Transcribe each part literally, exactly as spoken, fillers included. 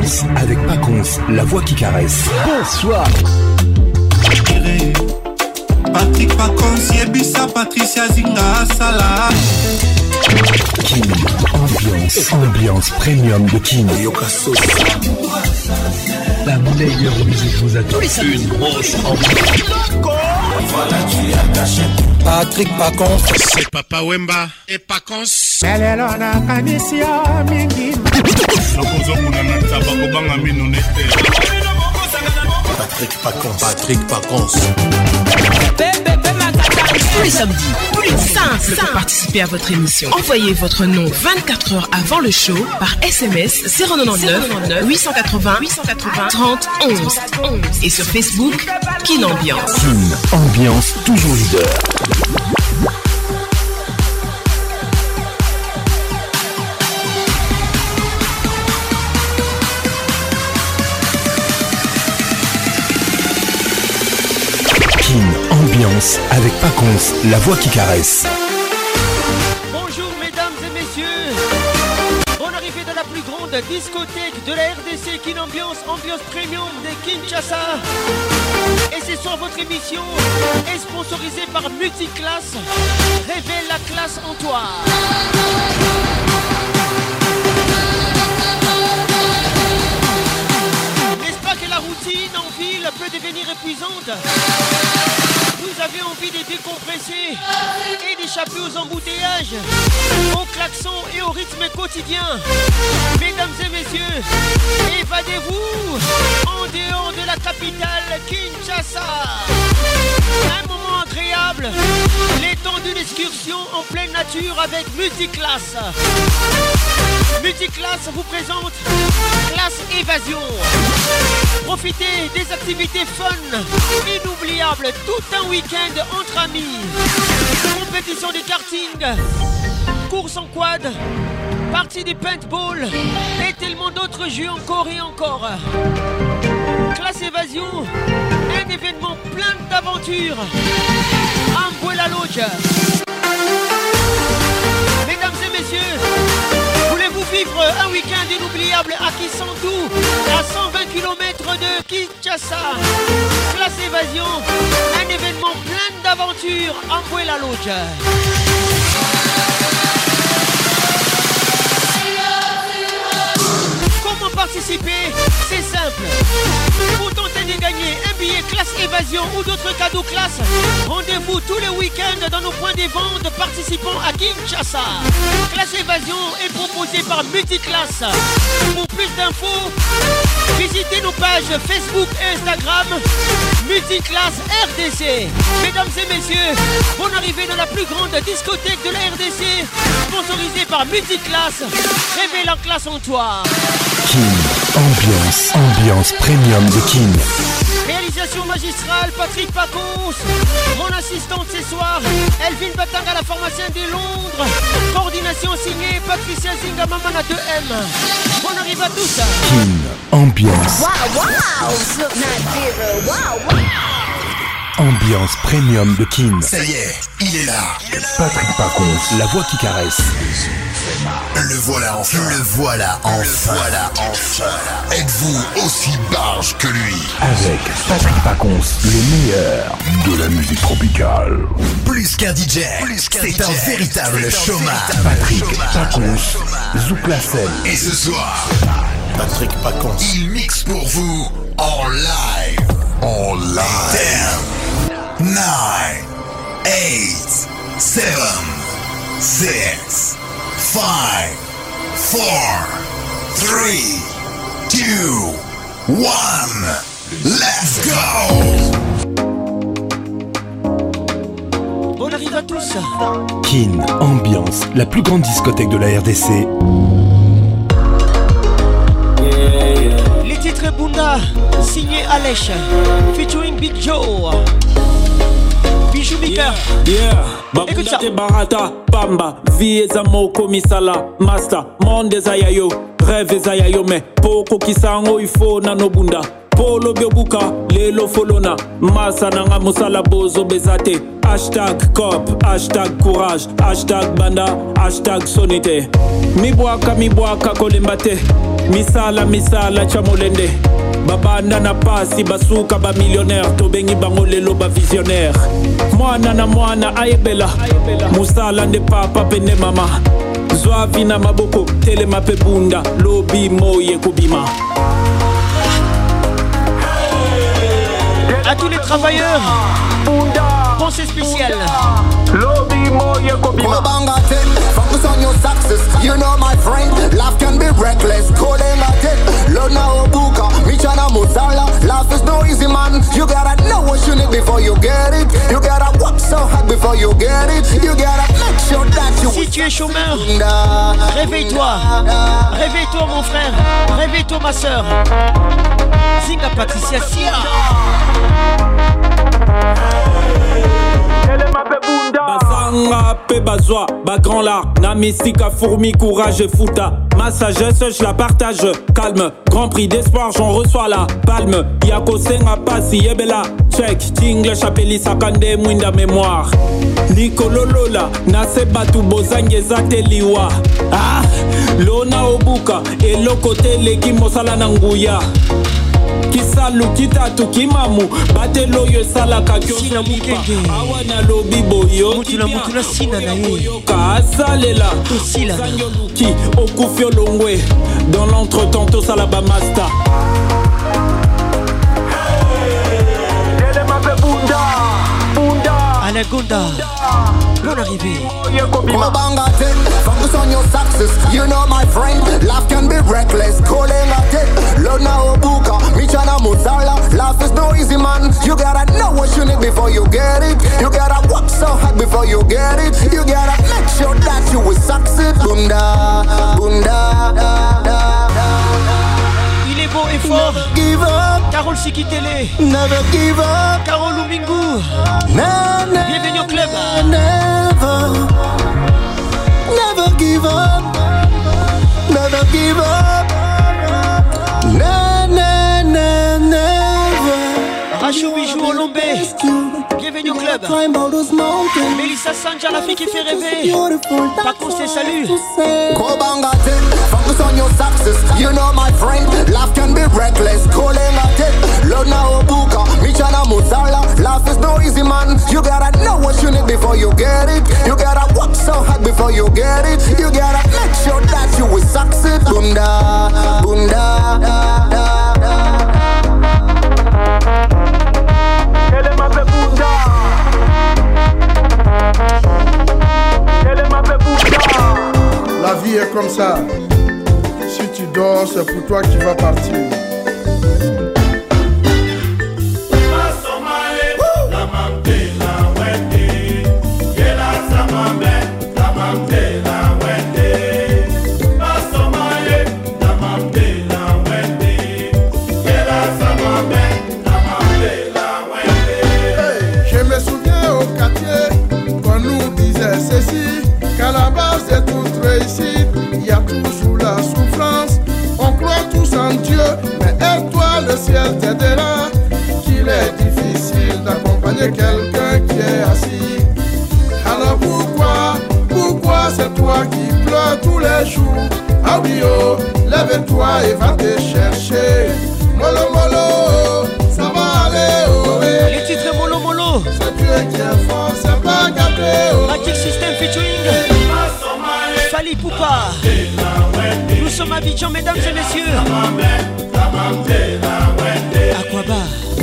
Ambiance avec Paconce, la voix qui caresse. Bonsoir. Patrick Paconce, Yebisa, Patricia Zinga, Salah. Kin, ambiance, ambiance premium de Kin. La meilleure musique vous attend. Une grosse ambiance. Voilà, tu as caché. Patrick Paconce, c'est Papa Wemba et Paconce. Melelona kanisia mingi. Patrick Paconce, Patrick Paconce. Tous les samedis, tous les samedis, pour participer à votre émission. Envoyez votre nom vingt-quatre heures avant le show par S M S zéro neuf huit cent quatre-vingts huit cent quatre-vingts trente onze et sur Facebook Kin Ambiance. Kin Ambiance, toujours leader. Ambiance avec Paconce, la voix qui caresse. Bonjour mesdames et messieurs. Bonne arrivée dans la plus grande discothèque de la R D C, Kin Ambiance, ambiance premium de Kinshasa. Et ce soir votre émission est sponsorisée par Multiclass. Révèle la classe en toi. N'est-ce pas que la routine en ville peut devenir épuisante? Vous avez envie de décompresser et d'échapper aux embouteillages, aux klaxons et au rythme quotidien. Mesdames et messieurs, évadez-vous en dehors de la capitale Kinshasa. Un moment agréable, les temps d'une excursion en pleine nature avec Multiclass. Multiclass vous présente Classe Évasion. Profitez des activités fun, inoubliables, tout un week-end entre amis. Compétition de karting, course en quad, partie de paintball et tellement d'autres jeux encore et encore. Classe Évasion, un événement plein d'aventures. Ambuela Lodge. Mesdames et messieurs, voulez-vous vivre un week-end inoubliable à Kissantou, à cent vingt kilomètres de Kinshasa? Classe Évasion, un événement plein d'aventures. Ambuela Lodge. Comment participer? C'est simple. Pour tenter de gagner un billet classe Évasion ou d'autres cadeaux classe, rendez-vous tous les week-ends dans nos points de vente participant à Kinshasa. Classe Évasion est proposée par Multiclass. Pour plus d'infos, visitez nos pages Facebook et Instagram Multiclass R D C. Mesdames et messieurs, bonne arrivée dans la plus grande discothèque de la R D C, sponsorisée par Multiclass. Révèle la classe en toi. Kin, ambiance, ambiance premium de Kin. Réalisation magistrale, Patrick Paconce. Mon assistante ce soir, Elvin Batanga, la pharmacienne de Londres. Coordination signée, Patricia Zinga, Mamana deux M. On arrive à tous. Kin, ambiance. Wow, wow, Slip Knot Zero, wow, wow. Ambiance premium de Kin. Ça y est, il est là. Patrick Paconce, la voix qui caresse. Le voilà enfin. Le voilà enfin. Le voilà enfin. Êtes-vous aussi barge que lui? Avec Patrick Paconce, le meilleur de la musique tropicale. Plus qu'un D J, c'est un véritable showman. Patrick Paconce, zouk la scène. Et ce soir, Patrick Paconce, il mixe pour vous en live. En live. ten, nine, eight, seven, six, five, four, three, two, one, let's go! On arrive à tous. Kin, ambiance, la plus grande discothèque de la R D C. Les titres Bunda, signé Alech, featuring Big Joe. Bijou Mika. Yeah, écoute ça. Barata, Pamba, vie ezamo komisala, master, monde zayayo, rêve zayayo, mais poko kisango il faut nano bunda. Polo biobuka, lelo folona. Masa nanga musala bozo bezate. Hashtag cop, hashtag courage, hashtag banda, hashtag sonite. Mi boaka, mi boaka kolembate. Misala, misala chamolende. Babanda na pasi, basuka ba millionnaire. Tobengi bango lelo ba visionnaire. Mwana na mwana ayebela. Musala nde papa pende mama. Zwavi na maboko, telema pe bunda. Lobi moye kubima. À tous les travailleurs, pensée spéciale. Focus on your success, you know my friend. Life can be reckless, calling at it. Lona Obuka, Michana Musala. Life is no easy, man. You gotta know what you need before you get it. You gotta work so hard before you get it. You gotta make sure that you. Si tu es chômeur, réveille-toi. Réveille-toi, mon frère. Réveille-toi, ma soeur. Zinga Patricia Sia. Bazanga pe bazwa, ba grand lard. Na mystique fourmi, courage et fouta. Ma sagesse, je la partage. Calme, grand prix d'espoir, j'en reçois la palme. Yako senga pasi, yebela. Check, jingle, chapeli, sakande, mwinda mémoire. Nikololola, na se batu bozange zate liwa. Ah, lona obuka, et lo kote legi mosala nanguya. Kisalu kitatu kimamu batelo yo sala kakyo sina mukenge awana lobi boyo mutula mutula sina na ye kasalela tosila ki okufio longwe dans l'entretemps to sala ba master Anagonda, bonne arrivée. Focus on your success, you know my friend. Life can be reckless, calling at it. Lona Obuka, Michana Musala. Life is no easy, man. You gotta know what you need before you get it. You gotta work so hard before you get it. You gotta make sure that you will succeed. Bunda, bunda, da, da, da. Il est beau et fort. Never give up. Carole Sikitele. Never give up. Carole Lumingu. Never, bienvenue au club. Never, never give up. Never give up. Never, never, never. Rachou Bijou au Lombé. Bienvenue au club. Mélissa Sanja, la fille qui fait rêver. Par contre, c'est salut. Focus on your success, you know my friend. Life can be reckless, calling at it. Lona Obuka, Michana Musala. Life is no easy, man. You gotta know what you need before you get it. You gotta work so hard before you get it. You gotta make sure that you will succeed. Bunda, bunda, da, da, da. La vie est comme ça. Si tu dors, c'est pour toi qui vas partir. Hey, je me souviens au quartier qu'on nous disait ceci, qu'à la base de toute réussite, il y a toujours la souffrance. On croit tous en Dieu, mais aide-toi, le ciel t'aidera. Qu'il est difficile d'accompagner quelqu'un qui est assis. Alors pourquoi, pourquoi c'est toi qui pleures tous les jours? Ah oui oh, lève-toi et va te chercher. Molo molo, ça va aller oh eh. Les titres Molo Molo. C'est Dieu qui est fort, c'est pas gâté oh. Magic System featuring Fali Poupa. Nous sommes à Abidjan, mesdames et messieurs. Aquaba.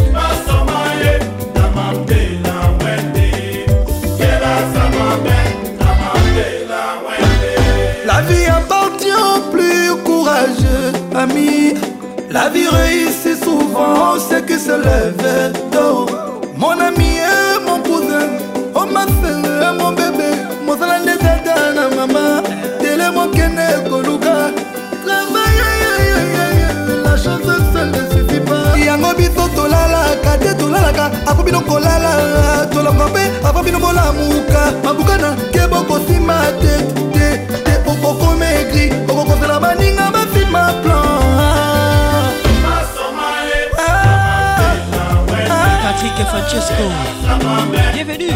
La vie appartient aux plus courageux, amis. La vie réussit souvent, c'est que se lève tôt. Mon ami et mon cousin, oh ma soeur, mon bébé, mon salon de Zadana, maman, télé mon kene koluka. Travaille, la chance seule ne suffit pas. Yango biso tolala, kate tolalaka, akobino kolala, tolakope, akobino molamuka, mabukana, keboko simate, te, te, okoko maigri, okoko sela baninga bafima plan. Patrick et Francesco. Bienvenue.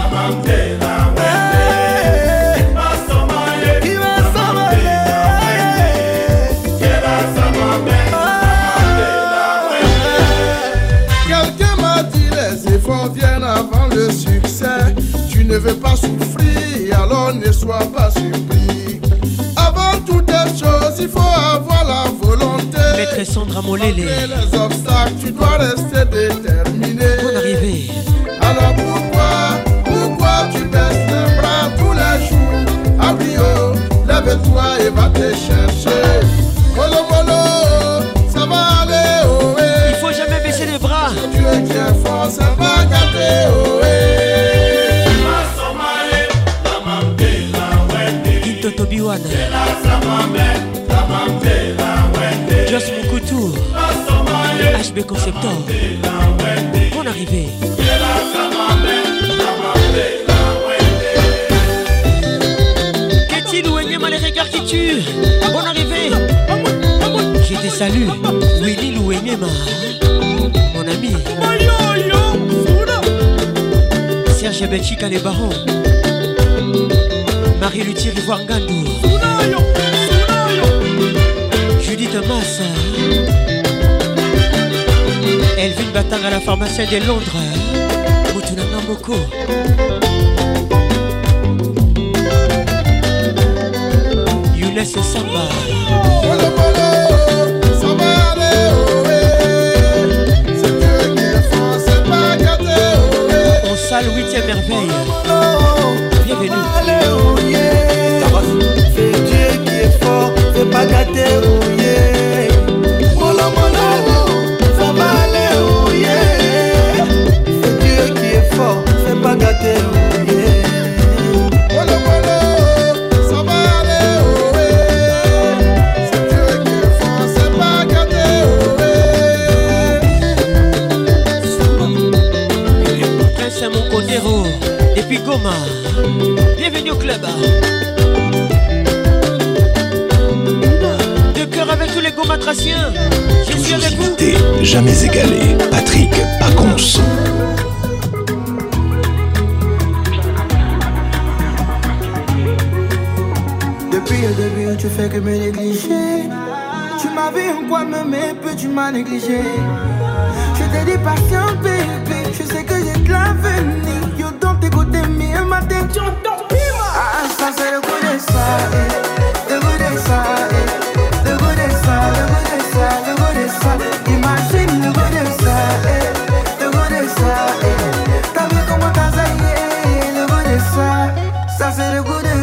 Quelqu'un m'a dit les efforts viennent avant le succès. Tu ne veux pas souffrir, alors ne sois pas surpris. Avant toutes les choses, il faut avoir la volonté. Maître Sandra Molele. Après les obstacles, tu dois rester déterminé. Bonne arrivée. Alors pourquoi, pourquoi tu baisses les bras tous les jours? Abrio, lève-toi et va te chercher. Molo molo, ça va aller, oh eh. Il faut jamais baisser les bras. Dieu qui est fort, ça va gâter, oh eh. Toto Biwana, Joss Moukoutou, H B Conceptor. Bonne arrivée. Qu'est-il ou Enyema les regards qui tuent? Bonne arrivée. Je te salue, Willy Louenyema, mon ami. Serge Belchika les barons. Marie-Luthier Rivoire Ngandou, Judith Massa, Elvin Batang à la pharmacienne de Londres, Moutounanga Moko, Younes Samba, on salle huitième merveille. Bienvenue. C'est Dieu qui est fort, c'est pas gâté, oh yeah. Molo molo, ça va aller, oh yeah. C'est Dieu qui est fort, c'est pas gâté, oh yeah. Molo molo, ça va aller, oh yeah. C'est Dieu qui est fort, c'est pas gâté, oh yeah. Prince mon Condero, depuis Goma. Bienvenue au club. De cœur avec tous les gomatraciens. Je suis avec vous. Jamais égalé. Patrick Pacons. Depuis le début, tu fais que me négliger. Tu m'as vu en quoi me mais peu tu m'as négligé. Je t'ai dit patient, bébé. Je sais que j'ai de l'avenir. Yo, dans tes côtés, mais un matin, tu entends. Ah, ça c'est le goût de ça, eh. Le goût de ça, eh. Le goût de ça, le goût de ça, le goût de ça. Imagine le goût de ça, eh. Le goût de ça, eh. T'as vu comment t'as zaillé, le goût de ça. Ça c'est le goût de...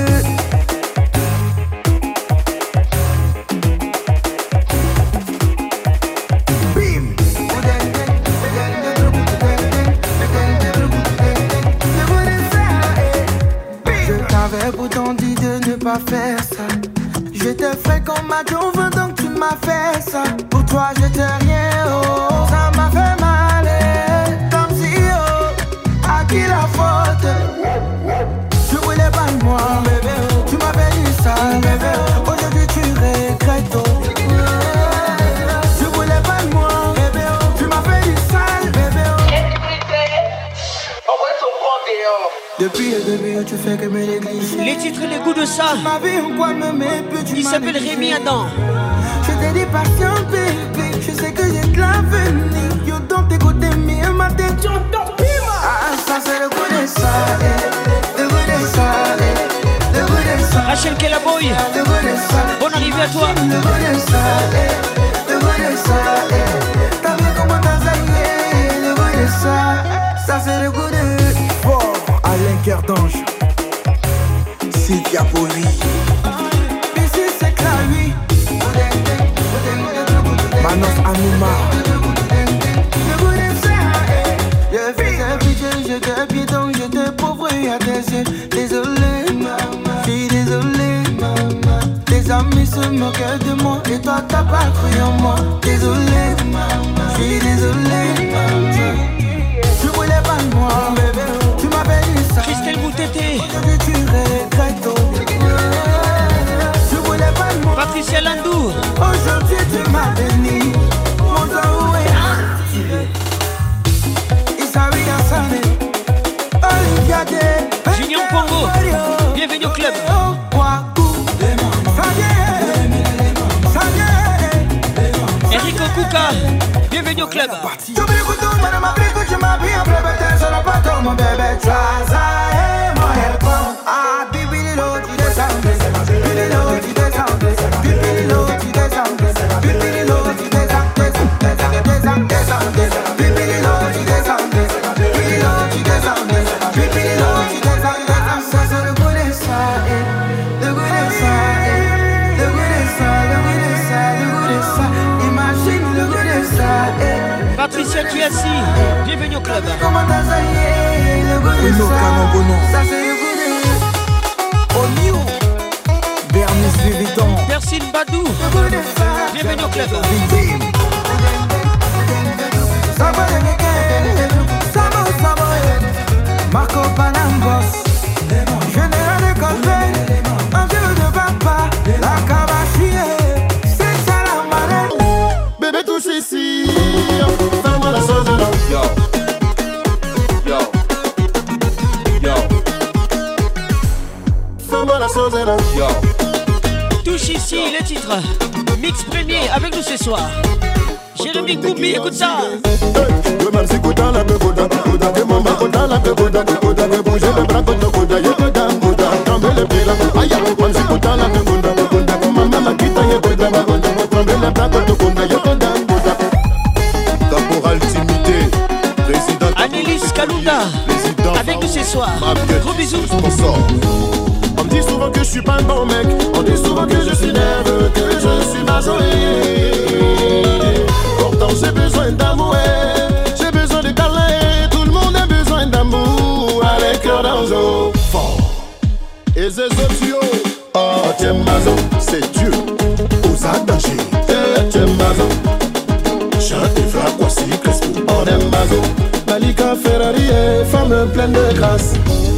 Pourtant dit de ne pas faire ça. Je te ferai comme ma Joe, donc tu m'as fait ça. Pour toi je t'ai rien, oh. Ça m'a fait mal, eh. Comme si, oh, à qui la faute? Je voulais pas de moi, bébé, oh. Tu m'avais dit ça, bébé, oh. Aujourd'hui tu regrettes, oh. Je voulais pas de moi, bébé, oh. Tu m'as fait du sale, bébé, oh. Depuis le début, tu fais que me négliger. Les titres et les goûts de ça. Il s'appelle Rémi Adam. Je t'ai dit patient, bébé. Je sais que j'ai de l'avenir. Yo, dans tes côtés, mais un matin, tu entends. Ah, ça, c'est le goût de ça, eh. Le goût de ça, eh. Le goût de ça. Rachel Kellaboy. Le goût de ça. Bonne arrivée à toi. Le goût de ça, eh. Le goût de ça, eh. T'as vu comment t'as zaillé. Le goût de ça. Ça, c'est le goût de... Alain Kerdange, Sylvia Poli, ici c'est Clary, Manos Anima. Je faisais pitié, j'étais piéton, j'étais pauvre à tes yeux. Désolé, maman, je suis désolé, maman. Tes amis se moquaient de moi et toi t'as pas cru en moi. Désolé, maman, je suis désolé, maman. Je voulais pas de moi, bébé. Tu m'avais dit ça. Christelle Moutété. Aujourd'hui tu regrettes, oh. Je voulais pas de moi. Patricia Landou. Aujourd'hui tu m'as béni. Mon doigt où est activé. Il s'habille à ça. Kouka, bienvenue au club. Patricia Kiassi, bienvenue au club. Bernice Vuitton, Persine Badou, bienvenue au club. Marco Panambos, général de conseil, un jeu de papa, la cabachie, c'est ça la marée. Bébé touche ici, fais-moi la sauce là. Yo, yo, yo, fais-moi la sauce là. Yo. Touche ici les titres. Mix premier avec nous ce soir. Jérémy Goumbi, écoute ça. Le même si Kouda la Kouda, Kouda, que maman Kouda la Kouda, Kouda, que bouger le bras contre Kouda, y'a Kouda, Kouda, tremble le pied là. Aïe, même si Kouda la Kouda, Kouda, que maman m'a quitté, y'a Kouda, Kouda, tremble le bras contre Kouda, y'a Kouda, Kouda. Caporal Timité, président. Annelise Kalunda, avec nous ce soir. Gros bisous. On me dit souvent que je suis pas un bon mec. On dit souvent que je suis nerveux, que je suis majoré. Pourtant j'ai besoin d'amour, j'ai besoin de câlin. Tout le monde a besoin d'amour, avec cœur dans l'eau. Fort. Et ces autres, oh tiens mazo, c'est Dieu. Aux attachés, eh tiens mazo. Chante et frappe, voici Crespo. On aime mazo. Malika Ferrari, femme pleine de grâce.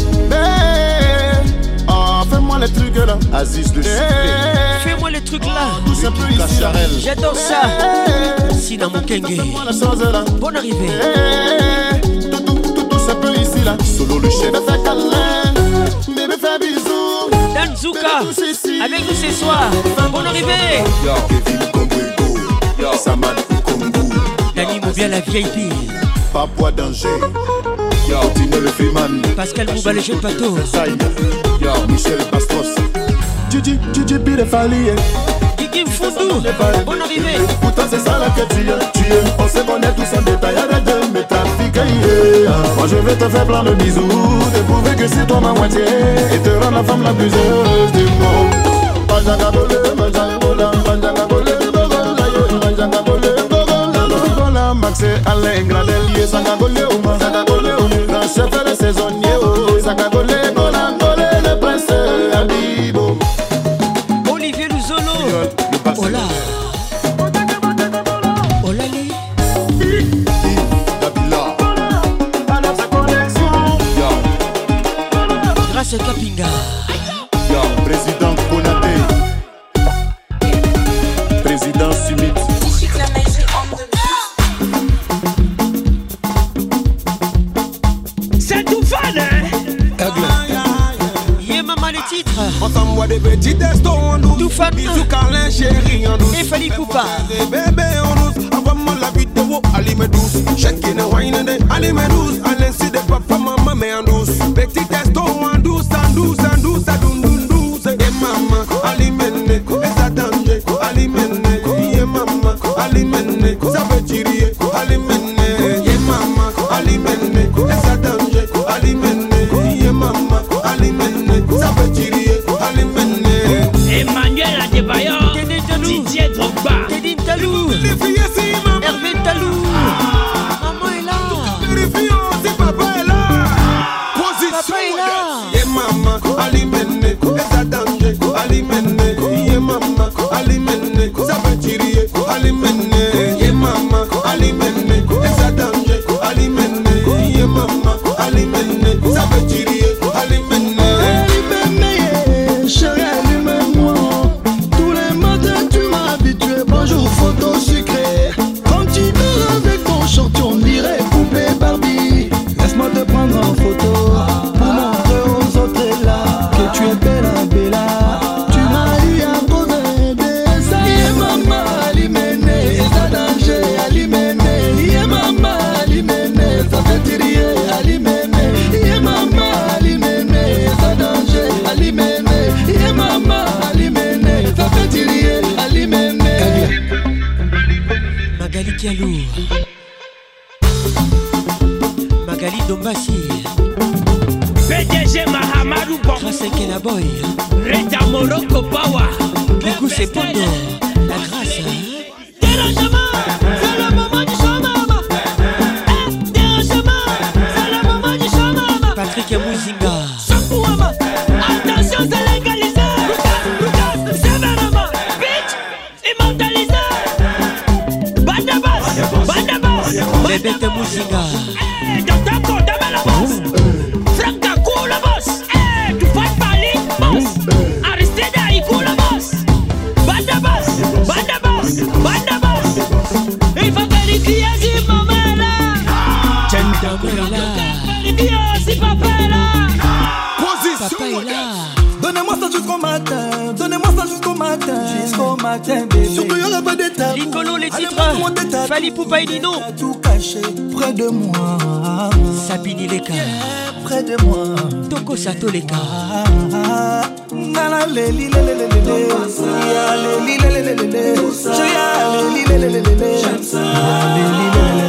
Mais fais-moi les trucs là, Aziz le sucré. Fais-moi les trucs là, tout ça peut ici là. J'adore ça. Sina Mokenge, bonne arrivée. Tout, tout, tout, tout ça peut ici là. Solo le chef. Bébé fais câlin, bébé fais bisous. Dan Zouka, avec nous ce soir. Bonne arrivée. Yo, Kevin Kombugo, yo, Samad Kongu. Dani Moubia la V I P. Papouas Danger. Yo, Tino le Freeman. Pascal Mouba le jeune bateau. Yo, Michel Bastros. Gigi, Gigi Pire Fali. Gigi Mfundou, bonne arrivée. Pourtant c'est ça là que tu es, tu es. On se connaît tous en détail, arrête de m'étafiquer. Moi je vais te faire plein de bisous, te prouver que c'est toi ma moitié et te rendre la femme la plus heureuse du monde. Manjanga bole, manjanga manjanga bole, manjanga bole, manjanga Max et Alain Gradelier, sanga bole, sanga bole, grand chef et saisonnier, sanga bole, gola bole, le prince Abibo. Olivier Luzolo, Ola, Olali, Dabila, grâce à Kapinga. Yo, président Konaté, président Sumit. C'est tout fan, hein? Yeah, maman, les titres. On t'envoie des petits testos en douce. Tout fan. Bisous câlin chéri en douce. Et Fali Poupa. Bébé en douce. Envoie-moi la vidéo, allez me douce. Chacun est wine and allez me douce. Allez si de papa, maman, mais en douce. Petit testo en douce, en douce, en douce, en douce, douce. Et maman, allez mène, et ça danger, allez mène. Et maman, allez mène, ça veut tirer, allez mène. Et maman, allez mène, et ça danger, allez mène. Et maman, allez mène, ça veut tirer, allez mène. Emmanuel Adebayor, Didier Drogba, Teddy Talou, Hervé Talou. Maman est là. Papa est là. Position est là. Et maman, allez mène, et ça danger, allez mène. Et maman, allez mène, ça veut tirer, allez mène. Et maman, allez mène, et ça danger, allez mène. Et maman, allez mène, ça veut tirer, allez mène. Chérie, allume-moi. Tous les matins tu m'as habitué. Patrick Yalou, Magali Dombassi, P D G Mahamadou Bon, Trasenkela Boy, Reda Morocco Power, Coucou c'est Pondo, la grâce. Dérangement, c'est le moment du chômage. Eh, dérangement, c'est le moment du chômage. Patrick Mouzinga, Sakouama, attention c'est légalisé. Lucas, sévèrement, bitch, immortalisé. Bandabas, bandabas, Bébête Mouzinga. Eh, dans ta côte, dans la bosse. Franca cool la bosse. Eh, tu fais parler, boss. Aristide Aïkou la bosse. Bandabas, bandabas, bandabas. Il faut vérifier si maman est là. Tiens, maman est là. Vérifier si papa est là. Papa est là. Donnez-moi ça jusqu'au matin, donnez-moi ça jusqu'au matin, jusqu'au matin, bébé. Surtout y'aura pas d'état. Licolo les titres. Fali Poupa et Nino. Tout caché près de moi. Sabini Leka. Près de moi. Toko Sato Leka. Nana leli leli leli leli. Ya leli leli leli leli. Je ya leli leli leli leli. J'aime ça. Ya leli leli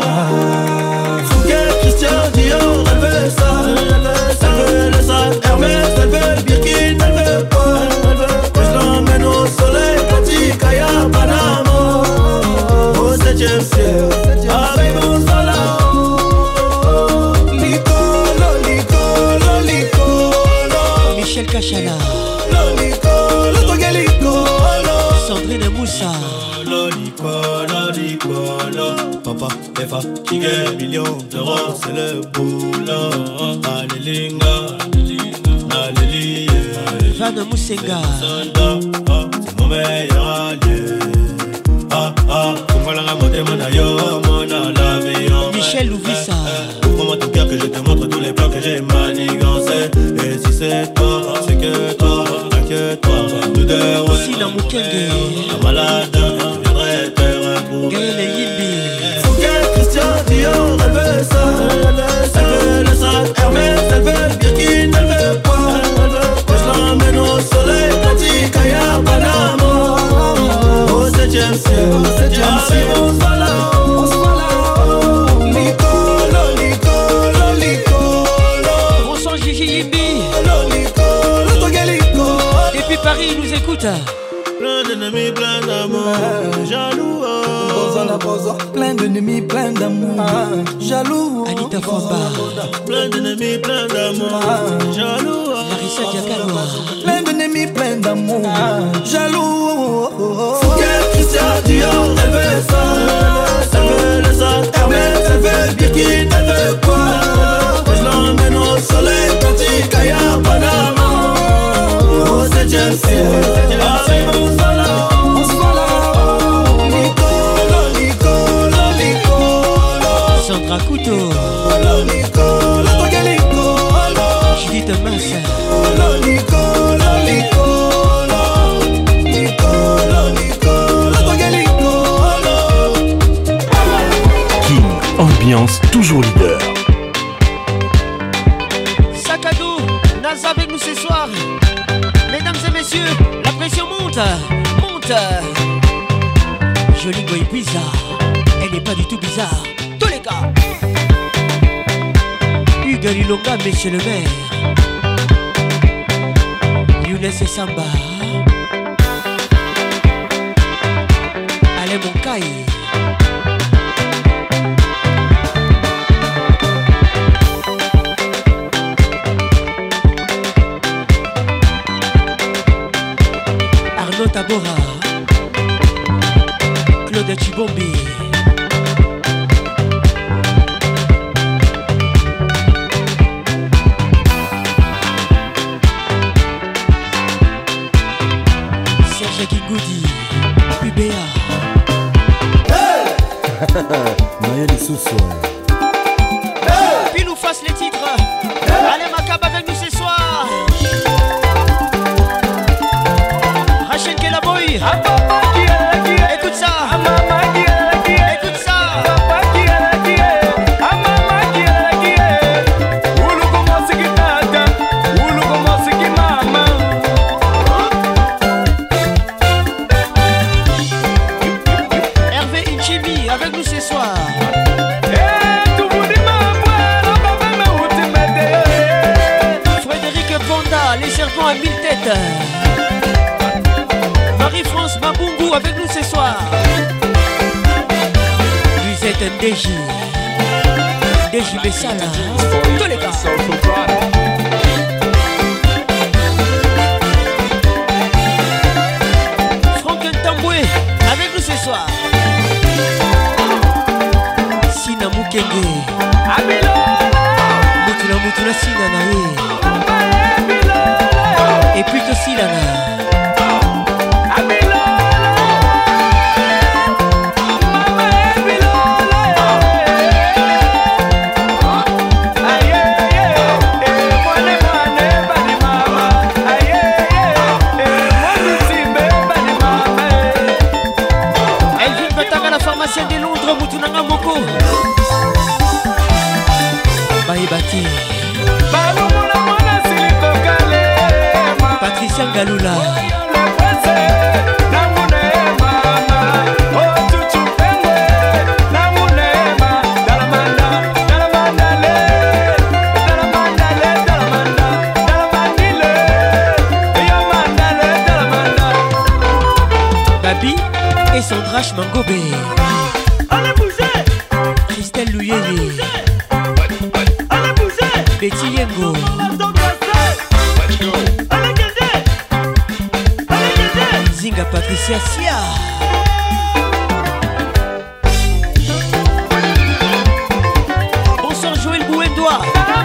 leli. Fouquet, Christian Dior, elle veut ça. Elle veut le sac Hermès, elle veut le Birkin, elle veut quoi? Elle veut que je l'emmène au soleil, Kati, Kaya, Panama. Au septième ciel, avec mon salon. Licolo, licolo, licolo. Michel Kachala. Licolo, toge licolo. Sandrine Moussa. Licolo, licolo. Papa, F A, qui gagne millions d'euros, c'est le boulot. Allélinga, alléluia. Van Moussenga. C'est mon meilleur allié. Ah ah, voilà la mode mon aïe, mon l'avion. Michel Louvissa. Ouvre-moi ton cœur que je te montre tous les plans que j'ai manigancés. Et si c'est toi, c'est que toi, inquiète-toi. Nous deux, ouais. Sina Moukenge. La malade, viendrait te retrouver. Gaël Yimbi. Fouquet, Christian Dior, elle veut ça. Elle veut le sac Hermès, elle veut le Birkin, elle veut quoi? Elle veut que je l'emmène au soleil, Kati, Kaya, Panama. Au septième ciel, au septième ciel, on se voit là, on se voit là. Licolo, licolo, licolo. Bonsoir Gigi Yimbi. Licolo, toge licolo. Et puis Paris nous écoute. Plein d'ennemis, plein d'amour, jaloux. Plein d'ennemis, plein d'amour, jaloux. Anita Famba. Plein d'ennemis, plein d'amour, jaloux. Marissa Diakano. Plein d'ennemis, plein d'amour, jaloux. Fouquet, Christian Dior, elle veut ça. Elle veut le sac Hermès, elle veut le Birkin, elle veut quoi? Que je l'emmène au soleil, Kati, Kaya, Panama. Au septième ciel, avec mon salon, on se voit là. Licolo, licolo, licolo. Sandra Couteau. Licolo, licolo, toge licolo. Judith Massa. Licolo, licolo, licolo, licolo, toge licolo. King, ambiance toujours leader. Sac à dos, Nasa avec nous ce soir. Mesdames et messieurs, la pression monte, monte. Jolie boy bizarre, elle n'est pas du tout bizarre. Tous les gars. Hugues Lilonga, monsieur le maire. Younes et Samba. Allez mon caille. Arnaud Tabora. Claude Chibombi. Serge Kingoudi. U B A. Maya les sous-sols. Puis nous fasse les titres. Allez Macab avec nous ce soir. Rachel Kelaboy. Écoute ça. Écoute ça. Hervé Inchimi. avec nous ce soir. Frédéric Ponda, les serpents à mille têtes. Marie-France Mabungu avec nous ce soir. Vous êtes un D J. D J Bessala. Tous les gars. Franck Ntamboué avec nous ce soir. Sina Mukenge. Mutula Mutula Sina Nae. Et puis aussi Lana. De Londres, Moutounanga Moko Baïbati Patricia Galula Babi et Sandrache Mangobé. Christelle Louyeye, Betty Yengo, Zinga Patricia Sia, bonsoir Joël Bouendois,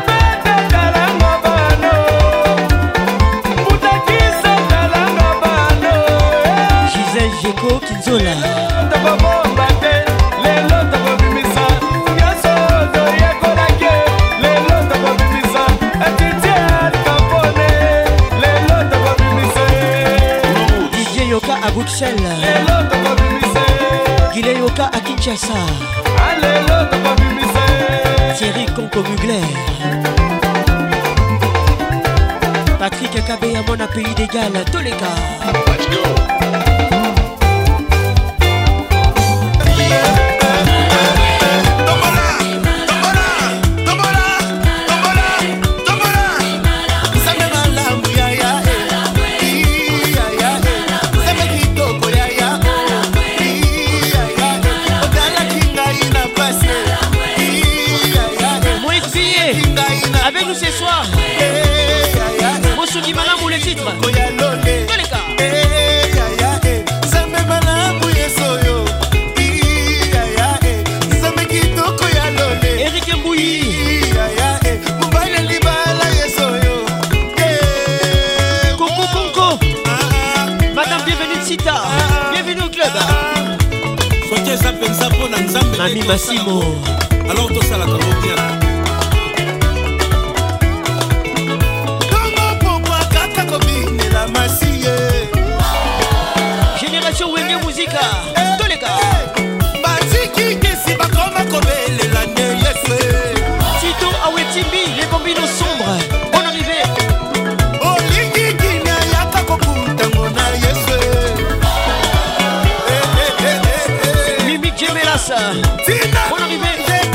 Gisèle Géco Kinzola. À Bruxelles, Guilé Yoka à Kinshasa, Thierry Conco Mugler, Patrick Kabé à mon pays d'égal, tous les gars. Avec nous ce soir, Mossoudi Malamou le titre. Tous les gars. Eric Mbouyi, Coco Conco, Madame bienvenue de Sita, bienvenue au club. Mami Massimo. Alors tout ça la bien. Génération Wenge Musica, tous les gars. Tito Awetimbi, les bambinos sombres. Bonne arrivée. Mimi Gemelas. Bonne arrivée.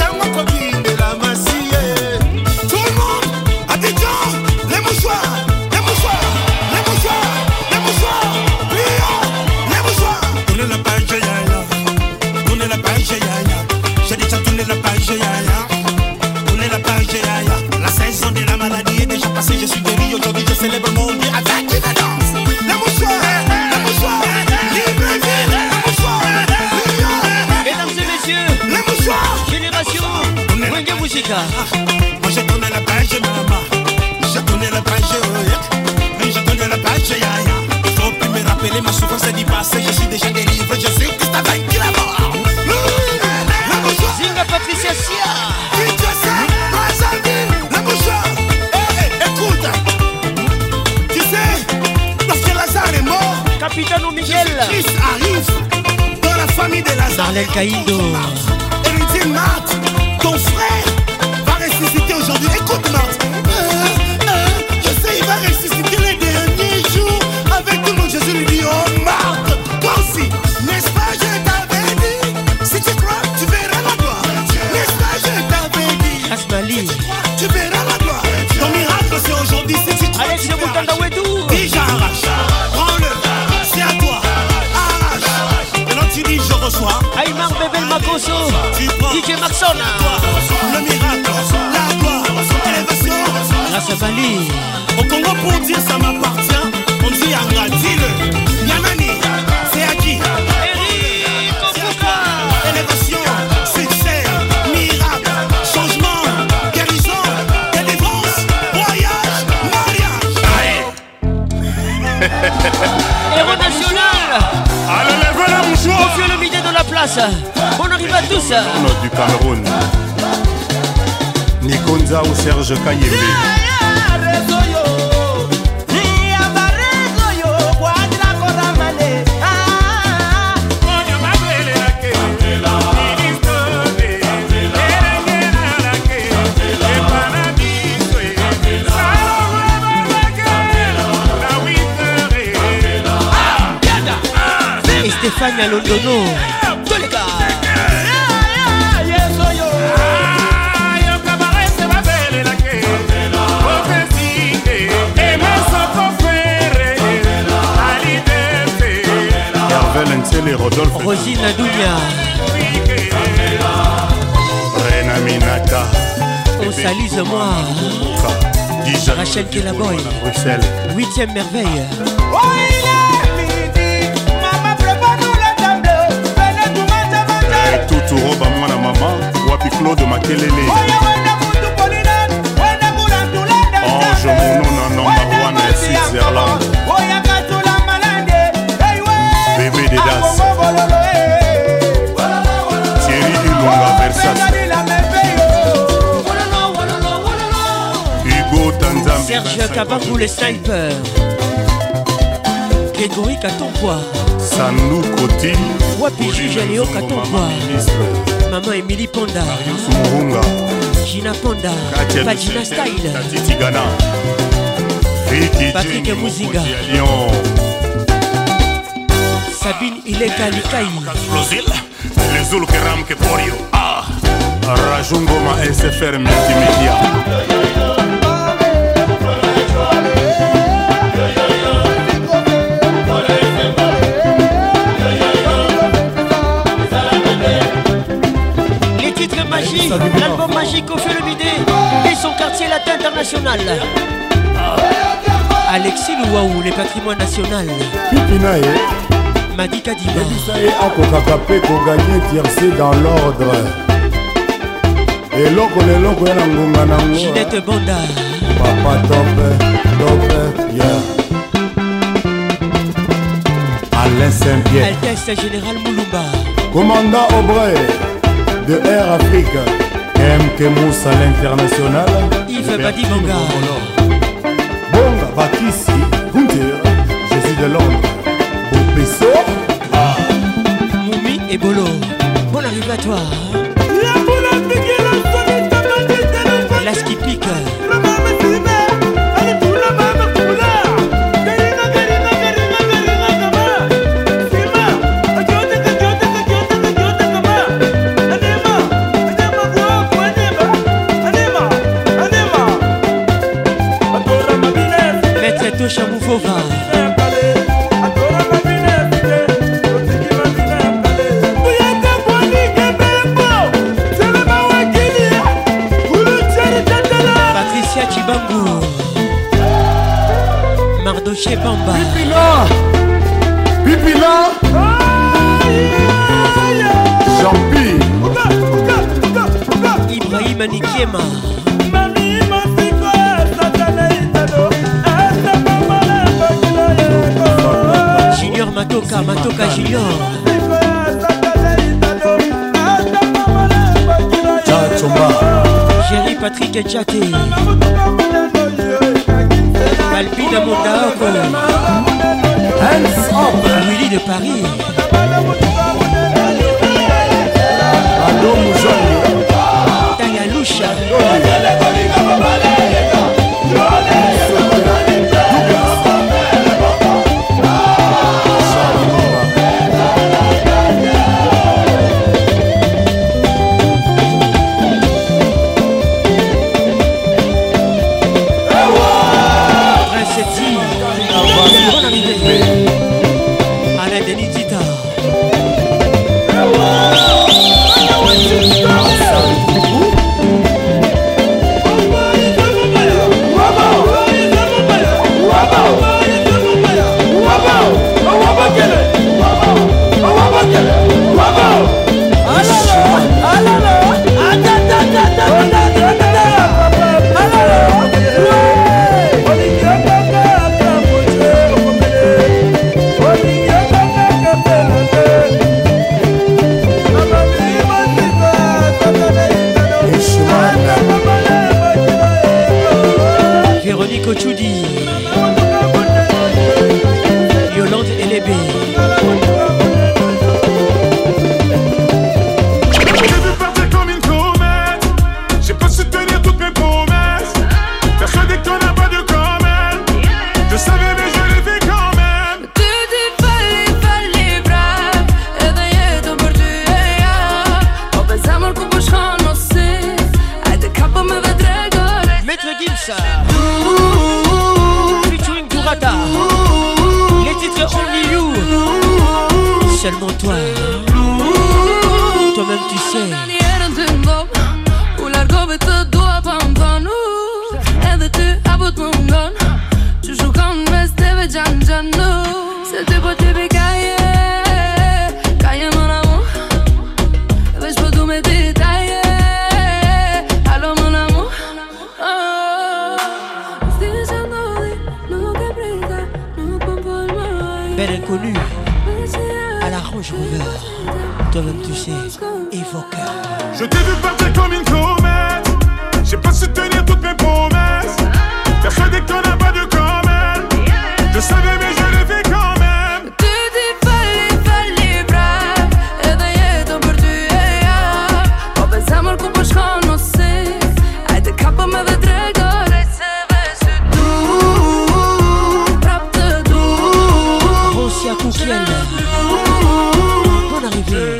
Tout le monde, Abidjan, les mouchoirs, les mouchoirs, les mouchoirs, les mouchoirs, les mouchoirs. Tournez la page, yaya. Tournez la page, yaya. J'ai déjà tourné la page, yaya. Tournez la page, yaya. La saison de la maladie est déjà passée. Je suis guéri aujourd'hui, je célèbre mon Dieu avec une danse. Les mouchoirs, les mouchoirs, Libreville, les mouchoirs, mesdames et messieurs, les mouchoirs. Génération Wenge Musica. Moi j'ai tourné la page, maman. J'ai tourné la page, mais j'ai tourné la page, yaya. Il faut plus me rappeler ma souffrance du passé. Je suis déjà délivré, je sais que c'est vaincu la mort. Zinga Patricia Sia. La mouchoir. Écoute, tu sais, lorsque Lazare est mort, Capitano Miguel, Christ arrive dans la famille de Lazare. Marlène Caïdo. Héritier Marthe, ton frère va ressusciter aujourd'hui. Écoute Marthe, euh, euh, je sais il va ressusciter les derniers jours avec tout le monde. Jésus lui dit, oh Marthe, toi aussi, n'est-ce pas, je t'avais dit, si tu crois. Neymar, Bébel Makoso, D J Maxona. Le miracle, la gloire, l'élévation. Grâce à Bali. Au Congo pour dire ça m'appartient, on dit Anga, dis-le. Yanani, c'est à qui? Eric Okuka. Élévation, succès, miracle, changement, guérison, délivrance, voyage, mariage. Héros national. Allez, levez la mouchoir. Confie le midi de la place. On arrive à tous. Nord du Cameroun. Nikonza ou Serge Kayembe. Et Stéphane à Londono. Tous les gars. Rosine Dounia. Rena Minata. On salise moi. Rachel Kelaboy. Bruxelles. Huitième merveille. Tout robe à moi la maman. Wapi Claude Makelele. Ange Mounou number one Switzerland. Bébé des Das. Thierry Ilonga Versace. Hugo Tanzambi. Serge Kabangou le sniper. Grégory Katompois. Sanou Koti. Wapi Juge Léo Katompois. Maman Émilie Ponda. Marius Murunga. Gina Ponda. Vagina Style. Tati Tigana. Vicky Patrick Jenny, Mouzinga. Mokoti à Lyon. Sabine Ileka Likai. Les Zulu Keram Keporio. Ah. Rajungoma S F R Multimédia. Les titres magiques, l'album magique au fait le bidé et son quartier latin international. Alexis Louaou, les patrimoines national. Pipinae. Madi Kadima. Ebisae akokakape koganye tiercé dans l'ordre. Eloko leloko ya na ngonga nango. Ginette Bonda. Papa top, top, yeah. Alain Saint-Pierre. Altesse Général Moulumba. Commandant Aubrey de Air Afrique. M. Kemous à l'international. Yves Badi Bonga. Bonga Bakissi. Gunther. Jésus de Londres. Bopesso. Ah. Moumi et Bolo. Bonne arrivée à toi. La ski pique. Maître Tosha Mouvova. Patricia Chibangu. Mardoché Bamba. Pipila. Pipila. Jampi. Ibrahim Anikiema. Junior Matoka, Matoka Junior. Jerry Patrick Djaté. Balbina Mondaoko. Hands up. Willy de Paris. Ado Moujonio. Taya Loucha. Alain Denis Tita. seulement toi. Toi-même tu sais. Tu joues comme Steve Jan Jano. C'était pas tes bécailles. Caille mon amour. Je peux tout me détailler. Alors mon amour. Belle inconnue. À la Range Rover. Toi-même tu sais. Évoqueur. Je t'ai vu partir comme une comète. J'ai pas su tenir toutes mes promesses. Persuadé que t'en as pas de quand même. Je savais mais je l'ai fait quand même. Tu dis falli, falli bravo. E daí tô por ti, yeah. Ho pensato al cupo sconosci. Hai de capo me vedrai agora. E se vesse tu, proprio tu. Rosia Koukiel. Bonne arrivée.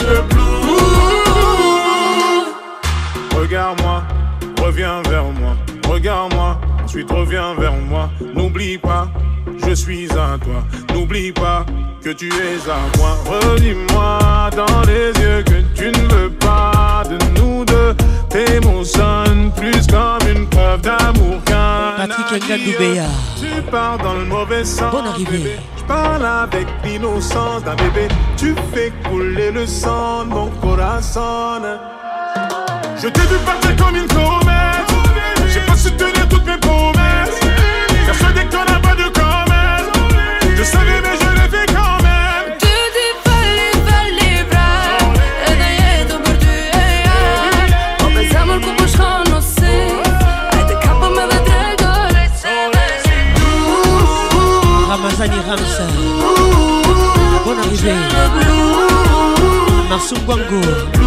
Regarde-moi, reviens vers moi. Regarde-moi, ensuite reviens vers moi. N'oublie pas, je suis à toi. N'oublie pas que tu es à moi. Redis-moi dans les yeux que tu ne veux pas de nous deux. Tes mots sonnent plus comme une preuve d'amour qu'un Patrick Ngadoubeya. Tu pars dans le mauvais sens. Bonne arrivée. Je parle avec l'innocence d'un bébé. Tu fais couler le sang de mon corazon. Je t'ai vu partir comme une comète. J'ai pas su tenir toutes mes promesses. Persuadé que t'en as pas de quand même. Je savais mais je l'ai fait quand même. Tu dis falli, falli bravo. E daí tô por ti, yeah. Ho pensato al cupo sconosci. Hai de capo me vedrai agora. E se vesse tu, Ramazani Ramsa. Bonne arrivée. Marceau Gwango.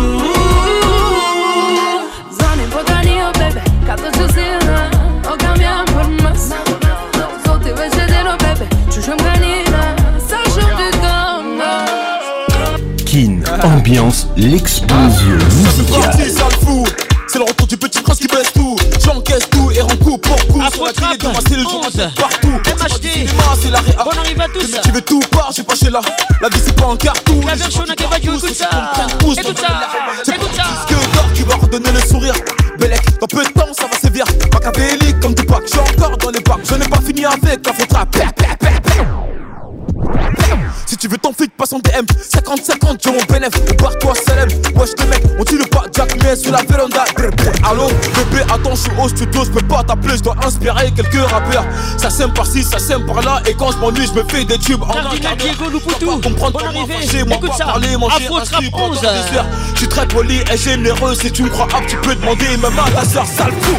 Zoni potanio, baby. Cato ci sirna. O cambiamo per massa. Sotto invece di no, baby. Tu c'è un canina. Sache du gomme. Kin, ambiance, l'explosion musicale. C'est le retour du petit prince qui baisse tout. J'encaisse tout et rends coup pour coup. Sur la télé de ma cellule, je m'en partout. M H D. C'est la réa. Bonne arrivée à tous. Tu veux tout part, j'ai pas chez là. La vie c'est pas un carton. La version n'a qu'à écoute ça. Écoute ça. Écoute ça. C'est que d'or qui va redonner le sourire. Bellec, dans peu de temps ça va sévir. Machiavélique comme Tupac, je suis encore dans les bacs. Je n'ai pas fini avec la faute. Si tu veux ton feed, passe en D M. cinquante cinquante, j'ai mon bénéf. Barre-toi, Salem. Wesh, les mecs, on tue le pas Jack, mais sur la véranda. Allô, bébé, attends, je suis au studio. Je peux pas t'appeler, je dois inspirer quelques rappeurs. Ça sème par-ci, ça sème par-là. Et quand je m'ennuie, je me fais des tubes en un quart d'heure. Comprendre comment manger, moi pas parler, manger un slip pendant des heures. Je suis très poli et généreux. Si tu me crois apte, tu peux demander même à ta soeur, sale fou.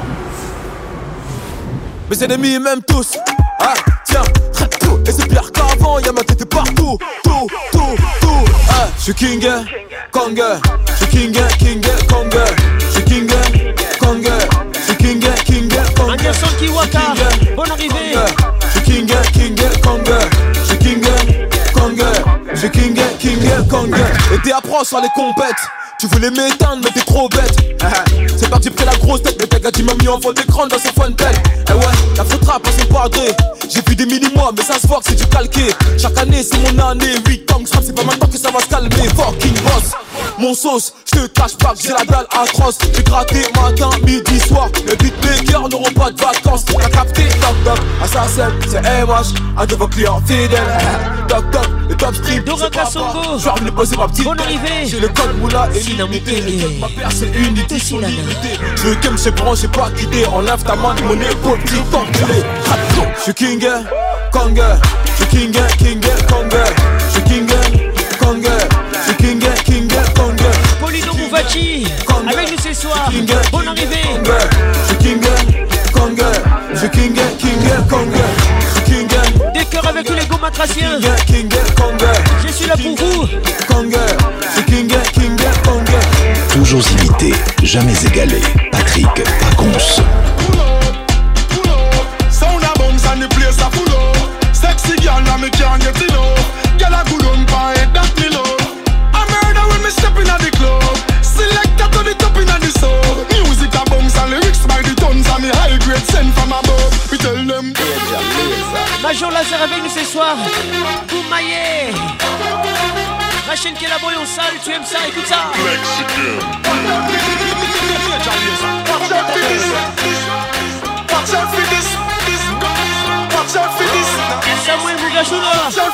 Mes ennemis m'aiment tous. Ah, tiens, traite tout. Et c'est pire qu'avant, y'a ma tête partout. Tout, tout, tout. Ah, je suis king, Kong. Je suis king, king, Kong. Je suis king, Kong. Je suis king, king, Kong. Anderson Kiwaka, bonne arrivée. Je suis king, king, Kong. Je suis king, Kong. Je suis king, king, Kong. Et t'es approche sur les compètes. Tu voulais m'éteindre mais t'es trop bête. C'est parti pris la grosse tête. Mais t'as gâté m'a mis en fond d'écran dans sa fontaine. Eh ouais, la faute rap c'est pas adré. J'ai vu des mini-mois mais ça se voit que c'est du calqué. Chaque année c'est mon année. huit ans que je rappe, c'est pas maintenant que ça va se calmer. Fucking boss, mon sauce, je te cache pas que j'ai la dalle atroce. J'ai gratté matin, midi, soir. Les beatmakers n'auront pas de vacances. T'as capté, toc toc, assassin, c'est M H. Un de vos clients fidèles. Toc toc, le top stream. Dora Kassongo, je vais venir poser ma petite. bonne arrivée. J'ai le code moula et l'unité. Ma père c'est unité, son unité. Je veux que me séparant, j'ai pas quitté. Enlève ta main de mon épaule, petit enculé. Je suis king, Kong. Je suis king, king, Kong. Je suis king, Kong. Je suis king, king, Kong. Polino Mouvachi, avec nous ce soir. Bonne arrivée. Je suis king, Kong. Je suis king, king, Kong. Je suis king. Des cœurs avec tous les gomatraciens. King, Kong. Je suis là pour vous. Kong. Je suis king, king, Kong. Toujours imité, jamais égalé. Patrick Pacons. Sound a bounce and the place a full of sexy girl and me can't get enough. Girl a good on my head that me love. I murder when me step in at the club. Selector to the top in at the sub. Music a bounce and lyrics by the tons and me high grade sent from above. We tell them Major Laser avec nous ce soir. Koumaye. la boy en salle, tu aimes ça, écoute ça. Samuel Mugashuna,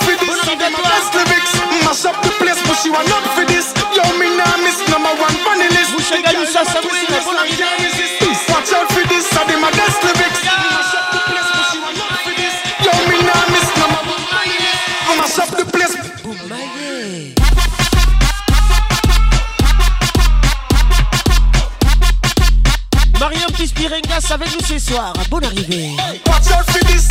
mash up the place, but she want not for this. Yo, me nah miss number one funny list. Mouchagalousa, Samuel, bon arrivée. Watch out for this, I did my best lyrics. Mash up the place, but she want not for this. Yo, me nah miss number one funny list. Mash up the place. Mariam Pispirengas avec nous ce soir. Bonne arrivée. Watch out for this.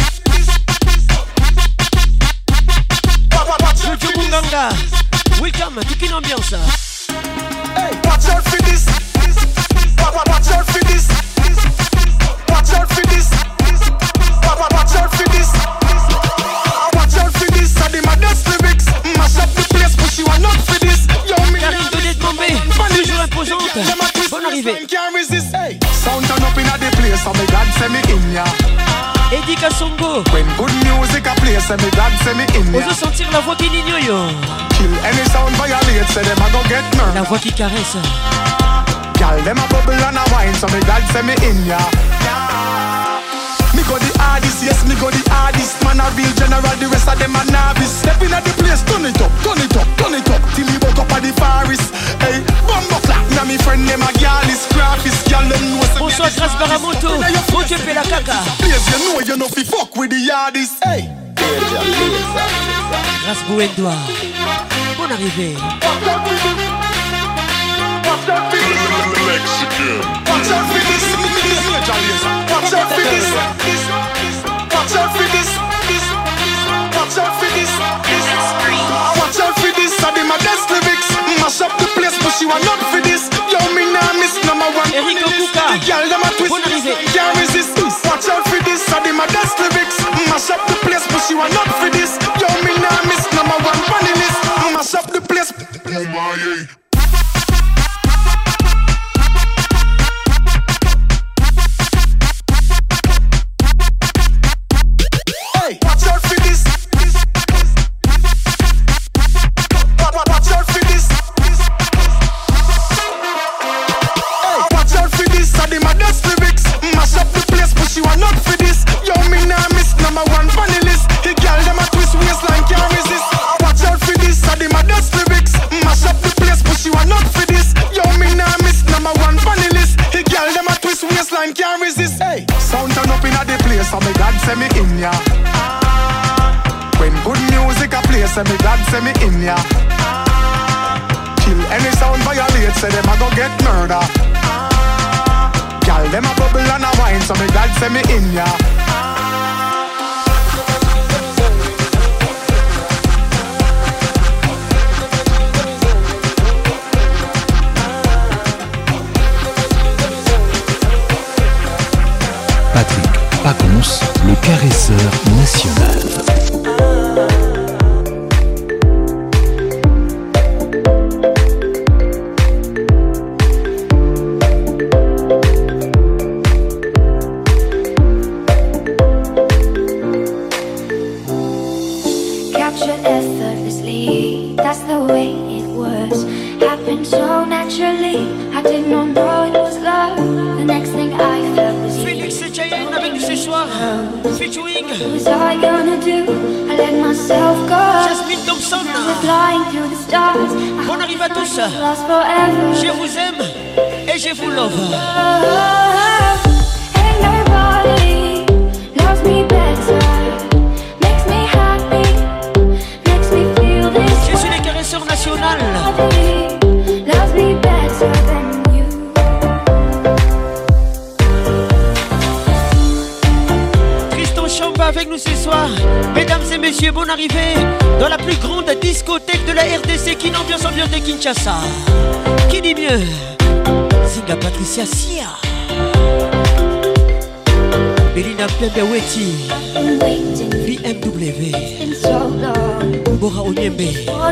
Jojo Munganga, welcome, toute une ambiance. Hey, watch out for this. Watch out for this. Watch out for this. Watch out for this. Watch out for this. I did my best lyrics. Mash up the place, but she want not for this. Yo, me Karine Godet de Bombay, toujours imposante. Bonne arrivée. Sound turn up in the place, so me God send me in ya. Eddie Kassongo. When good music a play, say me God send me in ya. Ose sentir la voix qui n'ignore yo. Kill any sound violate, say them a go get murder. La voix qui caresse. Girl, them a bubble and a wine, so me God send me in ya. Me go the hardest, yes, me go the hardest. Man a real general, the rest of them a novice. Step in at the place, turn it up, turn it up, turn it up. Till he woke up at the forest. Hey, bumbo clap, now me friend them a girl is graphist. Girl, them know some. Bonsoir, Grâce Baramoto. Mon Dieu, fait la caca. Please, you know you know fi fuck with the hardest. Hey, Grâce Bouendois. Bonne arrivée. Watch out for this. Watch out for this. Watch out for this. Watch out for this. Watch out for this. Watch out for this. I did my best lyrics. Mash up the place, but she want not for this. Yo, me nah miss number one. Eric Okuka. The girl them a twist. Bonne arrivée. Can't resist. Watch out for this. I did my best lyrics. Mash up the place, but she want not for this. Yo, me nah miss number one funny list. Mash up the place. Oh my. Watch out for this. Watch out for this. Watch out for this. I did my best lyrics. Mash up the place, but she want not for this. Yo, me nah miss number one funny list. The girl them a twist waistline, can't resist. Watch out for this. I did my best lyrics. Mash up the place, but she want not for this. Yo, me nah miss number one funny list. The girl them a twist waistline, can't resist. Hey, sound turn up in a the place, so me God send me in ya. When good music a play, say me God send me in ya. Kill any sound violate, say them a go get murder. Girl, them a bubble and a wine, so me God send me in ya. Patrick Pacons, le caresseur national. Captured effortlessly, that's the way it was. Happened so naturally, I did not know it was love. The next thing I felt was Félix et Cheyenne avec nous ce soir. Featuring. What was I gonna do? I let myself go. Jasmine Thompson. We're flying through the stars. Bon arrive à tous. Lost forever. Je vous aime et je vous love. Oh, ain't nobody loves me better. Makes me happy. Makes me feel this. Je suis le caresseur national. Loves me better than you. Tristan Chamba avec nous ce soir. Mesdames et messieurs, bonne arrivée dans la plus grande discothèque de la R D C, qui n'ambiance ambiance de Kinshasa. Qui dit mieux? Zinga Patricia Sia, Belina Pembeweti, B M W, Bora Onyembe,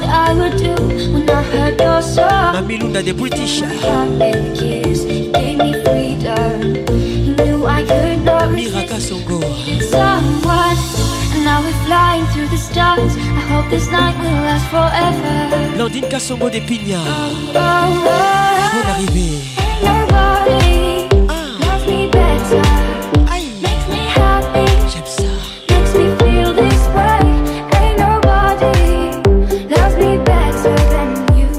Mamilunda de British, Miraka Songo. Now we're flying through the stars. I hope hope this night will last forever. Landine Kassongo des Pignards. Oh, oh, oh. Bonne arrivée. Nobody loves me better. Makes me happy. J'aime ça. Makes me feel this way. Ain't nobody loves me better than you.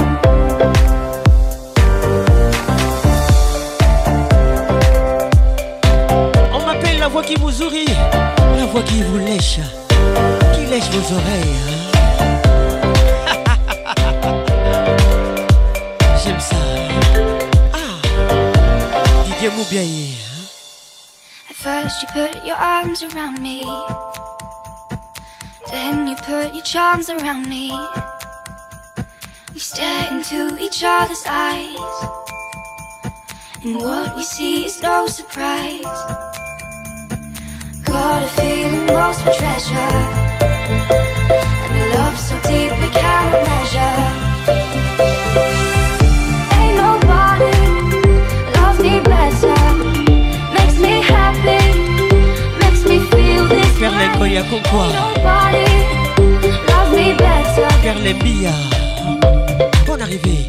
On m'appelle la voix qui vous sourit, la voix qui vous lèche, qui lèche vos oreilles. Hein? J'aime ça. Ah, Didier Moubiaye. At first you put your arms around me, then you put your charms around me. We stare into each other's eyes, and what we see is no surprise. Got a feeling lost for treasure, and a love so deep we cannot measure. Ain't nobody loves me better. Makes me happy, makes me feel this way. Perle Koya Konkwa. Ain't nobody loves me better. Perle Mbia. Bonne arrivée.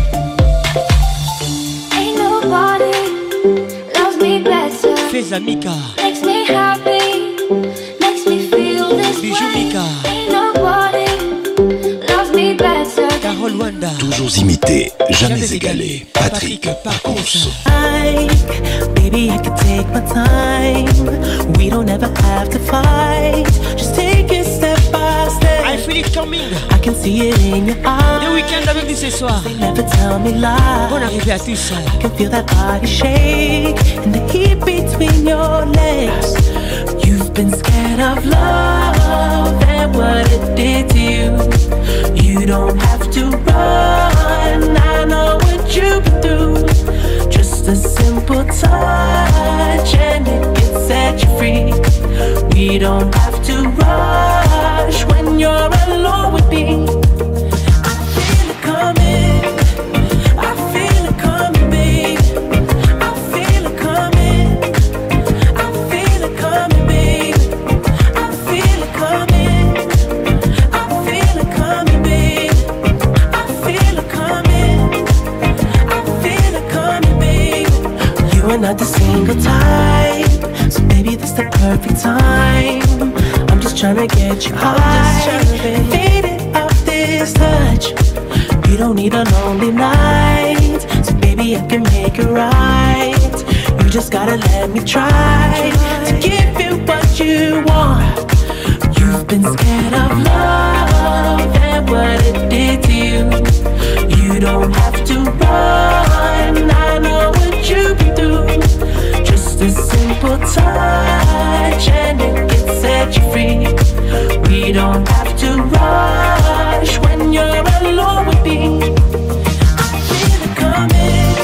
Ain't nobody loves me better. Feza Mika. Makes me happy, makes me feel this Bijou way. Mika. Ain't nobody loves me better. Carole Wanda. Toujours imité, jamais, jamais égalé. Patrick Pacons. Baby, I can take my time. We don't ever have to fight. Just take it step by step. I feel it coming. I can see it in your eyes. Le week-end avec nous ce soir. They never tell me lies. Bonne arrivée à tous. I can feel that body shake and the heat between your legs. You've been scared of love and what it did to you. You don't have to run. I know what you've been through. Just a simple touch and it can set you free. We don't have to rush when you're alone with me. I feel it coming. I feel it coming, babe. I feel it coming. I feel it coming, babe. I feel it coming. I feel it coming, babe. I feel it coming. I feel it coming, babe. You are not the single type, so baby, this the perfect time. I'm just trying to get you high, faded off this touch. You don't need a lonely night, so baby, I can make it right. You just gotta let me try to give you what you want. You've been scared of love and what it did to you. You don't have to run. I know what you've been through. Just a simple touch and it can set you free. We don't have to rush when you're alone with me. I feel it coming.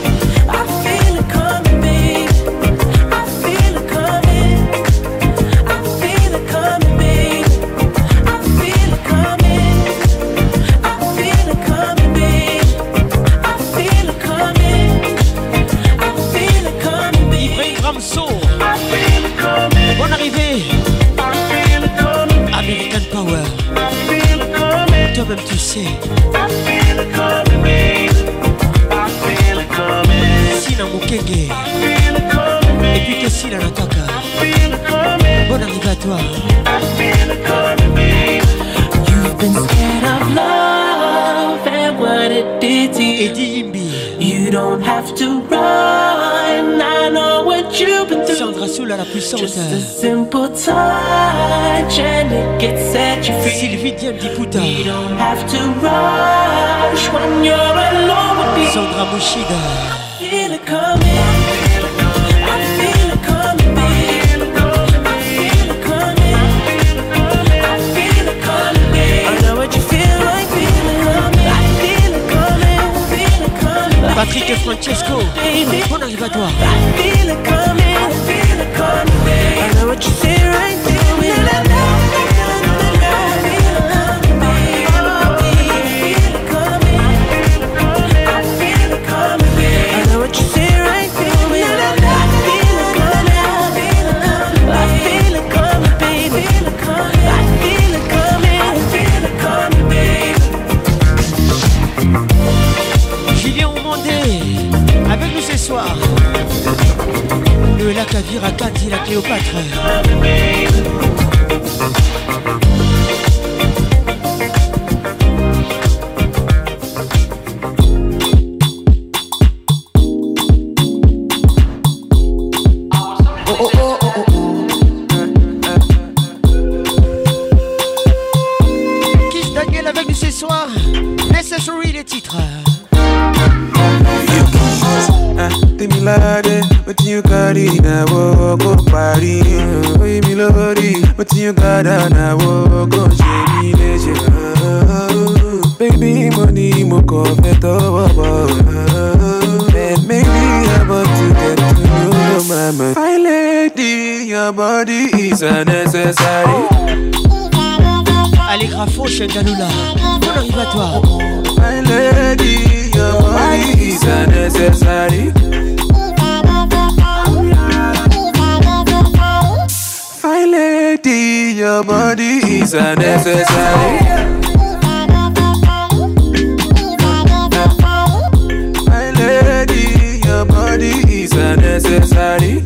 I feel it coming, babe. I feel it coming. I feel it coming, babe. I feel it coming. I feel it coming, babe. I feel it coming. I feel it coming, babe. Ibrahim Ramso. I feel it coming. Bonne arrivée. I feel it coming. American Power. I feel it coming. Toi-même tu sais. I feel it coming, babe. I feel it coming. Sina Mukenge. I feel it coming, babe. Et puis que Sina Nataka. I feel it coming. Bonne arrivée à toi. I feel it coming, babe. You've been scared of love and what it did to you. Eddie Yimbi. You don't have to run. I know what you've been through. Sandra Soula la puissante. Just a simple touch and it gets set you free. Sylvie Diane Diputa. We don't have to rush when you're alone with me. Sandra Mushida. I feel it coming. I feel it coming, babe. I feel it coming. I feel it coming, babe. I know what you feel like feeling coming. I feel it coming. I feel it coming. Patrick et Francesco. Bonne arrivée à toi. I feel it coming. I feel it coming, babe. I know what you feel right there. Mandé, avec nous ce soir. Le lac à Vira, Cathy, la Cléopâtre. Necessary les titres. Tell me lade, what you got in a walk on party. Oh, me lordy, what you got on a walk on Jamie Leisure. Baby, money, mo confet over. And maybe I'm about to get to know your mama. My lady, your body is unnecessary. Allez, Grafo, Chengalula, on arrive à toi. My lady, your body is unnecessary. My lady, your body is unnecessary. My lady, your body is unnecessary.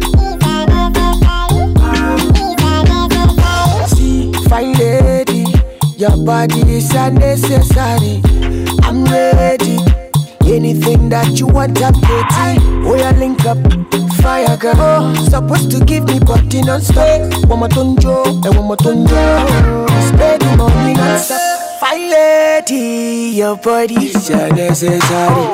See, fine lady, your body is unnecessary. I'm ready. Anything that you want, I'm ready. Oh, yeah, link up. Fire girl, oh, supposed to give me body non-stop. One more tonjo, and one more tonjo. Spend the money non-stop. Fine lady, your body is unnecessary.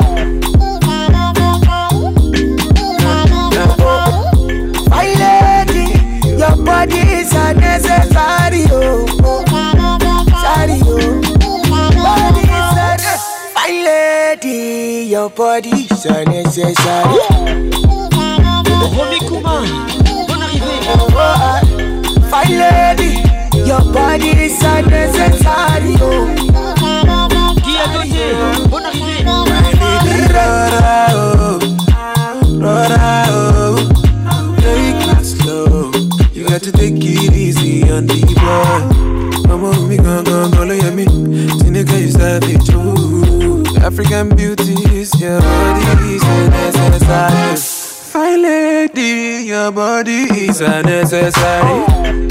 Fine lady, your body is unnecessary. Oh, oh, sorry, oh. Body is unnecessary. Fine lady, your body is unnecessary. Romy Kouma, bonne arrivée. Fine lady, your body is unnecessary. Qui a donné, bonne arrivée. Rora, oh, Rora, oh, take it slow. You got to take it easy on the boy. Mama, me gon' gon' gon' look at me. Tinika, you savage, ooh. African beauties, your body is unnecessary. Fine lady, your body is unnecessary.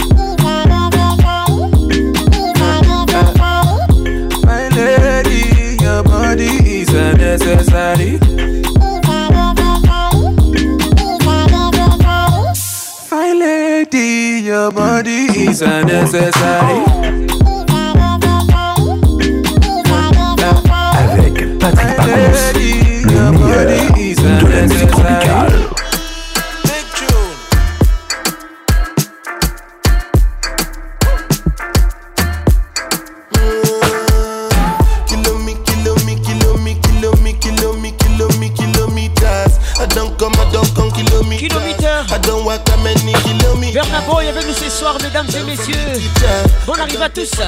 Fine lady, your body is unnecessary. Fine lady, your body is unnecessary. Avec Patrick Pacons, le meilleur de la musique tropicale. Verna Boy avec nous ce soir, mesdames et messieurs. Bon arrive à tous.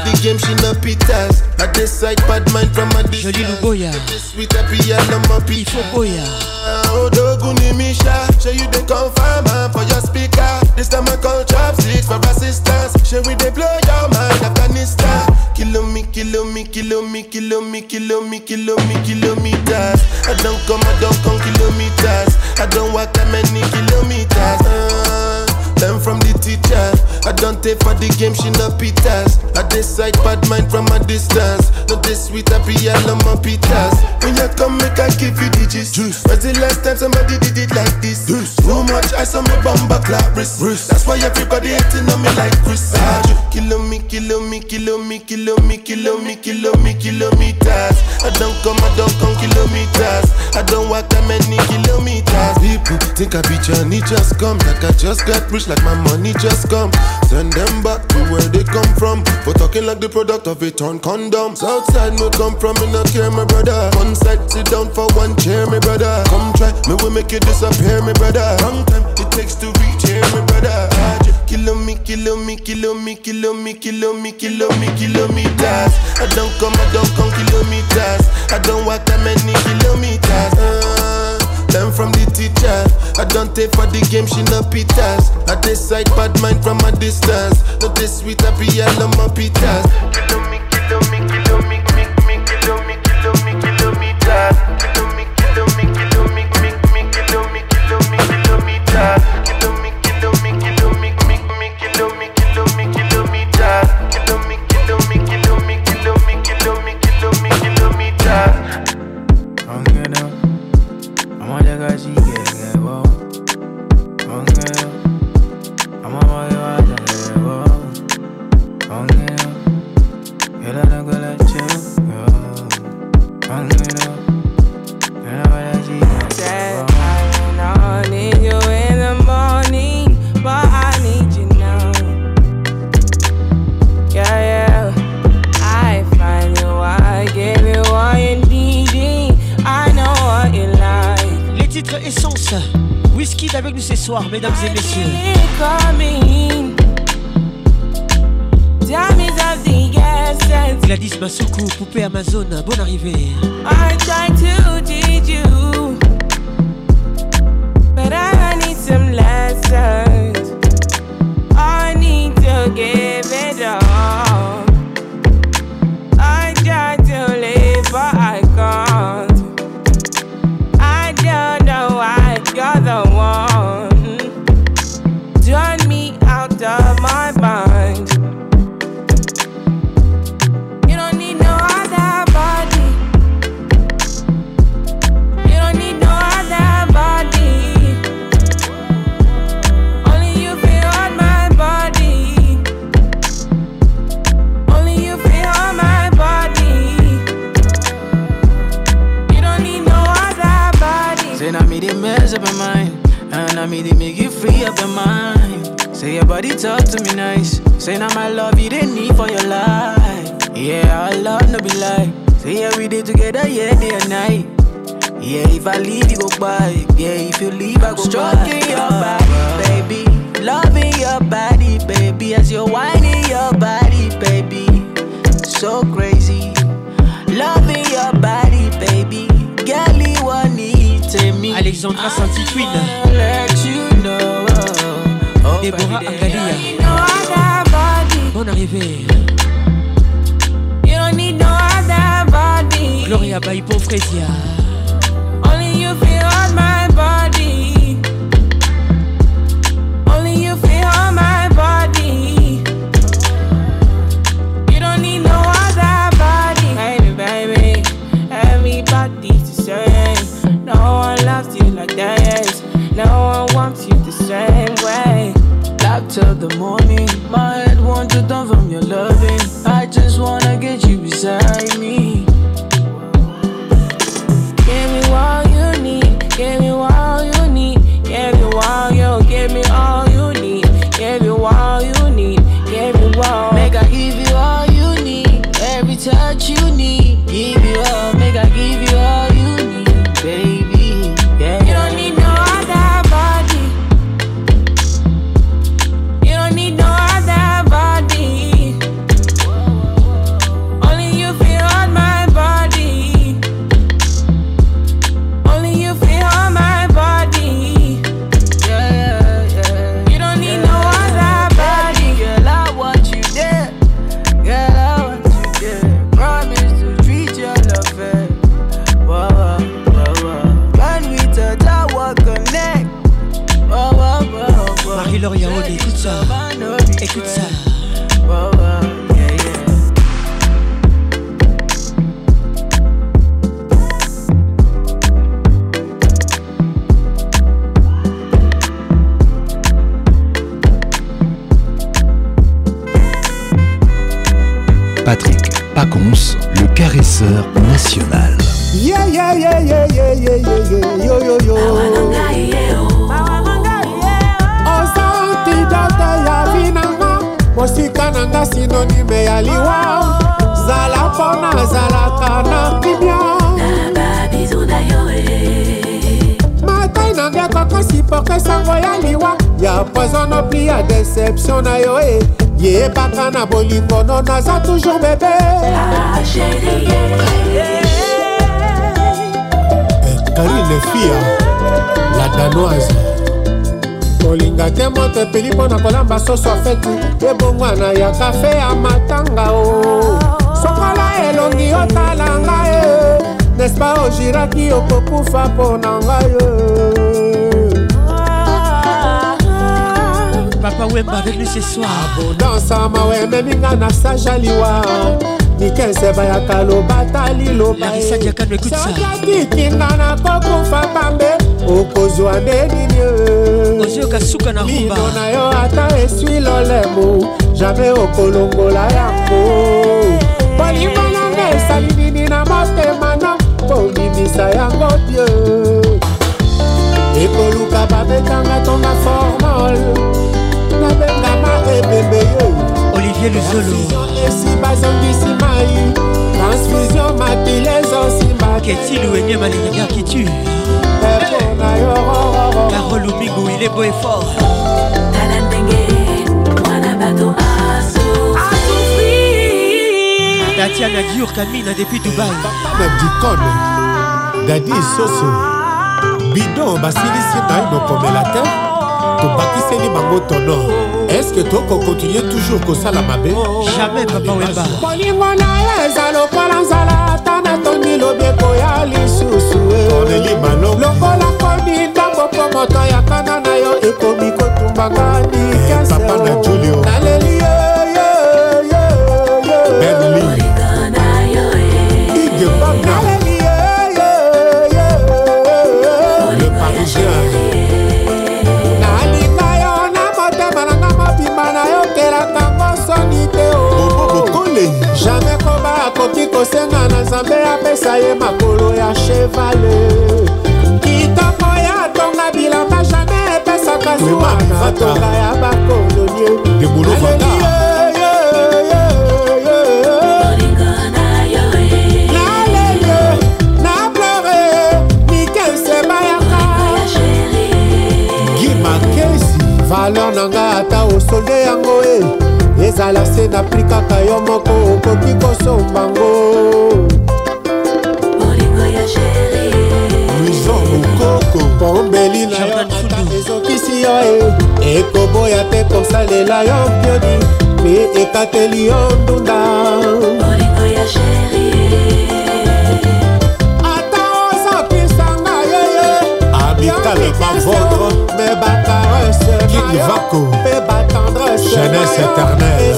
Joli Lugoya. Il faut Boya. Odoguni Misha, show you the confirm for your speaker. This time I call chopsticks for assistance. Show we they blow your mind, Afghanistan. Kilo me, kilo me, kilo me, kilo me, kilo me, kilo me, kilometers. I don't come, I don't come kilometers. I don't walk that many kilometers. Uh, learn from the teacher. I don't take for the game, she no pitas. I decide bad mind from a distance. Not this sweet, I be all on my pitas. When you come, make I give you digits. Juice. When's the last time somebody did it like this? Juice. So much ice on my bumper clap wrist. That's why everybody hating on me like Chris. Ah, kilo me, kilo me, kilo me, kilo me, kilo me, kilo me, kilometers. I don't come, I don't come kilometers. I don't walk that many kilometers. People think I be Johnny just come. Like I just got rich, like my money just come. Send them back to where they come from. For talking like the product of a torn condom. Southside me come from, me not care, my brother. One side, sit down for one chair, my brother. Come try, me will make it disappear, my brother. Long time it takes to reach here, my brother. Kilo me, kilo me, kilo me, kilo me, kilo me, kilo me, kilometers. I don't come, I don't come kilometers. I don't walk that many kilometers. Uh, learn from the teacher. I don't take for the game, she no pitas. I decide bad mind from a distance. Not this sweet, I be all on my pitas. Kilo me, kilo me, kilo me, me, me, kilo me, kilo me, kilometers. Kilo me, kilo Avec nous ce soir, mesdames et messieurs. Gladys Masuku, poupée Amazon, bonne arrivée. I try to teach you, but I need some lessons. I need to give it all. I try to live, but I can't. I don't know why you're the one. Turn me out of my mind. You don't need no other body. You don't need no other body. Only you feel on my body. Only you feel on my body. You don't need no other body. Say now me they mess up my mind, and I me they make you free up your mind. Say your body talk to me nice. Say now my love you didn't need for your life. Yeah, our love no be lie. Say yeah we did together, yeah day and night. Yeah, if I leave you go by. Yeah, if you leave I go Stroking by. Your body, baby. Loving your body, baby. As you're whining your body, baby. So crazy. Loving your body, baby. Girl, you want it to me. Alexandra Santi-Queen. Let you know. Déborah Angalia. Bonne arrivée. You don't need no other body. Gloria Baipo Fresia. Only you feel on my body. Only you feel on my body. You don't need no other body. Baby, baby, everybody's the same. No one loves you like this. No one wants you the same way. Up till the morning, my head wants to turn from your loving. I just wanna get you beside me. Give me all you need, give me all you need, give me all you, give me all you need, give you all you need, give me all. Make I give you all you need, every touch you need, give you all, make I give you all you need, baby. Yeah. You don't need no other body. You don't need no other body. Only you feel on my body. Only you feel on my body. Yeah, yeah. You don't need no other body. Girl, I want you there. Girl, I want you there. Promise to treat your love fair. Whoa, whoa, whoa. When we touch, I will connect. Whoa, whoa, whoa, whoa. Marie-Laure Yaoune, écoute ça. Écoute ça. Whoa, whoa, yeah, yeah. Patrick Pacons, le caresseur national. Yeah, yeah, yeah, yeah, yeah, yeah, yeah, yo, yo, yo. Osantidata ya vinanga, mosika nanga sinonime ya liwa. Zala pona, zala kana kibia. Matai nanga kaka sipoke sango ya liwa. Ya poison no pli ya déception na yo eh. Yé baka na bolingo non naza toujours bébé. Ah chérie yeah. Karine Fia, la danoise. Molinga te mote peli pona kolamba soso feti. Ebongwana ya café ya matanga o. Sokola elongi otalanga e. N'est-ce pas ojiraki okokufa pona ngai. Papa Wemba avec nous ce soir. Abondance mawe meminga na sajaliwa. Nikense baya kalo batali lo bae. Larissa Diakano écoute ça. Sakati kinga na koko fa pambe. okozwa nde nini ozyoka suka na rumba lino na yo ata eswi lolemo jamais okolongola yango bolingo nanga esali nini na motema na kobimisa yango die ekoluka babetanga tonga formol nabengama ebembe ye Olivier Luzolo esi bazongisi mai transfusion makilezosimba Keti Louenye Malinga qui tue epona yo Carole Lumingo il est beau et fort Tatiana Dior Kamina depuis Dubaï Dikone Dadi Soso Bidon basilisi na yo komela te tobakiseli bango tono est-ce que toko continue toujours kosala mabe jamais papa Wemba bolingo na yo eza lokola nzala ata natondi lobeko ya lisusu lokola komi ndambo po moto ya kana na yo ekomi kotumbangani papa na Julio naleli Benli Ige Bamna le Parisien nalinga yo na motema nanga mobimba na yo kelaka ngosoni te o jamais koba akoki kosenga na nzambe apesa ye makolo ya chevale kitoko ya tonga bilamba jamais epesaka zuwa na tonga ya bakolonie valeur nanga ata osolde yango e ezala se naplikaka yo moko okoki kosombango luison mokoko pombeli na yo ata ezokisi yo e ekoboya te kosalela yo pioni mpe ekateli yo ndunda ata ozokisanga yeye amicale mavondre me bakarese Vaco, jeunesse éternelle.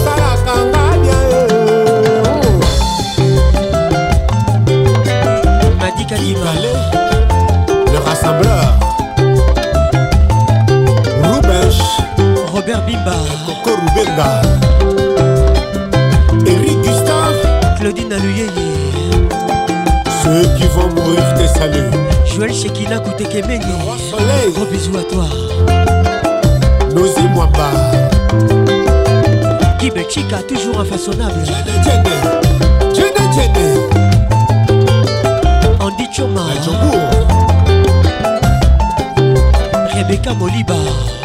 Madi Kalima, le rassembleur. Rubench, Robert Bimba, Coco Rubenga, Eric Gustave, Claudine Aluyeye. Ceux qui vont mourir te saluent. Joël Shekina Koutekemeni, gros bisous à toi. Nozi Mwamba Guy Chica, toujours infaçonnable. Andy Choma Rebecca Moliba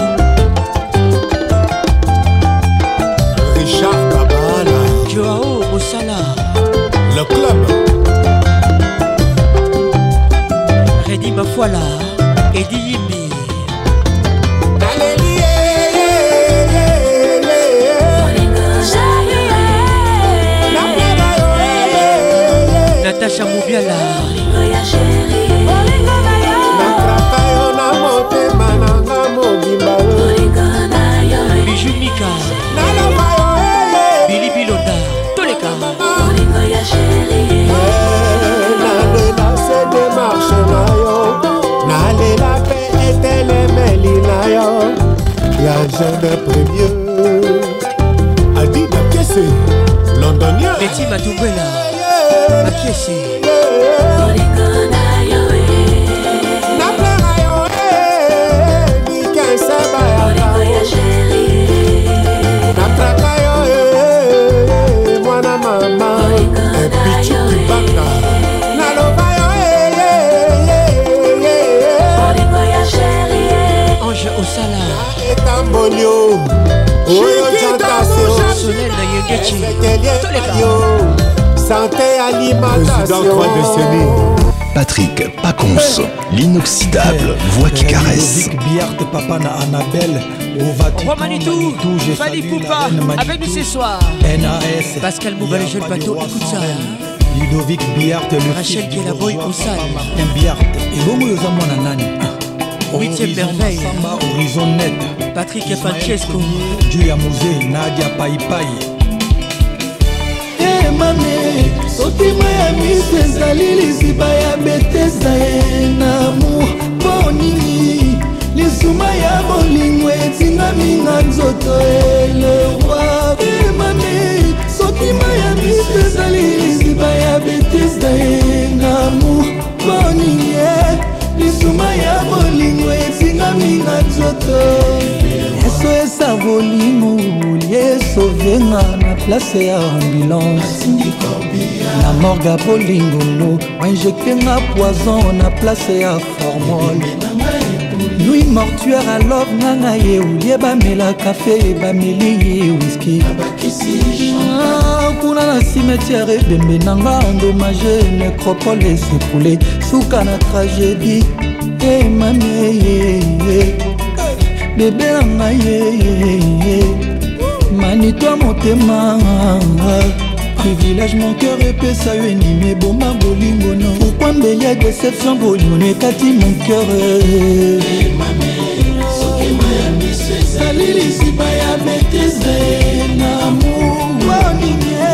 Richard Kabala Joao Moussala le club Reddy Mafuala Eddie Yimbi Natacha Moubiala nakraka yo na motema nanga mobimba Bijou Mika Billy Bilonda Toleka nalela se demarche na yo nalela pe etelemeli na yo ya jeune premier Adina Kese londonien Betty Matumbela Akiesi naplera yo nikenseba natraka yo mwana mama epichu kibanga naloba yo Ange Osala etambolio oyo jantasio Soleil na Yengechi Toleka santé alimentation Patrick Pacons, l'inoxydable voix qui caresse. Biart papa na Annabelle Romanitou, Fali Poupa, avec nous ce soir. N A S Pascal Mouba, le jeune bateau, écoute ça. Ludovic Biart, le Rachel Kelaboy au sale. Martin Biart, et bon, nous avons un nani. Huitième merveille. Horizon net. Patrick Francesco. Julia Mouzé, Nadia Paipai. Eh mame, sotima ya mise ezali liziba ya betesa ye na amour mpo nini nzoto le roi emami soki mayami ezali liziba ya betesda ye ngamour boninye lisuma ya bolingo etingami na nzoto eso esa bolingo liesovenga na place ya ambulance na morga bolingolo wainjectenga poison na place ya formol nuit mortuaire à love nanga ye ulie bamela kafe bameli ye whisky kuna na cimetière ebembe nanga endommagé nécropole esepoule suka na tragédie emameye bebe nanga ye manitwa motema privilège mon cœur epesa yo endimi eboma bolingo no pourquoi mbeli ya déception bolingo nekati mon cœur ezali lisiba ya betese namour boninye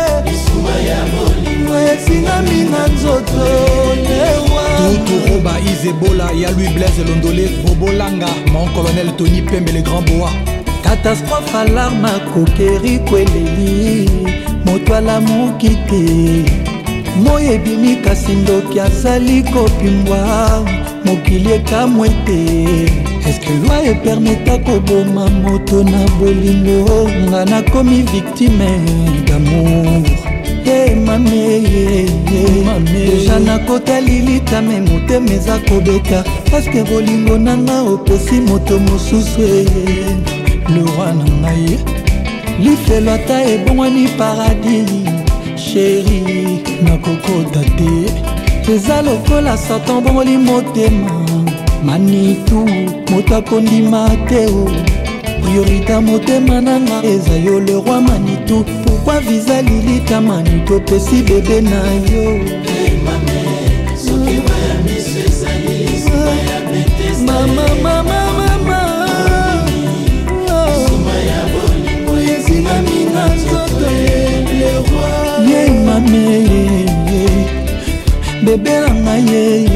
esingami na nzoto lewa tuturoba izebola ya lui blaise londole bobolanga mon colonel Tony Pembe le grand boa catastrophe alarme akokeri kweleli moto alamuki te moi ebimi kasi ndoki azali kopimbwa mokili ekamwe te eske loi epermeta koboma moto na bolingo nga nakomi victime d'amour e mame deja nakota lilitame motema eza kobeka paske bolingo nanga opesi moto mosusu le roi na ngai lifelo ata ebongwani paradis sheri nakokota te eza lokola satan bongoli motema manitu moto akondima te o priorité motema nanga eza yo le roi manitu pourquoi visa lilita manitu opesi bebe na yo mama mama mama ye mame bebe nanga ye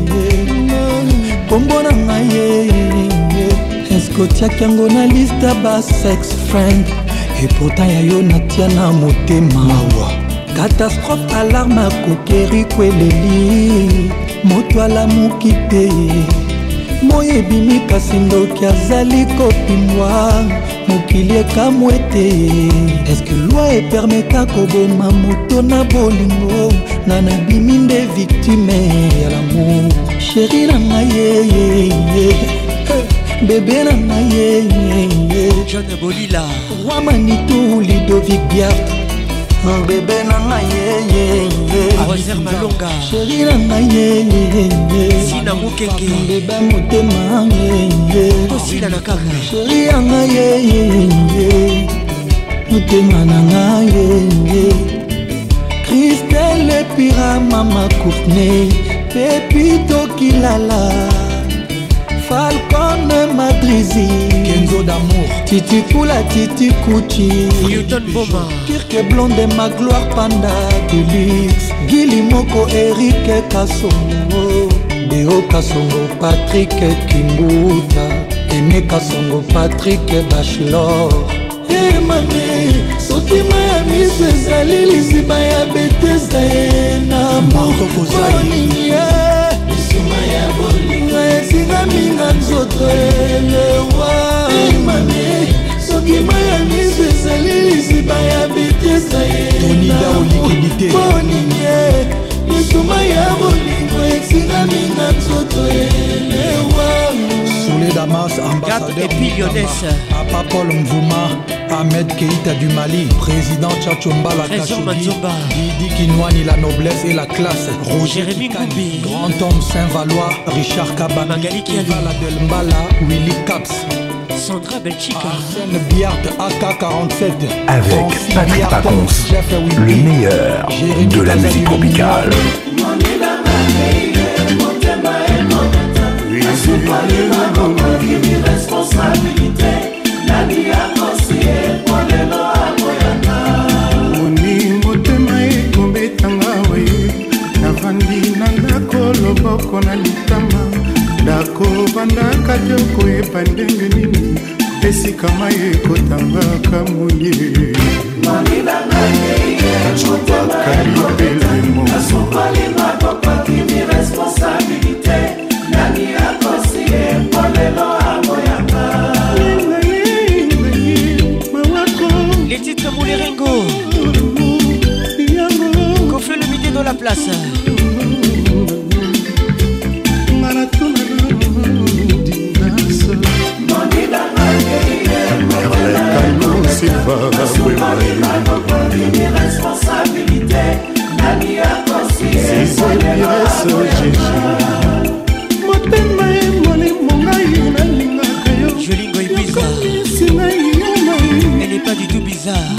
kombo nanga ye eske otiaki yango na liste ba sex friend e pourtant ya yo natia na motema mawa catastrophe alarme akokeri kweleli moto alamuki te moi ebimi kasi ndoki azali kopimbwa mokili ekamwe te eske loi epermeta koboma moto na bolingo nga nabimi nde victime ya lamour sheri na ngai ye bebe na ngai ye John Bolila roi manitu Ludovic Biart bebe na ngai ye Roser Malonga sheri na ngai ye Sina Mukenge bebe motema ye Tosila na kaka sheri ya ngai ye motema na ngai ye Christelle Pira mama Courtenay Pepito Kilala Falcon Madrizi Kenzo d'amour Titi Kula Titi Kuchi Newton Boma Kirke Blonde ma gloire Panda Deluxe Gili Moko Eric Kasongo Deo Kasongo Patrick Kimbuta Aimé Kasongo Patrick Bachelor Hey mame soki mayami ezali lisiba ya betesa ye na mokoninye lisuma ya bolingo esingami na nzoto elewa mame soki mayami ezali lisiba ya betesa ye mokoninye lisuma ya bolingo esingami na nzoto elewa Soulé Damas, ambassadeur Papa Paul Mvouma, Ahmed Keïta du Mali, président Tchatchomba la Khashoggi, Didi Kinwani la noblesse et la classe, Roger Kikani, Grand Homme Saint-Valois, Richard Kabana, Vala Del Mbala, Willy Caps, Sandra Belchica, Arsène Biart A K quarante-sept, avec Patrick Pacons, le meilleur de la musique tropicale. oni motema ekobetanga we navandi na ndako loboko na litama ndako bandaka joko eba ndenge nini esika mai ekotangaka moni bakalipelemo les titres Mouliringo qu'on fait le midi dans la place. Jolingo est bizarre. Elle n'est pas du tout bizarre.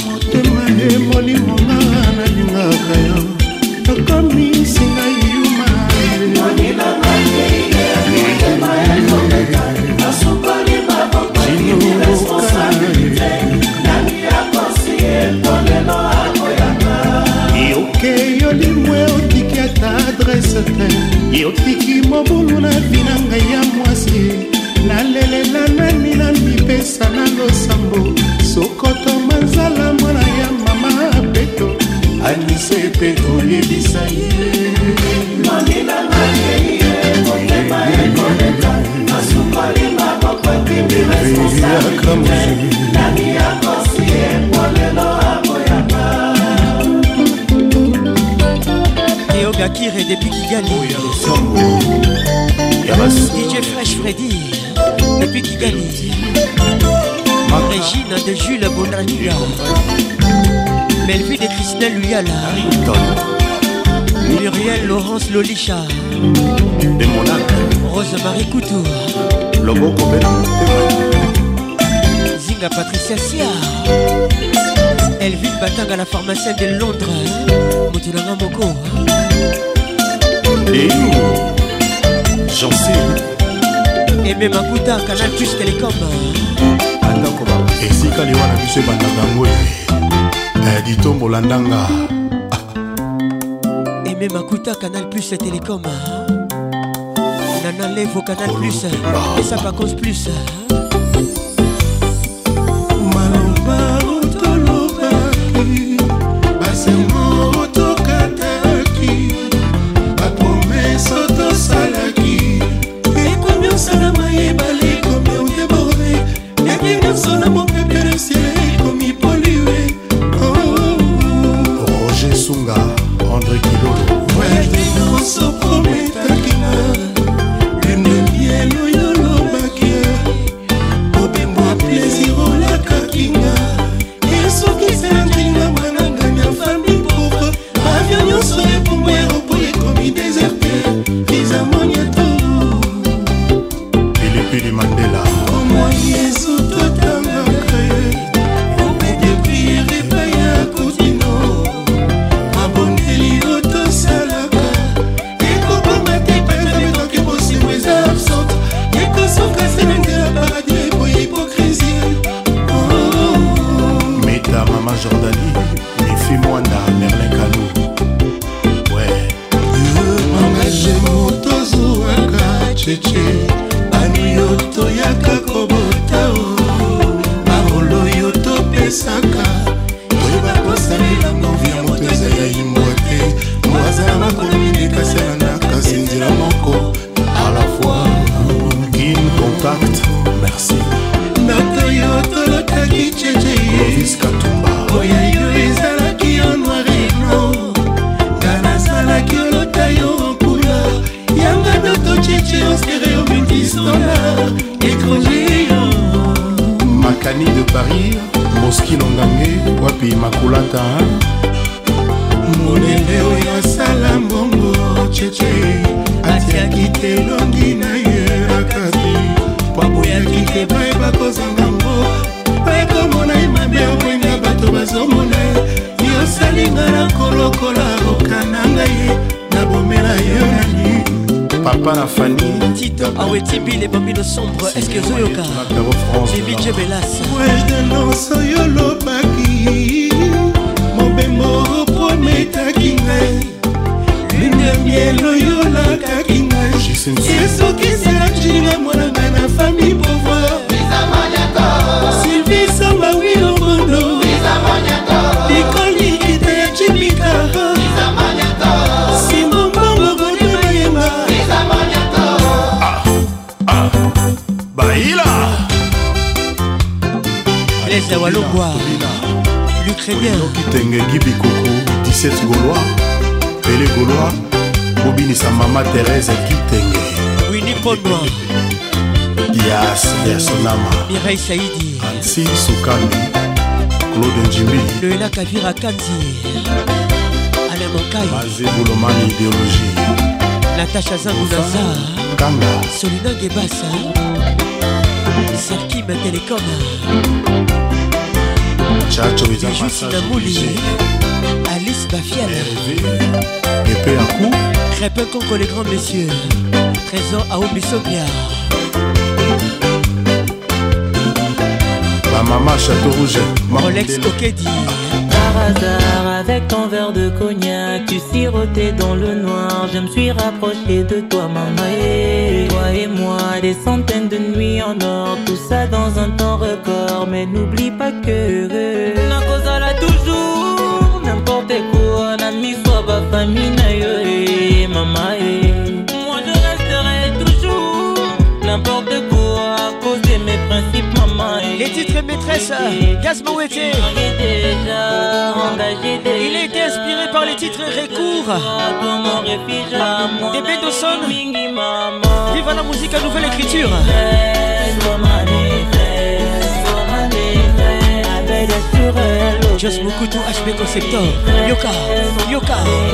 yotiki mobulu na binanga ya mwasi nalelela nani na mipesa na losambo sokoto manzala mwana ya mama peto anise peto yebisa ye manina ngake ye motema ekoleka masukali maboko kimbi responsabilité nani yakosi epolelo aboyaka Yoga Kire depuis Kigali. D J Fresh Freddy depuis Kigali. Régine de Jules Bonaniga. Melville de Christelle Luyala. Muriel Laurence Lolicha. De Monac. Rose-Marie Couture. Lobo Kobel. Zinga Patricia Sia. Elvin Batanga, la pharmacienne de Londres. Moutoulanga Moko. Et j'en sais. Et même à Kouta, Canal Plus Télécom. Et si Kaliwana Buse Bandangoe. Dito Molandanga. Et même à Kouta, Canal Plus Télécom. Nana Levo Canal Plus. Et ça pas cause plus. Roger Sunga, André Kilolo. Pili Mandela. Jordanie, Mifi Mwanda, Merlin Kalou. Ouais. Engagé motozu waka cheche, anu yoto yaka kobotao, marolo yoto pesaka, oiba kosalela novia moteze ya imbote, mwazala makolomine kaselana kasinzila moko, à la fois. Kin Contact, merci. Nato yoto lokaki cheche, Clovis Katumba. Oya yo ezalaki en noir et blanc Gana salaki olota yo en couleur Yanga doto cheche en stéréo multisolar Étranger yo Makani de Paris, Moski Longange, Wapi Makulata Monele oyo asala mbongo cheche Atiaki te longi na ye akati Paboyaki te baeba kozanga mbo Baeko mona imabe obwenga bato bazomona Yo salinga na kolokola okananga ye Nabomela yo nani Papa na Fanny Tito Awetimbi les bambino sombres Est-ce que Zoyoka Bibi Djebelas Ouais de lanso yo lobaki Mobembo prometaki ngai Lune miel oyo lakaki ngai Yeso kisela njinga mwana ngai na famille pouvoir Bizamanyako Blaise Walongwa, l'Ukrainien Kitenge Gibi Koko, dix-sept Gaulois, Pelé Gaulois, Bobini sa maman Thérèse Kitenge, Winnie Pondoa, Yas Yasonama, Mireille Saïdi, Ansi Soukami, Claude Njimbi, Loena Kavira Kanzi, Alain Monkai, Mazé Boulomani Idéologie, Natacha Zangunaza, Kanga, Solina Gebassa, Serkim Telecom, Chacho Bijou Sinamouli, Alice Bafiana, Épée à coup, Crépin Conco les grands messieurs, Trésor Aobisobia, la maman Château Rouge, Rolex Okedi. Par hasard, avec ton verre de cognac, tu sirotais dans le noir. Je me suis rapproché de toi, maman. Et toi et moi, des centaines de nuits en or, tout ça dans un temps record. Mais n'oublie pas que na cause là toujours, n'importe quoi, n'a mis soit ma famille, na maman. Moi je resterai toujours, n'importe quoi, à cause de mes principes, maman. Les titres maîtresses, Gaz Mawete. Il a été inspiré par les titres Recours des Bendoson. Vive la musique à nouvelle écriture. Just Mokutu H B Conceptor. Yoka, Yoka.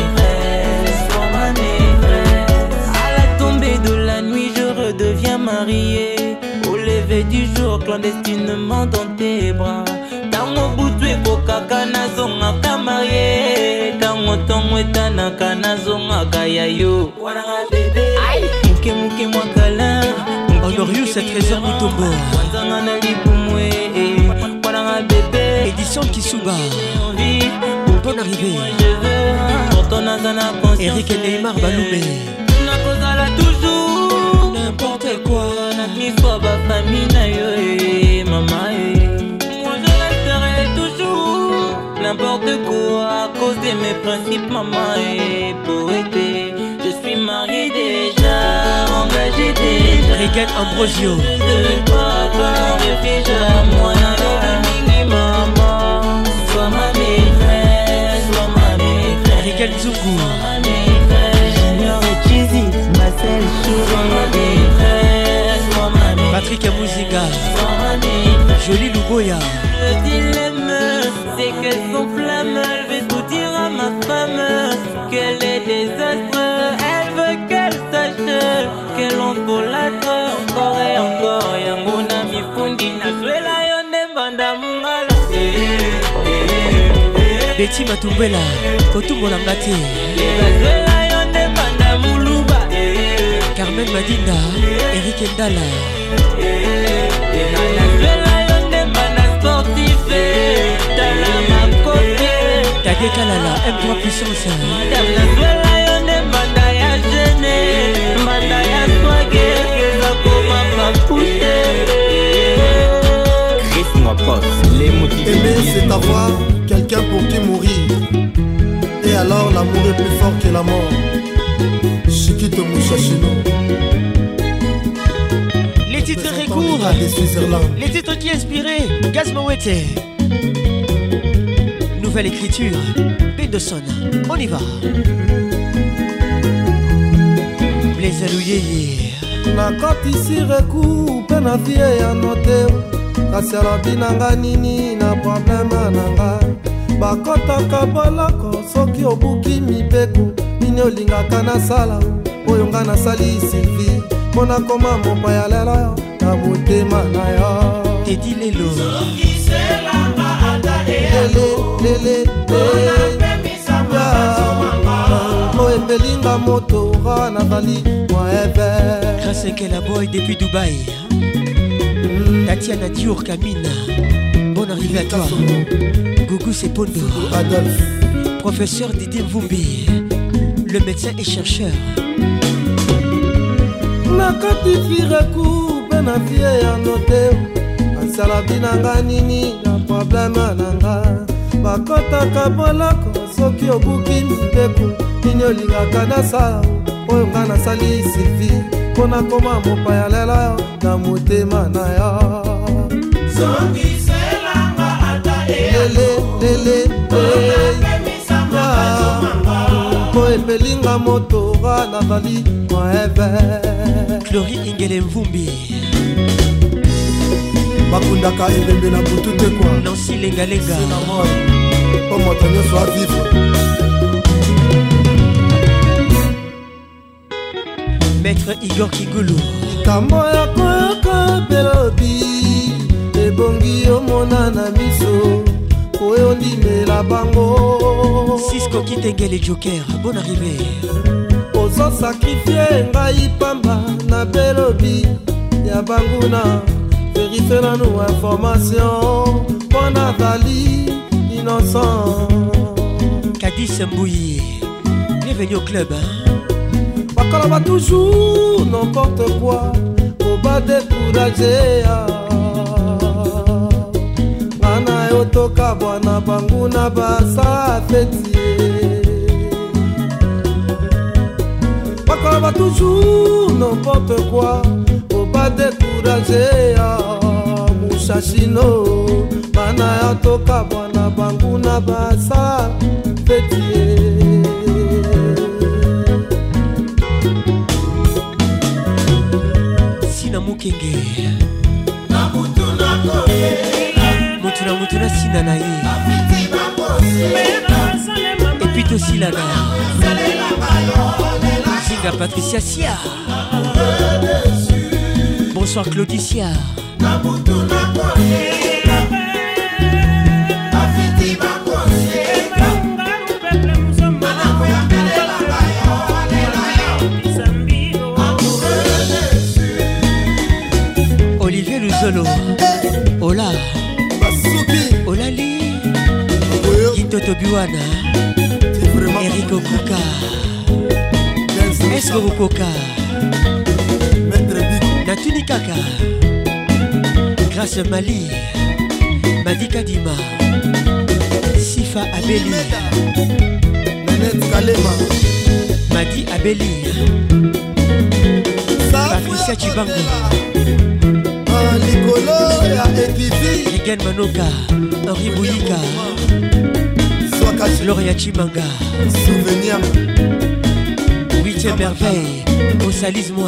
À la tombée de la nuit, je redeviens marié. Au lever du jour, clandestinement dans tes bras. Tango butwe kokaka nazonga kamarié. Tango tongo etanaka nazonga kayayo. Wananga bébé, muke muke moi câlin. Honorius c'est Trésor Mutombo. Wanzanga na lipumwe. Wananga bébé, édition Kisuba. Bonne arrivée. Pour ton azana conscience. Eric et Neymar Baloumé. Na kozala toujours n'importe quoi. Na mi soit ba famille na yo eh maman eh. N'importe quoi à cause de mes principes, maman et poète. Je suis marié déjà, engagé déjà. Regan Ambrosio. De toi comme refuge à moi, n'a pas maman. Sois ma maîtresse, sois ma maîtresse. Regan Zungu. Sois ma maîtresse. Junior et Cheesy, Marcel Chou. Sois ma maîtresse, sois ma maîtresse. Patrick Amuziga. Sois ma maîtresse. Jolie Lugoya. Le dilemme, c'est qu'elle s'enflamme. Elle veut tout dire à ma femme, qu'elle est désastreuse. Elle veut qu'elle sache qu'elle en folâtre encore et encore. Yangona mi fundi na swela yonde banda mungala. Betty Matumbela, Kotumbo Langati. Swela yonde banda muluba. Carmen Madinda, Eric Ndala. Tadé Kalala, M trois puissance. Madame la sola yonde manda ya gêné. Manda ya swagé, keza koma pa coucher. Chris Mopos, les motifs. Aimer c'est avoir quelqu'un pour qui mourir. Et alors l'amour est plus fort que la mort. Chiquito Mouchachino. Les titres recours. Les titres qui inspiraient Gaz Mawete. Nouvelle écriture, Bendoson, on y va. Blaise Alouyeye. nakotisi reku mpe na vie ya note kasi alobi nanga nini na probleme nanga bakotaka boloko soki obuki mibeko nini olingaka nasala oyo nga nasali sylvie mpo nakoma mopaya lelo na motema na yo Teddy Lelo lele oembelinga moto ra navali moeve grâce à la boy depuis Dubaï. mm. Tatiana Diour Kamina, bonne arrivée à toi. Gougou Sepondo Adolphe, professeur Didier Mvumbi, le médecin et chercheur. nakati fireku mpe na vie ya note asalabi nanga nini na probleme nanga bakotaka boloko soki obuki mpeku nini olingaka nasala oyo nga nasali sylvie mpo nakoma mopaya lelo yo na motema na yo zongiselanga polele po epelinga motora nazali moeve Chlori Ingele Mvumbi bakundaka elembe na butu te kwa Nancy Lengalenga po moto nyonso avivre. Maître Igor Kingulu likambo ya koyoka pelodi ebongi omona na miso oyo ndimela bango Cisco Kitengele Joker, bonne arrivée ozo sakrifie ngai pamba na pelobi ya banguna verifie nanu information mpo nazali innocent. Kadis Mbouyi, bienvenue au club hein? Bakalaba toujours n'importe quoi faut pas décourager ngana yotoka bwana banguna basa feti bakalaba toujours n'importe quoi faut pas décourager mushashino ngana yotoka bwana banguna basa feti. Mukenge Mutuna Mutuna Sinana et puis aussi Lana Zinga Patricia Sia. Bonsoir Claudicia. Zolo, Ola, Basuki, Olali, Gintoto Biwana, Eriko Kuka, Esco Koka, Natuni Kaka, Grâce Mali, Madika Dima, Sifa Abeli, Madi Abeli, Patricia Chibango. Likolo ya Ekivi Rigan Manoka Henri Bouyika Gloria Chimanga Souvenir Huitième merveille Ossalise-moi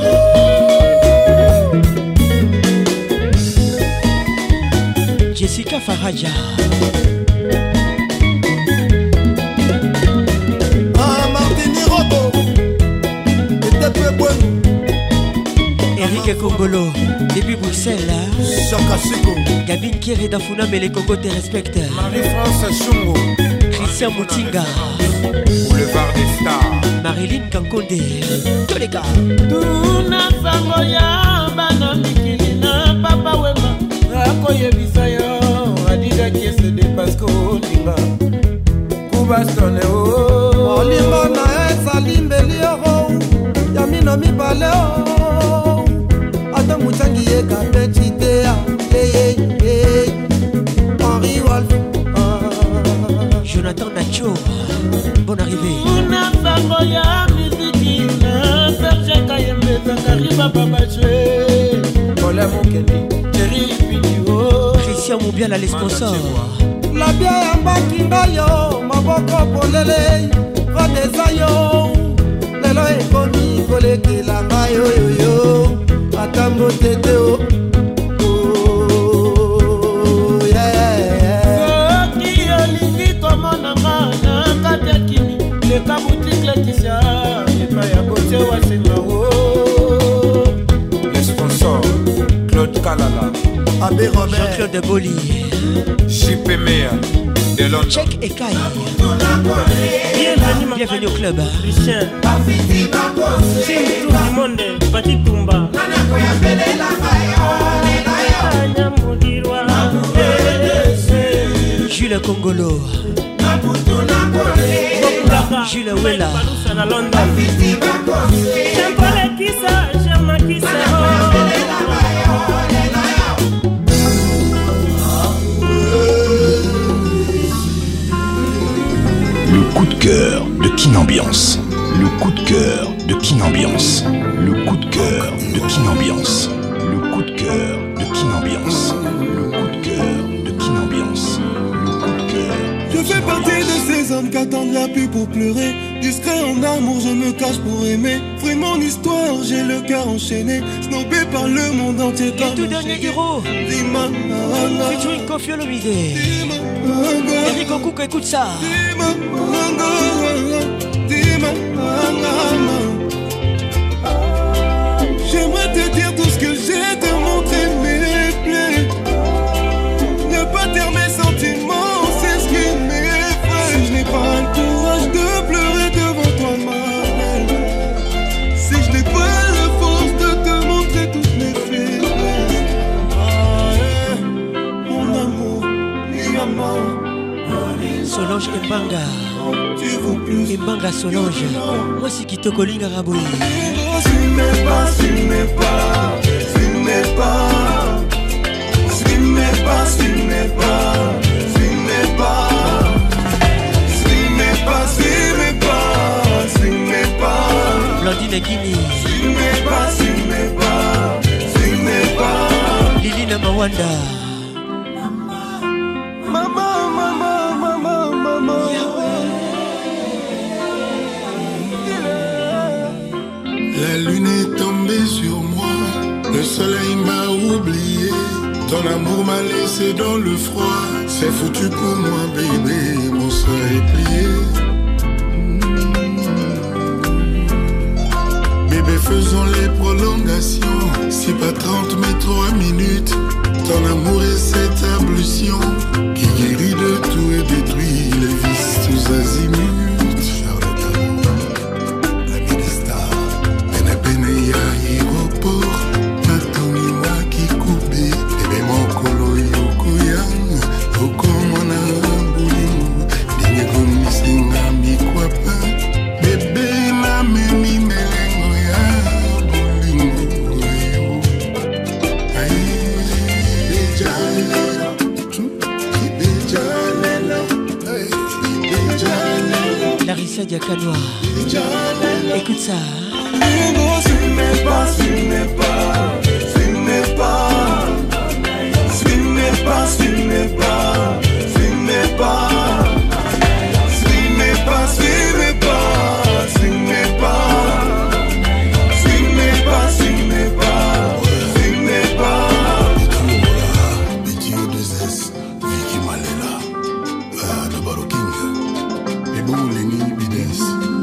Jessica Faraja Ah Martini Robo Était peu bon Eric Kongolo, depuis Bruxelles, Gabin Kéré Dafuna, mais les Congo te respectent. Marie-France Chungo, Christian Moutinga, Boulevard des Stars, Marilyn Kankonde, tous les gars. Tuna Sangoya, Bana Mikilina, Papa Wema, Rakoye Bisayo, Adida Kiese de Pasco, Limba, Kubastone, Olimba na Esalimbelioro, Yamina mi Baleo. Mutangi ye kapechite ya hey hey Henri Wolf Jonathan Nacho, bonne arrivée. Una Sangoya, Miziki, Serge Kayembe, Zakariba Babachwe, Ola Mokeli, Thierry Pidio, Christian Moubiala, les sponsors. La bia ya mbakinga yo, maboko polele, radeza yo, lelo ekomi kolekela ngayo yo yo. Atambo tete o oh yeah Soki olingi komona ngana katekini leka boutique Laetitia epa ya bote wasenga o. Les sponsors Claude Kalala, Abbé Robert, Jean-Claude Boli, J P Mea de Londres. Check et Kai. Bienvenue, bienvenue au club. Christian, Team Tour du Monde, Pati Tumba. Jules Kongolo, Jules Wella, Le coup de cœur de Kin Ambiance. Le coup de cœur de Kin Ambiance. Le coup de cœur de Kin Ambiance. Le coup de cœur de Kin Ambiance. Le coup de cœur de Kin Ambiance. Le coup de cœur. partie de ces hommes qui attendent la pluie pour pleurer. Discret en amour, je me cache pour aimer. Fruit de mon histoire, j'ai le cœur enchaîné. Snobé par le monde entier. Et tout dernier héros featuring Koffi Olomide. Eric Okuka, écoute ça. J'aimerais te dire tout ce que j'ai, te montrer mes plaies. Ne pas taire mes sentiments, c'est ce qui m'effraie. Si je n'ai pas le courage de pleurer devant toi, ma belle. Si je n'ai pas la force de te montrer toutes mes faiblesses. Ah, yeah. Mon amour, Liamant. Solange Mbanga. Mbanga Solange. Moi c'est qui te colline à Rabouli. Suis-moi pas, suis-moi pas, suis-moi pas. Suis-moi pas, suis-moi pas, suis-moi pas. Suis-moi pas, suis-moi pas, suis-moi pas. Blandine Guini. Suis-moi pas, suis-moi pas, suis-moi pas. Lili Namawanda. Maman, maman, maman, maman. La lune est tombée sur moi, le soleil m'a oublié. Ton amour m'a laissé dans le froid. C'est foutu pour moi, bébé, mon soin est plié. Bébé, faisons les prolongations. Si pas trente mais trois minutes. Ton amour est cette ablution qui guérit de tout et détruit les vices tous azimuts. Diakanoa. Écoute ça. Suis-moi pas, suis-moi pas, suis-moi pas. Suis-moi pas, suis-moi pas, suis-moi pas. Suis-moi pas, suis-moi pas, suis-moi pas. Suis-moi pas, suis-moi pas, suis-moi pas. Bitio deux S, Vicky Malela, de Baro King, et bon Lenny Bides.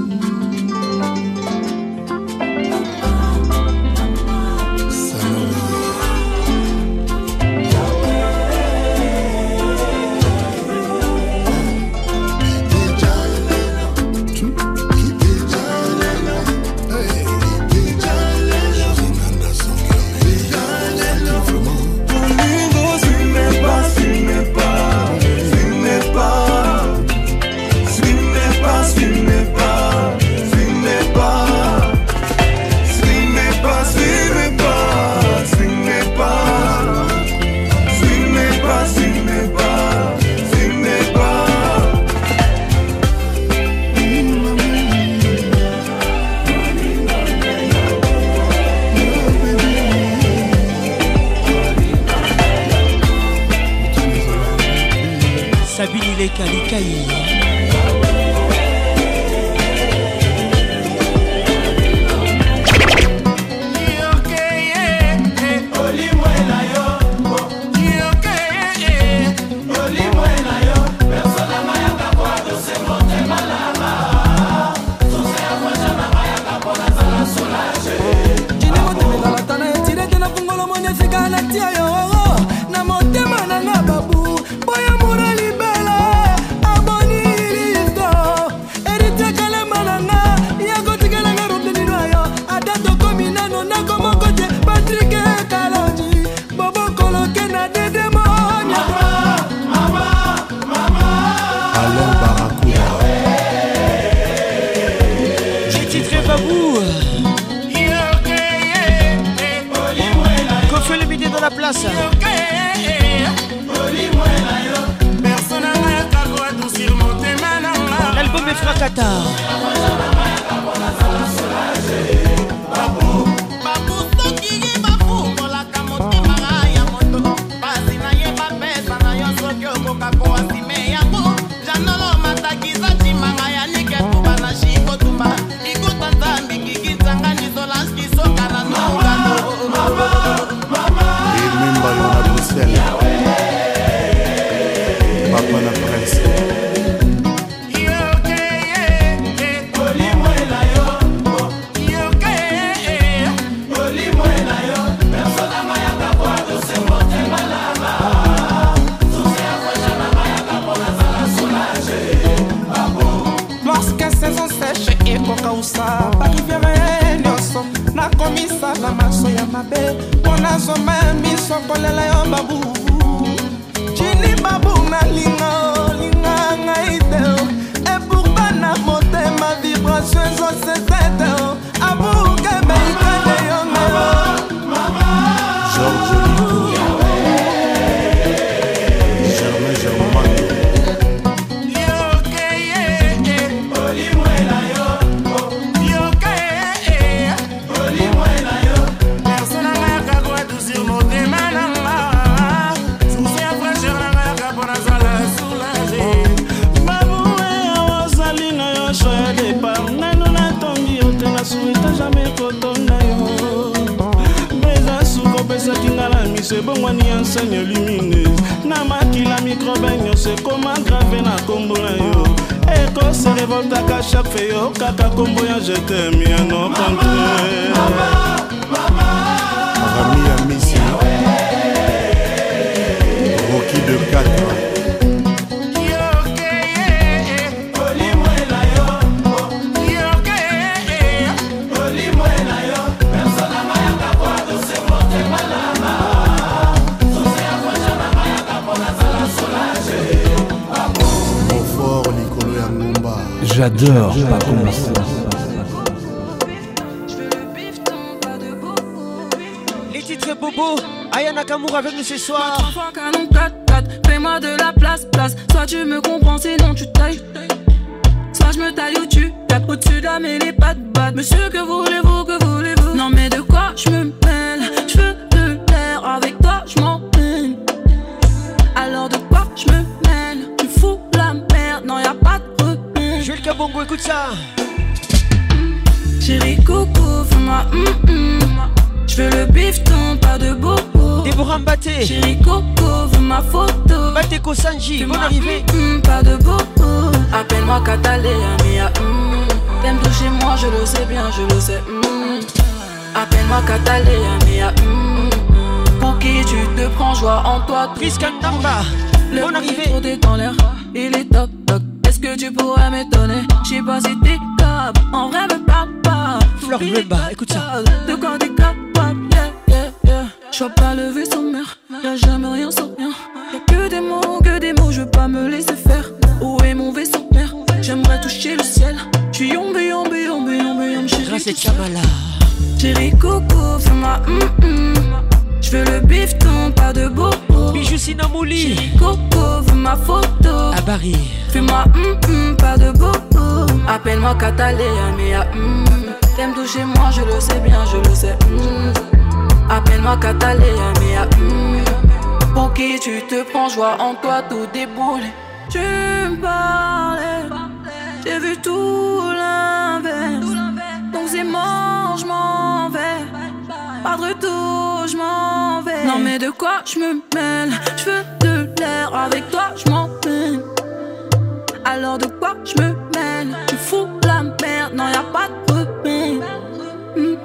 L'album est Fracata. Pona soma miso kolela yo babu Chini babu na linga linga ngaite Et pourtant na mote ma vibration so se tete Abu ke meika de yo mama Georges Likou Germain Germain c'est bon on y enseigne lumineuse na makila microbenyo c'est comment graver na combo na yo eko se révolte à chaque fait yo kaka combo ya je t'aime ya no contraire mama mama Rami Amisi Rocky de quatre J'adore pas comme ça. Les titres Bobo, Aya Nakamura avec nous ce soir. Fais-moi de la place, place. Soit tu me comprends, sinon tu tailles. Soit je me taille ou tu tapes au-dessus de la mêlée, pas de batte. Monsieur, que voulez-vous, que voulez-vous? Non, mais de quoi je me mêle? Je veux de l'air, avec toi je m'en mêle. Alors de quoi je me mêle? Tu fous la merde, non, y'a pas de. Jules Kabongo, écoute ça. Chérie Coco, fais-moi mm mm. Je veux le bifton, pas de bobo. Déborah Mbaté. Chérie Coco, veux ma photo. Bateko Sanji, bonne arrivée. Mm, pas de bobo. Appelle-moi Cataléa, Mia. Mm. T'aimes toucher moi, je le sais bien, je le sais. Mm. Appelle-moi Cataléa, Mia. Mm. Pour qui tu te prends, joie en toi. Priscan Namba, bonne arrivée. Le dans l'air, il est top, top. Est-ce que tu pourrais m'étonner? J'sais pas si t'es top, en vrai me parle pas. Fleur Mbemba, écoute ça. De quoi t'es capable, yeah, yeah, yeah. J'vois pas le vaisseau mère, y'a jamais rien sans rien. Y'a que des mots, que des mots, je veux pas me laisser faire. Où est mon vaisseau mère? J'aimerais toucher le ciel. J'suis yombe, yombe, yombe, yombe, yombe, chérie. Grâce à Chamala. Chérie Coco, fais-moi mm mm. J'veux le bifton, pas de bobo. Bijou Sinamouli. Chérie Coco, veux ma photo. Abari. Fais-moi mm mm, pas de bobo. Appelle-moi Cataléa, Mia mm. T'aimes toucher moi, je le sais bien, je le sais mm. Appelle-moi Cataléa, Mia mm. Pour qui tu te prends, joie en toi, tout déboulé. Tu me parlais, j'ai vu tout l'inverse. Donc c'est mort, je m'en vais. Pas de retour, je m'en vais. Non mais de quoi je me mêle? Je veux de l'air, avec toi je m'en mêle. Alors de quoi je me mêle? Tu fous la merde, non y'a pas de repère. mm.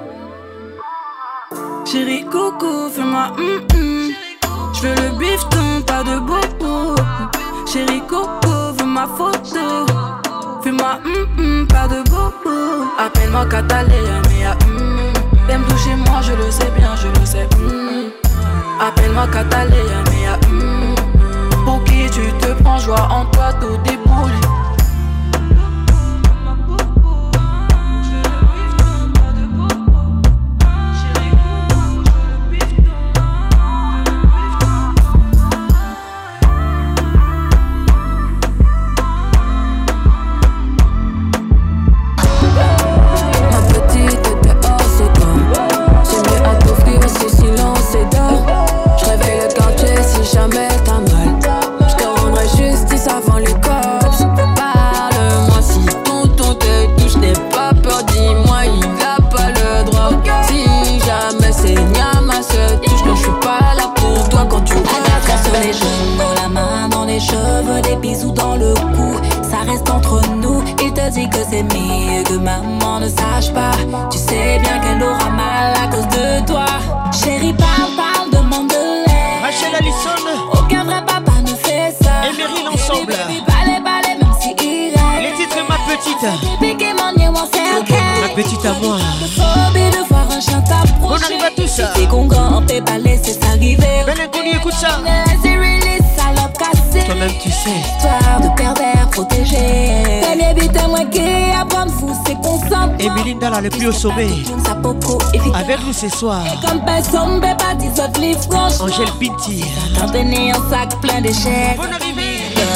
Chérie Coco, fais-moi mm mm. Je veux le bifton, pas de bobo. Chérie Coco, veux ma photo. Fais-moi mm mm, pas de bobo. Appelle-moi Cataléa, Mia mm. T'aimes toucher moi, je le sais bien, je le sais mm. Appelle-moi Cataléa, Mia mm. Pour qui tu te prends, joie en toi, tout déboulé. Jamais t'as mal, je te rendrai justice avant les cops. Parle-moi si tonton te touche, n'aie pas peur, dis-moi, il a pas le droit. Si jamais c'est Nyama se touche, quand je suis pas là pour toi, quand tu vois sur les genoux, dans la main, dans les cheveux, des bisous dans le cou. Ça reste entre nous, il te dit que c'est mieux que maman ne sache pas. Tu sais bien qu'elle aura mal à cause de toi. Chérie, parle, parle, demande de l'air. Rachel Allison. Aucun vrai papa ne fait ça. Et Meryl ensemble. Baby, balai, balai, même si il rêve. Les titres ma petite. Ma petite à moi. De voir un chien t'approcher. On arrive à tous. C'est qu'on gagne. on peut pas laisser ça arriver. Belle inconnue, écoute ça. Salope cassée. Toi-même tu sais. Histoire de pervers protégé. Elle évite à moi qui apprend de fou, c'est consentement. Et Melinda là, le plus au sommet. Avec nous ce soir. Et comme personne ne peut pas dire ça, franchement. Angèle Pinty. T'as donné un sac plein d'échecs. Bonne arrivée.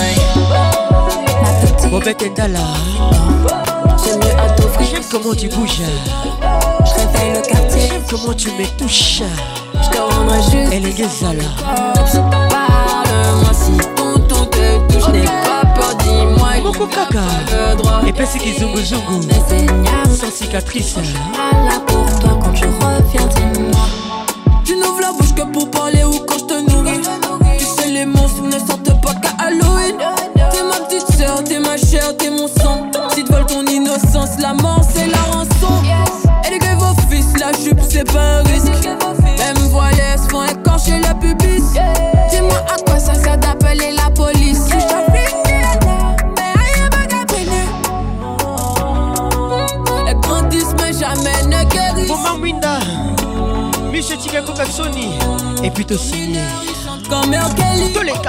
Ma petite. Bobette et Dalla. J'aime mieux à t'offrir. J'aime comment tu bouges. Je réveille le quartier. J'aime comment tu me touches. Je te rendrai juste. Elle est Gezala. Parle-moi si tonton te touche. N'aie pas peur, dis-moi. Beaucoup caca. Et puis c'est qu'ils zungu zungu. Sans cicatrice. Là pour toi quand je reviens, dis-moi. Tu n'ouvres la bouche que pour parler ou quand je te nourris. Tu sais les monstres ne sortent pas qu'à Halloween. T'es ma petite sœur, t'es ma chair, t'es mon sang. Si te vole ton innocence, la mort c'est la rançon. Éduquez vos fils, la jupe c'est pas un risque. Même voilés se font écorcher le pubis. Dis-moi à quoi ça sert d'appeler la police. Si je t'applique, mais rien pas qu'apprécier. Elles grandissent mais jamais ne guérissent. Maman Winda, Monsieur Tikako Katsoni. Et plutôt signé comme Merkelly. Tous les cas.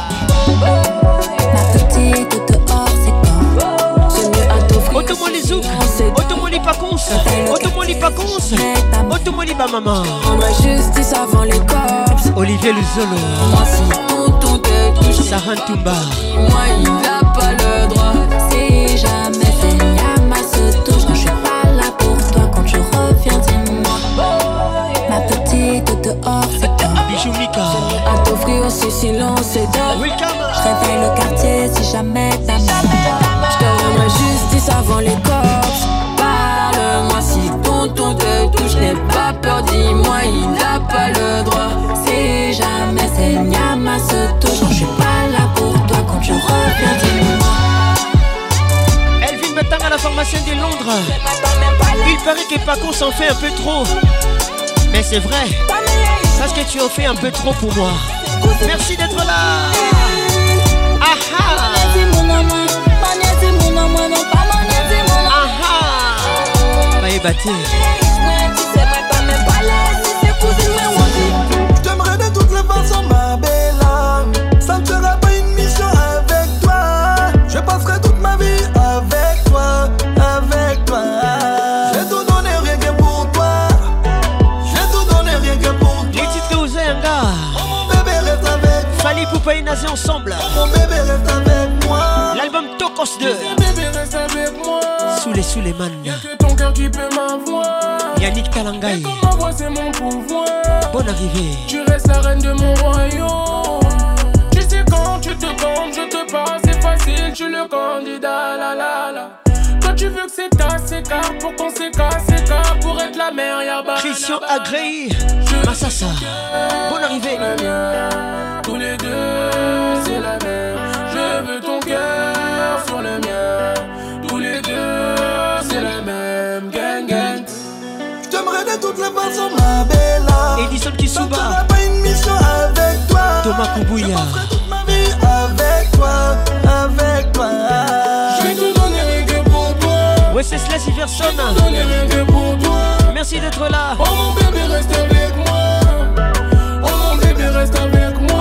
Ma petite dehors c'est quand j'ai mieux à t'offrir. Automoli Zouk, Automoli Pacons, Automoli Pacons, Automoli Bamama. Rendrai justice avant les cops. Olivier Luzolo. Moi si tonton te touche. Sahan Toumba. Moi il n'a pas le droit. Si jamais c'est Nyama se touche. Quand je suis pas là pour toi, quand je reviens dis-moi. Ma petite dehors c'est quand Bijou Mika. À t'offrir aussi silence et d'or. Je réveille le quartier si jamais t'as mal. Je te rendrai justice avant les cops. Parle-moi si tonton te touche. N'aie pas peur, dis-moi, il n'a pas le droit. Si jamais c'est Nyama se touche. Quand je suis pas là pour toi, quand je reviens, dis-moi. Elvin Batang à la formation de Londres. Il paraît que Paco s'en fait un peu trop. Mais c'est vrai. Parce que tu en fais un peu trop pour moi. Merci d'être là. Aha. Aha. Maïe Baté. Je t'aimerais de toutes les façons ma belle. Ça ne sera pas une mission avec toi. Je passerai toute ma vie avec toi. Avec toi. Je vais tout donner rien que pour toi. Je vais tout donner rien que pour toi. Les titres aux Zenga. Oh mon bébé reste avec moi. Fali Poupa et Nazé ensemble. Oh mon bébé reste avec moi. L'album Tokos deux. Bébé reste avec moi. Sous les sous les man. Y'a que ton cœur qui peut m'avoir. Yannick Kalangaï. Et comme ma voix c'est mon pouvoir. Bonne arrivée. Tu restes la reine de mon royaume. Tu sais quand tu te comptes, je te parle, c'est facile, tu le candidat, la la la. Toi tu veux que c'est ta sécar pour qu'on s'écarte, s'écarte pour être la mère, y'a ba. Christian Agrey, Massassa. Bonne arrivée. Tous les deux, c'est la même. Je veux ton cœur sur le mien. Tous les deux, c'est la même. Gang gang. Je t'aimerais de toutes les façons, ma bella. Edison Kisuba. Ça sera pas une mission avec toi. Thomas Koubouya. Je passerai toute ma vie avec toi, avec toi. Je vais tout donner rien que pour toi. Ouais, c'est Slash Iverson. Je vais tout donner rien que pour toi. Merci d'être là. Oh mon bébé reste avec moi. Oh mon bébé reste avec moi.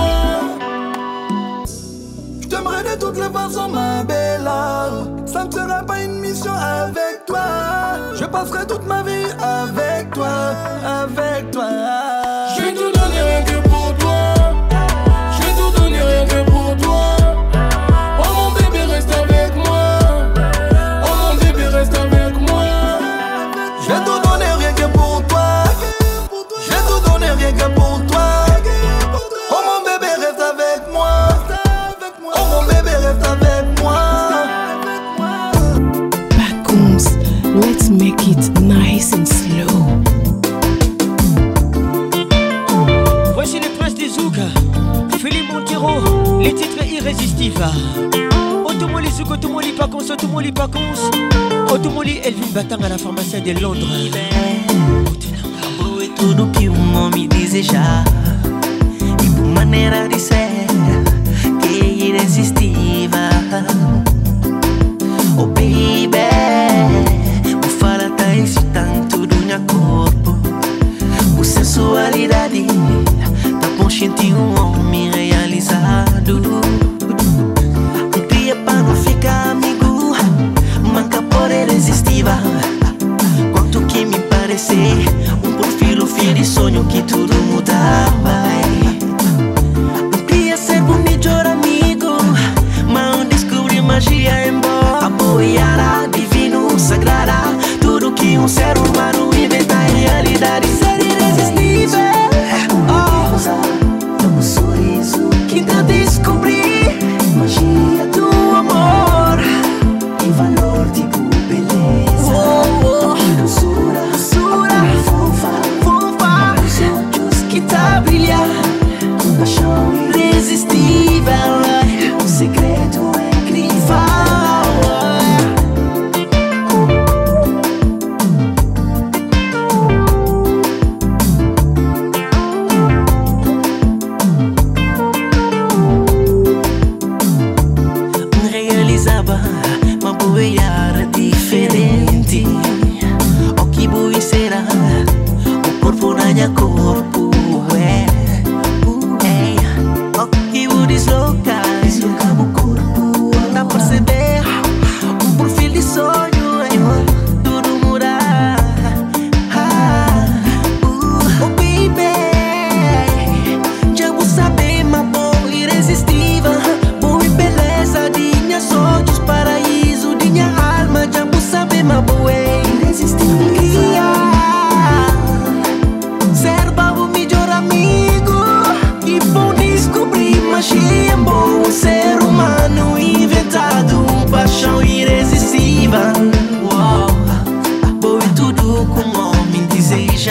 Je t'aimerais de toutes les façons, ma bella. Ça ne sera pas une mission avec toi. Je passerai toute ma vie avec toi, avec toi. Je vais tout donner rien que pour toi. Je vais tout donner rien que pour toi. Oh mon bébé reste avec moi. Oh mon bébé reste avec moi. Je vais tout donner rien que pour toi. Je vais tout donner rien que pour toi. Oh mon bébé reste avec moi. Oh mon bébé reste avec moi. Pacons, let's make it nice and slow. Voici les princes des Zouk. Philippe Montero, les titres irrésistibles. Automoli Zouk, Automoli Pacons, Automoli Pacons. Automoli Elvin Batang à la pharmacie de Londres. E tudo que um homem desejar e por maneira de ser que é irresistível. Oh baby, o fala tá excitando tudo no corpo. O sensualidade senti um homem realizado. Um dia para não ficar amigo, manca por irresistível. Quanto que me parecer um perfil filho de sonho que tudo mudava. Um dia ser o melhor amigo, mas descobri magia em boa. Apoiar divino, sagrada, tudo que um ser humano inventa em realidade. Ser irresistível. Oh, um sorriso que te descobri, magia do amor e valor tipo beleza. Oh, oh. Doçura, doçura, fofa, fofa, os olhos que tá brilhando, paixão irresistível, um segredo incrível. Diferente, o que boi será o corpo na minha corpo, é, é, o que o desloca, desloca o corpo, dá pra perceber um perfil de sonho, é, tudo mudar, ah, uh, oh baby, já vou saber, mas bom, irresistível, boa e beleza de minhas olhos, paraíso de minha alma, já vou saber, mas boa irresistível. Ser o melhor amigo, que bom descobrir magia em bom ser humano inventado, paixão irresistível. Uau, boa e tudo como homem deseja.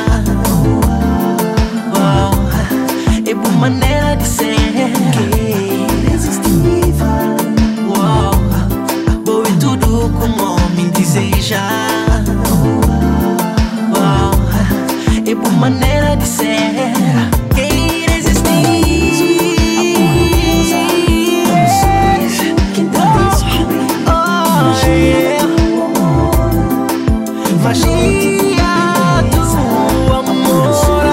Uau, é boa maneira de ser irresistível. Uau, boa e tudo como homem deseja. Uau, é boa maneira de ser irresistível. Oh, yeah. Magia do amor,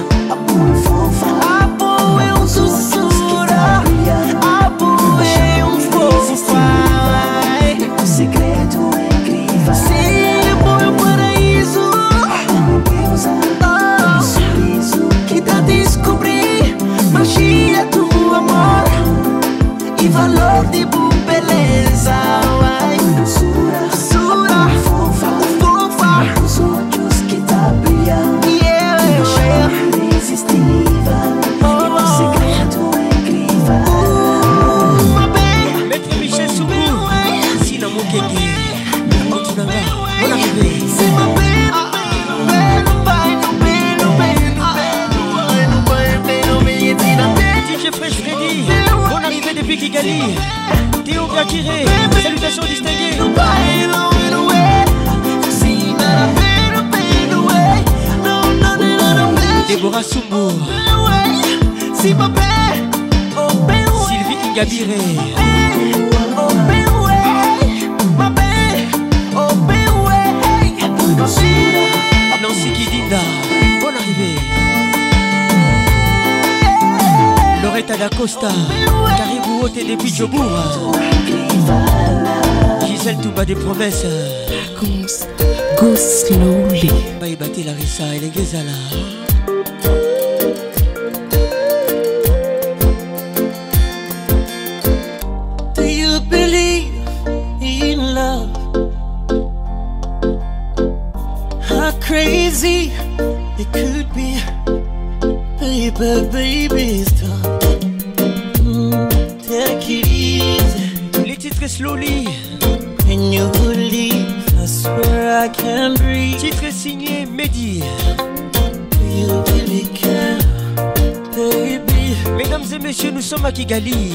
amor é um sussurro, amor é um fofo, um segredo incrível. Sim, amor é um paraíso, oh, um sorriso que dá a descobrir magia do amor e valor de boa beleza. Doçura, doçura, fofa, fofa, os olhos que tá brilhando, yeah, yeah. Irresistível, oh, um segredo incrível. Uh, my baby, Maître Michel Soumou, Sina Mokeke, Continuanga, on arrive. c'est ma baby, D J Fresh Freddy, bonne arrivée depuis Kigali. Théo Gakiré, salutations distinguées. Déborah Soumou, Sylvie Ingabiré, Nancy Kidinda, bonne arrivée. Loretta D'Acosta, Caribou Haute depuis Djoboura, Gisèle Touba des promesses, Go slowly. Baïbati Larissa et les Gezala. Do you believe in love? How crazy it could be, baby, baby, stop. Mm, take it easy. Les titres slowly. When you leave, I swear I can't breathe. Titre signé Mehdi. Do you really care, baby? Mesdames et messieurs, nous sommes à Kigali.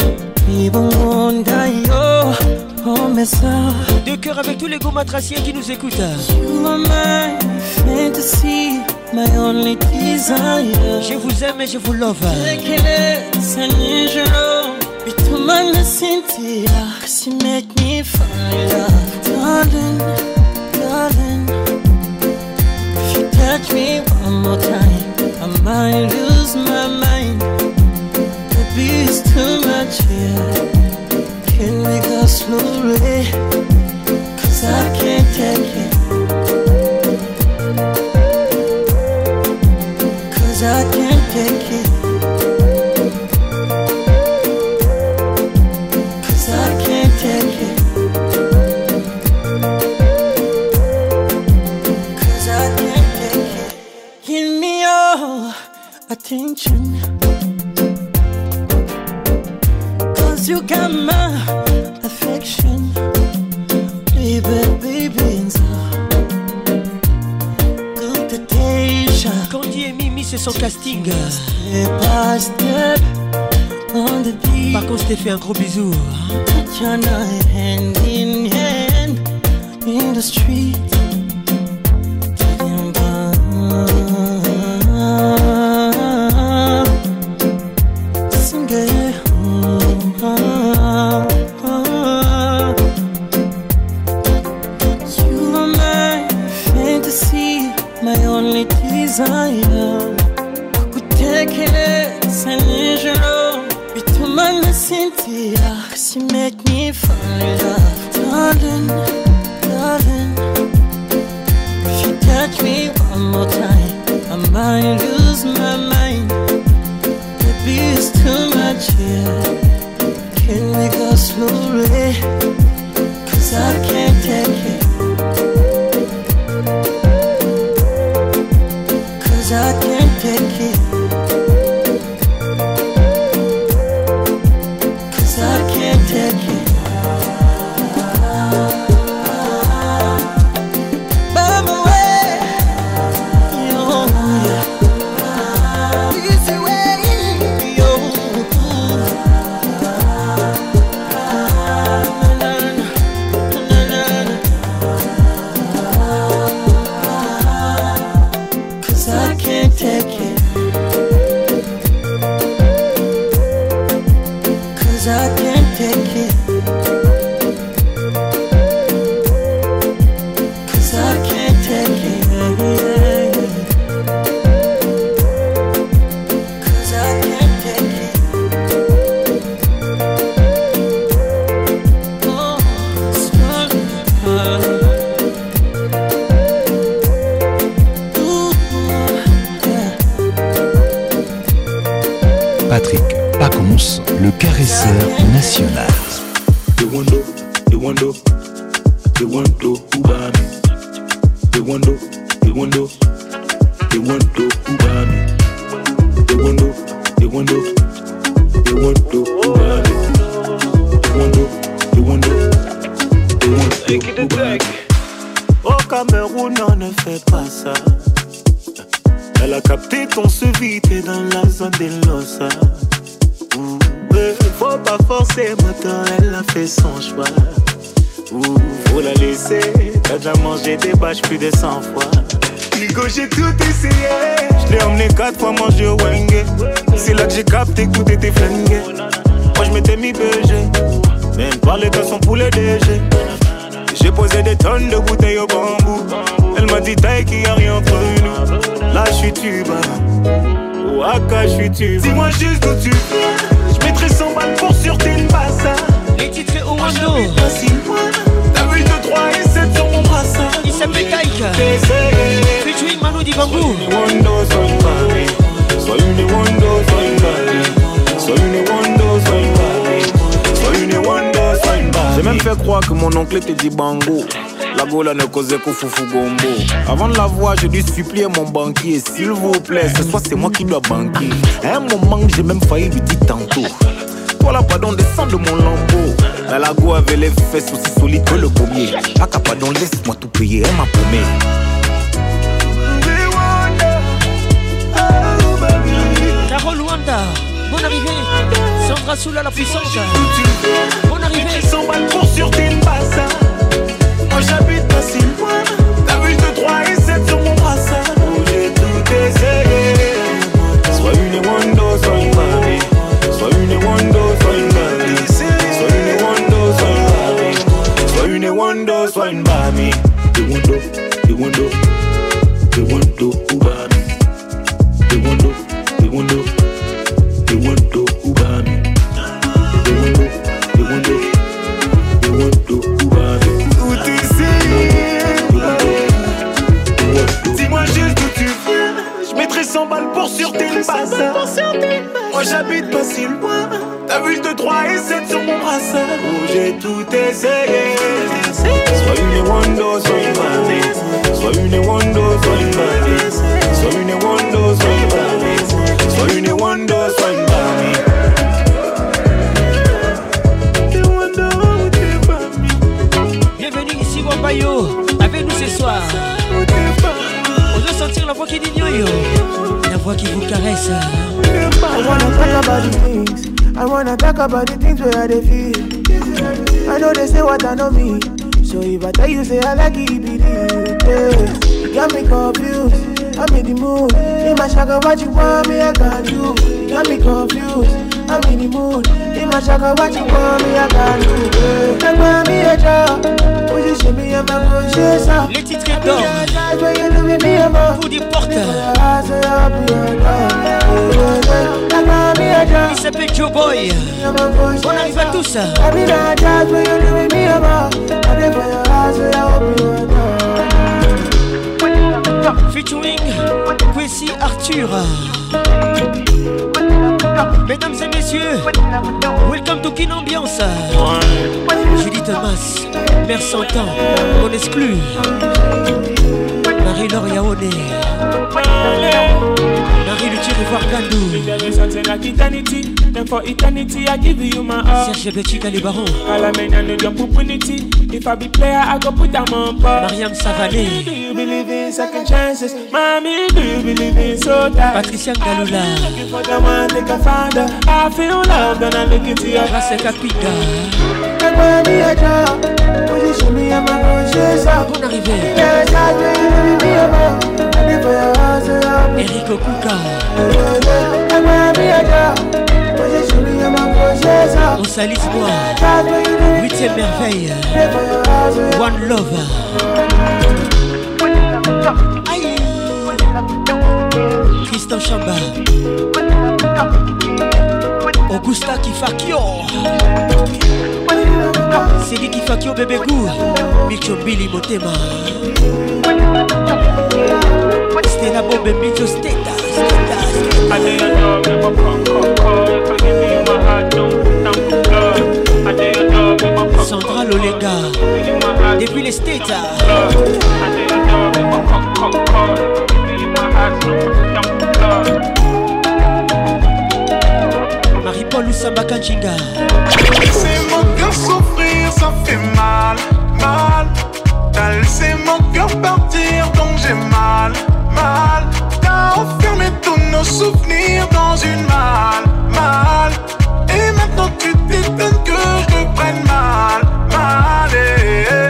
De cœur avec tous les gomatraciens qui nous écoutent. You are my fantasy, my only desire. Je vous aime et je vous love. Bitumana Cynthia, cause you make me fall in love. Darling, darling, if you touch me one more time, I might lose my mind. Cause I can't take it. Cause I can't take it. Cause I can't take it. Give me your attention. Cause you got my affection. Baby, baby, Candy et Mimi, c'est son casting. Paco, je t'ai fait un gros bisou. Hand in hand in the street. Sing it. You are my fantasy, my only desire. Kutekele sanijero bitumana Cynthia. Cause you make me fall in love. Darling, darling, if you touch me one more time, I might lose my mind. Baby, it's too much here. Can we go slowly? Cause I can't take it. Cause I can't take it. Cause I can't take it. By my way, yo, yeah. Easy way, yo. Cause I can't take it. Cause I can't take it. Cause I can't take it. Cause I can't take it. Oh, Patrick Pacons, le caresseur national. The window, the window, the window, ubami. The window, the window, the window, ubami. The window, the window, the window, ubami. The window, the window, the window, ubami. Au Cameroun, on ne fait pas ça. Elle a capté qu'on se vit dans la zone des Losa. Faut pas forcer, moteur, elle a fait son choix. Ouh, faut la laisser, t'as déjà mangé des bâches plus de cent fois. Ligo, j'ai tout essayé. Je l'ai emmené quatre fois manger au Wenge. C'est là que j'ai capté que tout était flingué. Moi je m'étais mis B G, même parler de son poulet D G. J'ai posé des tonnes de bouteilles au bambou. Elle m'a dit taille qu'il y a rien entre nous. Là je suis tuba, au Aka je suis tuba. Dis-moi juste où tu viens, je mettrai cent balles pour sur tes bassa. Les titres au Wando. T'as vu deux, trois et sept sur mon brassard. Il s'appelle Kaïk. Featuring Manu Dibango. Sois une Wando, sois une Barbie. Sois une Wando, sois une Barbie. Sois une Wando, sois une Barbie. Sois une Wando, sois une Barbie. J'ai même fait croire que mon oncle était Dibango. La gola ne causait qu'au foufou gombo. Avant de la voir, j'ai dû supplier mon banquier. S'il vous plaît, ce soir c'est moi qui dois banquer. À un moment, j'ai même failli lui dire tantôt. Toi là, pardon, descends de mon lambeau. Mais la go avait les fesses aussi solides que le pommier. Aka, pardon, laisse-moi tout payer, elle m'a paumé. Carole Wanda, bonne arrivée. Sandra Soula la puissante. Bonne arrivée. cent balles pour sur tes bassa. Moi j'habite pas si loin. T'as vu deux, trois et sept sur mon brassard. Oh, j'ai tout essayé. Sois une Wando, sois une Barbie. Sois une Wando, sois une Barbie. Sois une Wando, sois une Barbie. Sois une Wando, sois une Barbie. The window, the window, the window, ubami. The window, the window, the window, ubami. The window, the window, the window, ubami. Tout essayé. balles pour sûreté le bazar. Moi j'habite pas si loin. T'as vu le trois et sept sur mon brassard. Oh j'ai tout essayé. Soit une Wando, soit une valise. Soit une Wando, soit une valise. Soit une Wando, soit une valise. Soit une Wando, soit une valise. Bienvenue ici Wambayo, avec nous ce soir. On veut sentir la voix qui dit yo, la voix qui vous caresse. I wanna talk about the things. I wanna talk about the things where they feel. I know they say what I know me. So if I tell you say I like it, be real. Yeah. You got me confused. I'm in the mood. In my shaka, what you want me, I got you. You got me confused. I'm in the mood. In my shaka, what you want me, I got you. Take me a job. Position me, I'm a conscious. Les titres d'or vous des portes. Il s'appelle Joe Boy. On arrive à tous. Featuring Kwesi Arthur. Mesdames et messieurs, welcome to Kin Ambiance. Julie Thomas, Mère Santan, on exclut Marie-Laure Yaoné, Marie le Tirivoir Kandou, for eternity, I give you my all. Serge Betchika les barons. If I be player, I go put them on par. Mariam Savané. Do you believe in second chances? Mommy, do you believe in so that? Patricia Galula. Looking for the one take a founder. I feel love, then I look into your eyes. Grâce Kapika. Bonne arrivée. Eric Okuka. On salisse moi. Huitième merveille. One Love. Aïe. Christian Chamba. Augusta Kifakio. Sidi Kifakio bébé goût. Micho Billy Motema. Stella Bombe Micho Steta. Sandra Lolenga depuis les States. Marie-Paul Oussamba Kanchinga. Laissez mon cœur souffrir, ça fait mal, mal. T'as laissé mon cœur partir, donc j'ai mal, mal. T'as enfermé tous nos souvenirs dans une malle, mal. Et maintenant tu t'étonnes que je te prenne mal, mal. Et...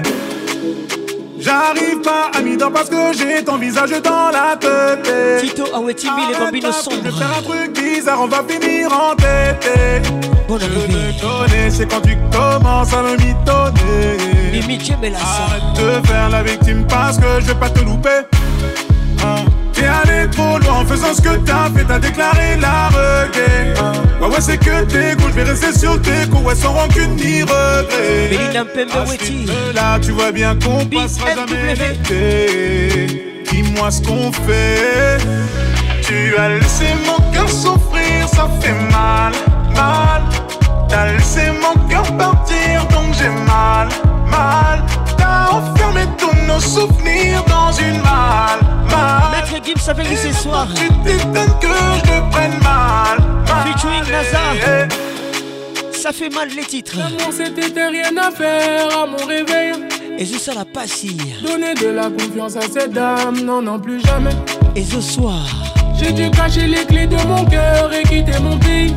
j'arrive pas à m'y dormir parce que j'ai ton visage dans la tête. Tito Awetimbi, les bambinos sombres. Je vais faire un truc bizarre, on va finir en tête. Bon je te connais, c'est quand tu commences à me mitonner. Mimi Djemela. Arrête de faire la victime parce que je vais pas te louper. Hein. T'es allé trop loin en faisant ce que t'as fait, t'as déclaré la requête. Ouais ouais c'est que t'es cool, je vais rester sur tes coups, ouais sans rancune ni regret. Belinda Mpembe Weti. Là tu vois bien qu'on passera jamais l'été. Dis-moi ce qu'on fait. Tu as laissé mon cœur souffrir, ça fait mal, mal. T'as laissé mon cœur partir, donc j'ai mal, mal. T'as enfermé tous nos souvenirs dans une malle, mal. Maître Gibbs avec nous ce soir. Tu t'étonnes que je te prenne mal, mal. Featuring Nazar. Ça fait mal les titres. L'amour c'était rien à faire à mon réveil. Et je ça la passie. Donner de la confiance à cette dame, non non plus jamais. Et ce soir j'ai dû cacher les clés de mon cœur et quitter mon pays.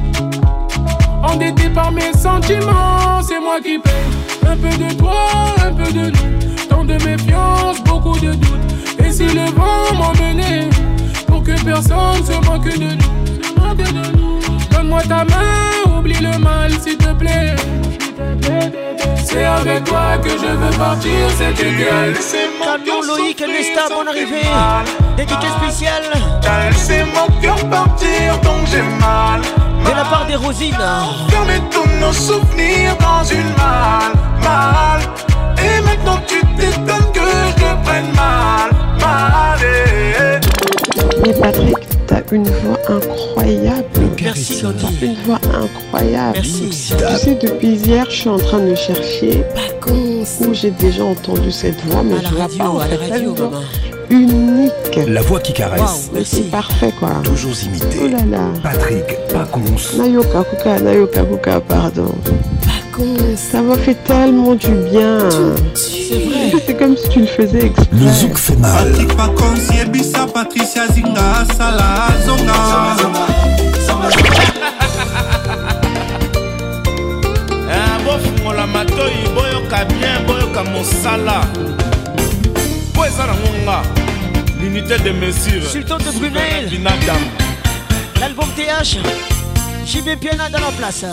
Endetté par mes sentiments, c'est moi qui paye. Un peu de toi, un peu de nous. Tant de méfiance, beaucoup de doutes. Et si le vent m'emmenait, pour que personne se moque de nous, se moque de nous. Donne-moi ta main, oublie le mal s'il te plaît. C'est avec toi que je veux partir cet été. Camion Loïc Nesta, bonne arrivée. Dédicace spéciale. T'as laissé mon cœur partir, donc j'ai mal, mal. De la part des Rosines. Fermez tous nos souvenirs dans une malle, mal. Et maintenant tu t'étonnes que je te prenne mal, mal. Mais Patrick, t'as une voix incroyable. Merci Gandhi. T'as une voix incroyable. Merci. Tu sais, depuis hier, je suis en train de chercher où j'ai déjà entendu cette voix, mais à je la vois radio, pas en à la fait, radio, cette voix maman. unique. La voix qui caresse. Wow, C'est parfait quoi. Toujours imité. Oh là là. Patrick Pacons. Nayoka Kuka, Nayoka Kuka, pardon. Ça m'a fait tellement du bien. C'est vrai. C'est comme si tu le faisais exprès. Le zouk fait mal. Patrick Pacons, Yebisa, Patricia Zinga, Sala, Zonga. bofungola matoi boyoka bien boyoka mosala po eza na ngonga l'unité de mesure Sultan de Brunel. L'album T H. J B Piana dans la place.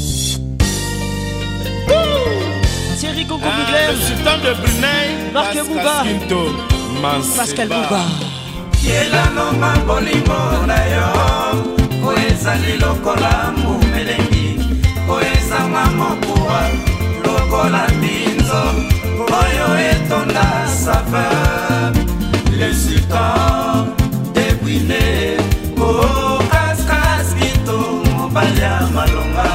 Thierry Congo Mugler. Le Sultan de Brunei. Marc Mouba. Pascal Mouba. yelanonga bolimo na yo oezali lokola mumelengi oezanga mokuwa lokola mbinzo oyo etonda saveur le sultan debwine o kaskasito mobali ya malonga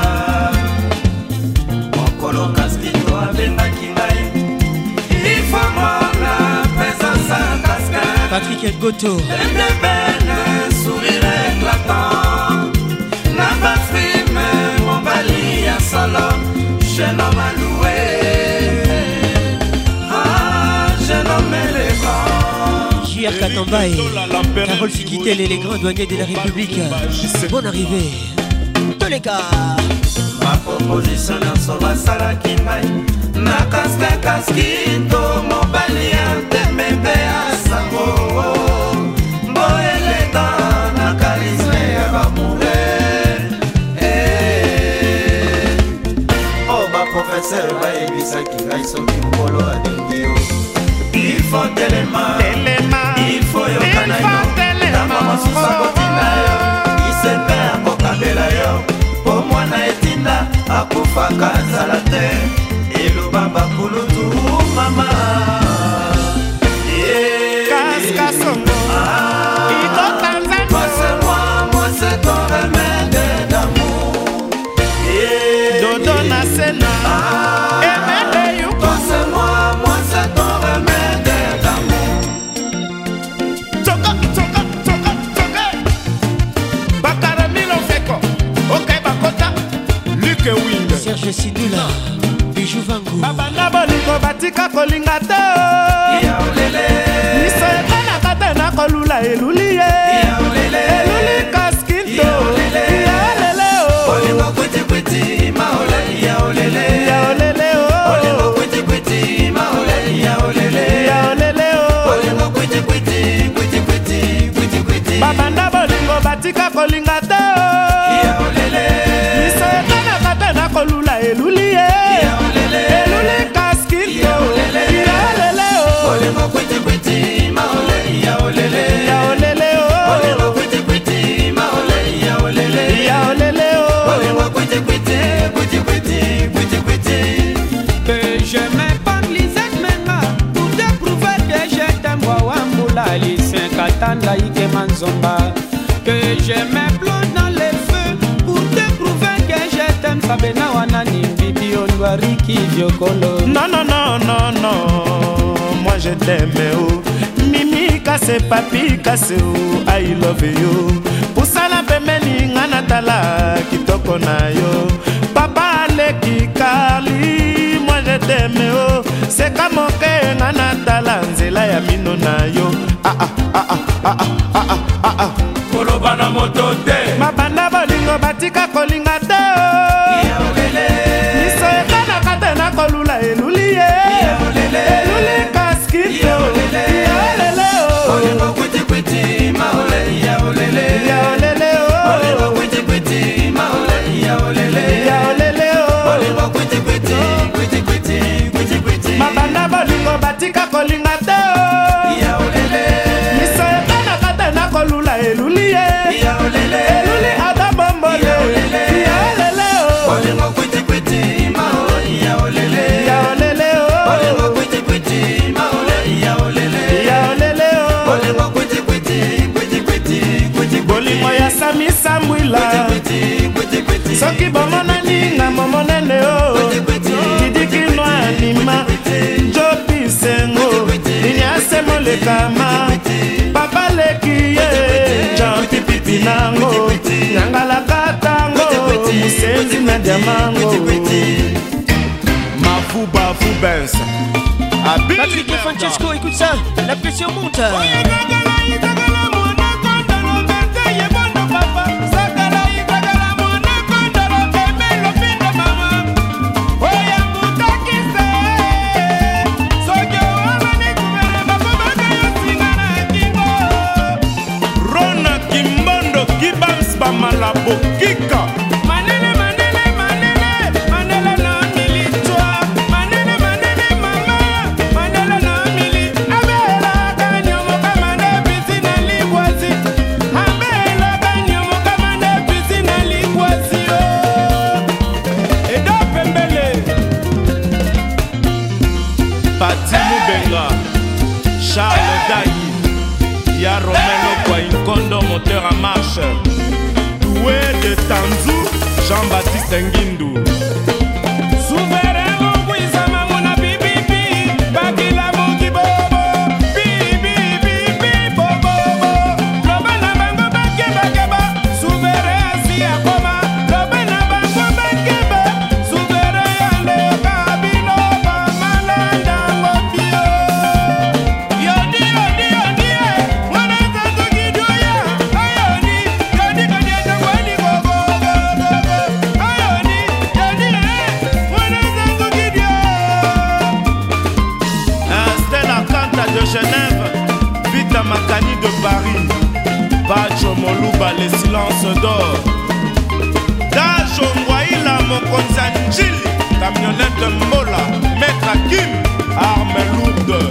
mokolo kaskito abengaki ngai ifamona présence ya kaska Patrick Goto. belle sourire éclatant na bafrime mobali ya solo jeune homme alloué ah jeune homme élégant J R Katambaye. Carole Sikitel et les grands douaniers de la République. Bonne arrivée. Tous les cas. ma proposition nyonso basalaki ngai na kaske kaskito mobali ya temembe ya sango boeleka na karisme ya bamure o baprofeser bayebisaki ngai soki mokolo adengi yo ifo telema ifo yokana yo ntango mosusu akotinda yo isepe akokabela yo po mwana etinda akufaka zala te eloba bakulutu mama Kaskasongo Iko Tanzania Moi c'est moi, moi c'est ton remède d'amour Dodo na Sena Emele Yuko Toi c'est moi, moi c'est ton remède d'amour Toka, toka, toka, toka Bakaramilo Feko Ok Bakota Luke Wing Serge Sidula. Bijou Vango. Babana bolingo batika kolinga te Niso ekanaka te na kolula eluli ye Eluli kaskinto Yaolele o Olingo kwiti kwiti maole yaolele Yaolele o Olingo kwiti kwiti maole yaolele Yaolele o Olingo kwiti kwiti kwiti kwiti kwiti kwiti Babanda bolingo batika kolinga te Niso ekanaka te na kolula eluli ye Eluli kaskinto Yaolele o Olingo kwiti kwiti maole yaolele Yaolele o Olingo kwiti kwiti maole yaolele Yaolele o Olingo kwiti kwiti kwiti kwiti kwiti kwiti Que je m'épargne Lisette Menga pour te prouver que je t'aime Wawambula Lycée Katanda Ike Manzomba. Que je me plonge dans les feux pour te prouver que je t'aime Sabena Wanani Bibi Onwariki Viokolo. Non, non, non, non, non Moi je t'aime oh Mimi kase papi kase oh I love you Pusala pemeni ngana tala kitoko na yo Papa leki kali Moi je t'aime oh Seka moke ngana tala nzela ya mino na yo Ah ah ah ah ah ah ah ah ah Koloba na moto te Mabanda bolingo batika kolinga te Niso ekanaka te na kolula eluli ye Eluli kaskito Yaolele o Olingo kwiti kwiti maole yaolele Yaolele o Olingo kwiti kwiti maole yaolele Yaolele o Olingo kwiti kwiti kwiti kwiti kwiti kwiti Mabanda bolingo batika kolinga te Niso ekanaka te na kolula eluli ye Eluli ata bombole Yaolele o Olingo kwiti kwiti maole yaolele Yaolele o Olingo kwiti kwiti sambwila soki bomonani nga momonene o didikino anima jopi sengo ninyase molekama papa leki ye jampi pipi nango nyangalaka tango musenzi na diamango mafuba fubensa Patrick et Francesco, écoute ça, la pression monte. Rona Kimbondo Kibams Bamalabo Kika. Charles Daï, Y'a Romelo Kwainkondo, moteur en marche. Doué de Tanzou, Jean-Baptiste Nguindou. Souverain, mon puissama, mon abibibi, Bakila Moki Bobo, Bibi, Bibi, Bobo, Lobana Bango Bakeba Keba, Souverain, si à Koma, Lobana Bango Bakeba, Souverain, Yande, Kabino, Bamalanda, Mopio. De Genève, Vita Makani de Paris, Bacho Moluba, les silences d'or. Dajo Mwaila, Mokonza Njili, camionnette Mbola, Maître Kim, arme lourde.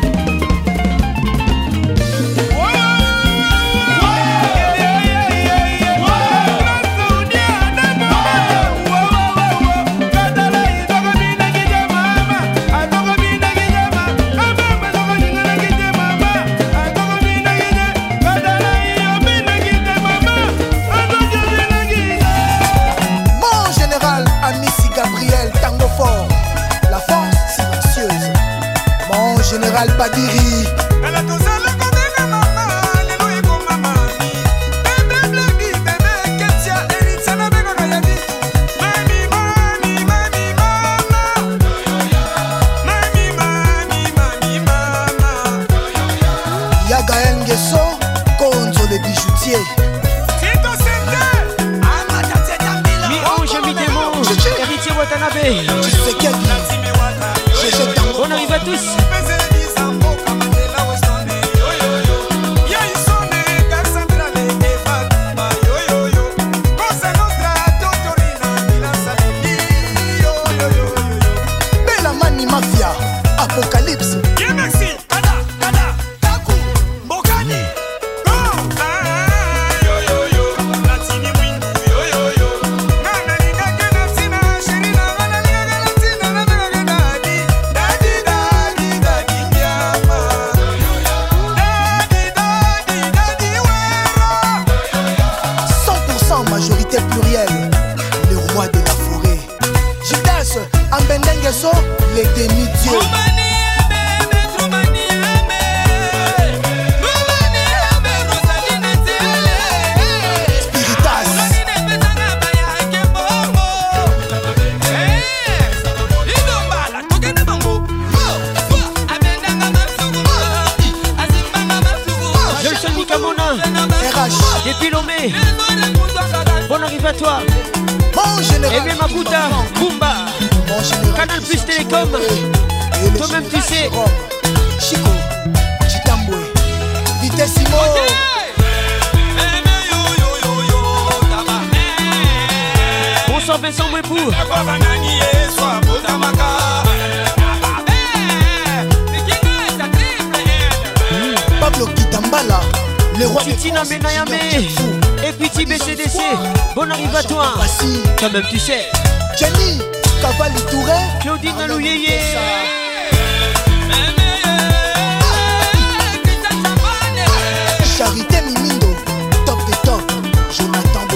Général Padiri. Yaga Nguesso, Konzo le bijoutier. Mi-ange, mi-démon, héritier Watanabe. On arrive à tous. Apocalypse. Yeah, merci. Kada, kada, taku, bokani. Go. Yo yo yo, latini windu yo yo yo. Na na ni na kena sina, sheri na na ni na na sina na na na dadi, dadi dadi dadi nyama. Dadi dadi dadi wera. cent pour cent majorité plurielle, le roi de la forêt. Judas, Ambendengeso, les demi-dieux. Depuis Lomé, bonne arrivée à toi. Mon général, Aimé Makuta, Bumba, Canal Plus Télécom. Toi-même tu sais. Chico, Chitambwe, Vitessimo. Bonsoir Vincent Mwepou. Pablo Kitambala, le roi de Titina Benayame. Et puis T B C D C. Bonne arrivée à toi. Toi-même tu sais. Jenny, Cavalli Touré, Claudine Alouyeye. Charité Mimindo, top de top, Jonathan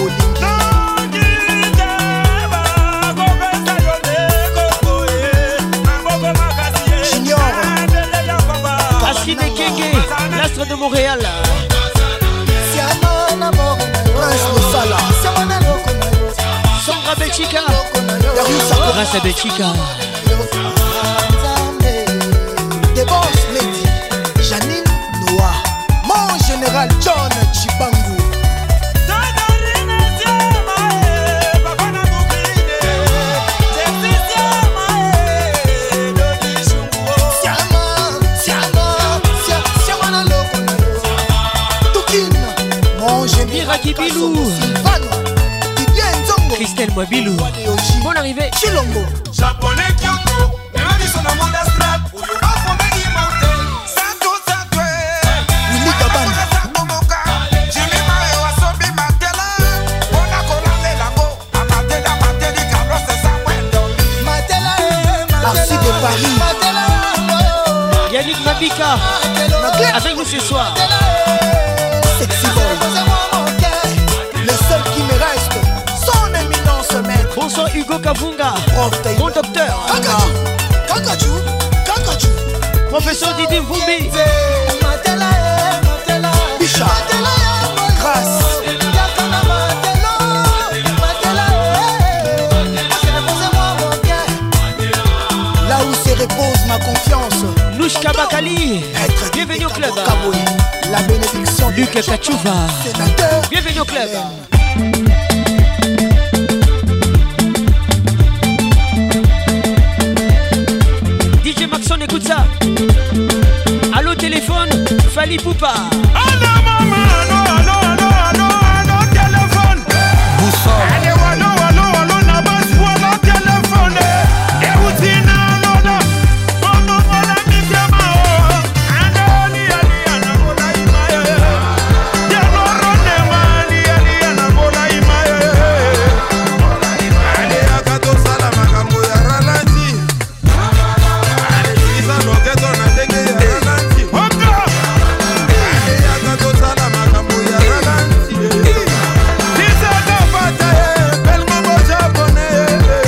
Belchica. Grâce à Belchica. Des boss Lady, Janine Noah, mon général John Chibangu. Bilou, Christelle Moabilou, bonne arrivée. Chilombo, japonais Kyoto, Melody son amour d'Astral, ou yo afondé immortel, Santo Santo, Willy Kabana, Jimmy Mario Asobi Matela, Bona Colande Lango, Amatela Mateli Carlos de Samuel, Matela, Arcy de Paris, Yannick Mabika, avec nous ce soir. Sexy boy. Le seul qui me reste, son éminence maître. Bonsoir Hugo Kavunga, bon docteur. Kakachou, Kakachou, Kakachou. Professeur Didi Mvumbi. Matela, Matela, Bicha, Grâce. Là où se repose ma confiance. Louchka Bakali, bienvenue au club. La bénédiction Luc Kachouva, bienvenue au club. D J Maxon, écoute ça. Allô téléphone, Fali Poupa. Allô maman, allô, allô, allô, allô, allô téléphone. Boussole. Allô, allô, allô, allô, Nabas, allô téléphone. Et où t'es là, allô, allô. Maman, voilà, mi tema, oh. Allô, ali, ali, ana, bola, imaye. Yano, rone, mali, ali, ana, bola, imaye. Allez, akato, salama, kambo, ya ralenti. Allez, isa, loketo, na dege, ya ralenti. Oka! Allez, akato, salama, kambo, ya ralenti. Isa, kapata, bel mambo japonais.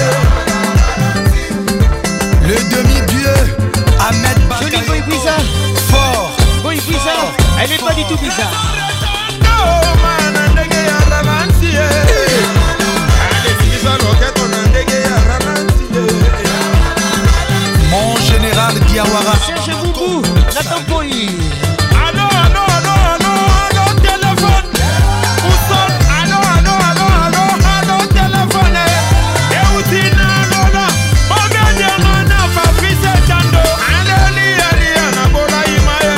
Le demi-dieu, Ahmed Bakayoko. Joli Boy Bizarre. Fort. Boy Bizarre, elle est pas du tout bizarre. Mon général Diawara. Serge Moubou, Nathan Boy. Allô, allô, allô, allô, allô, téléphone. Où sont? Allô, allô, allô, allô, allô, téléphone. Et où t'es là, allô, là? Bon, bien, bien, man, fa fils et tando. Allô, li, ali, ana, bola, imaye.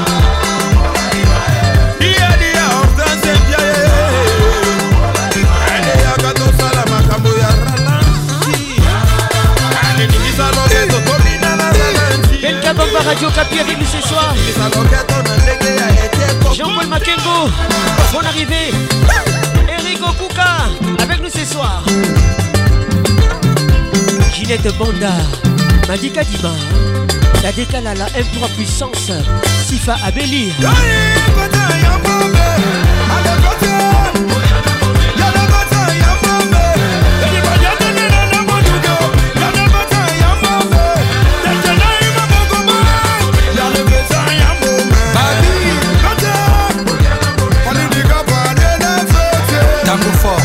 Li, ali, a, hortense, piaye. Allez, akato, salama, kambo, ya ralenti. Allez, ningisa, loketo, domina, la ralenti. Belka Bamba Radio Capi avec nous ce soir. Jean-Paul Makengo, bonne arrivée. Eric Okuka avec nous ce soir. Ginette Banda, Madika Dima, la Décalala M trois puissance, Sifa Abeli. Tango fort.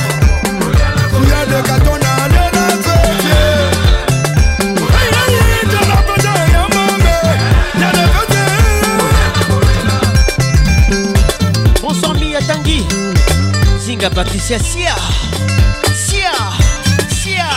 Bonsoir Mia Tanguy, Zinga Patricia Sia, Sia, Sia.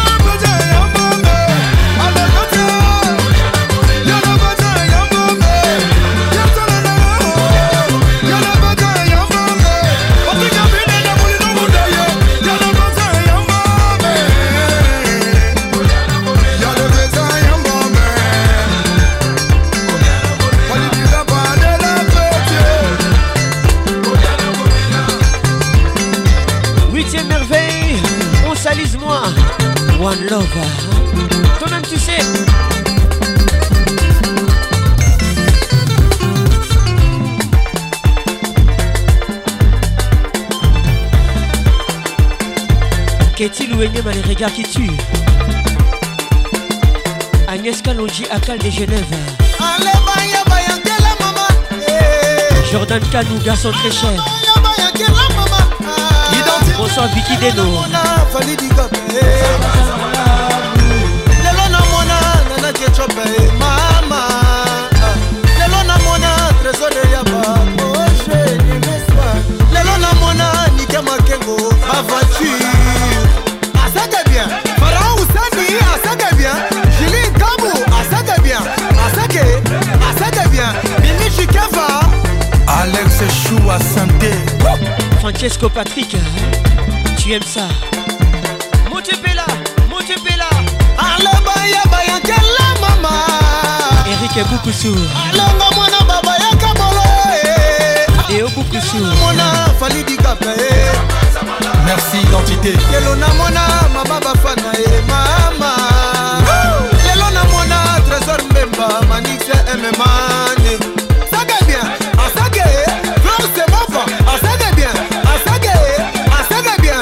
Huitième merveille, on salise moi. One love. Toi-même tu sais. Qu'est-il ou Enyem a les regards qui tuent. Agnès Kalonji à Cal de Genève. Jordan Kanou, garçon très cher. Bonsoir Vicky Deno. bien. Mimi Chikava. Alex Chou à santé. Francesco Patrick, tu aimes ça? Montepela, Montepela. Allez baya baya kella mama. Eric Boukoussou. Alonga mwana baba ya kabolo. Et au Boukoussou. Mona Falidi Kapé. Merci identité. Kelona mona mama bafana e mama. Lelona mona trésor mbemba manixe ememane. Saga bien, asage. Flore c'est mafa, asage bien, asage, asage bien.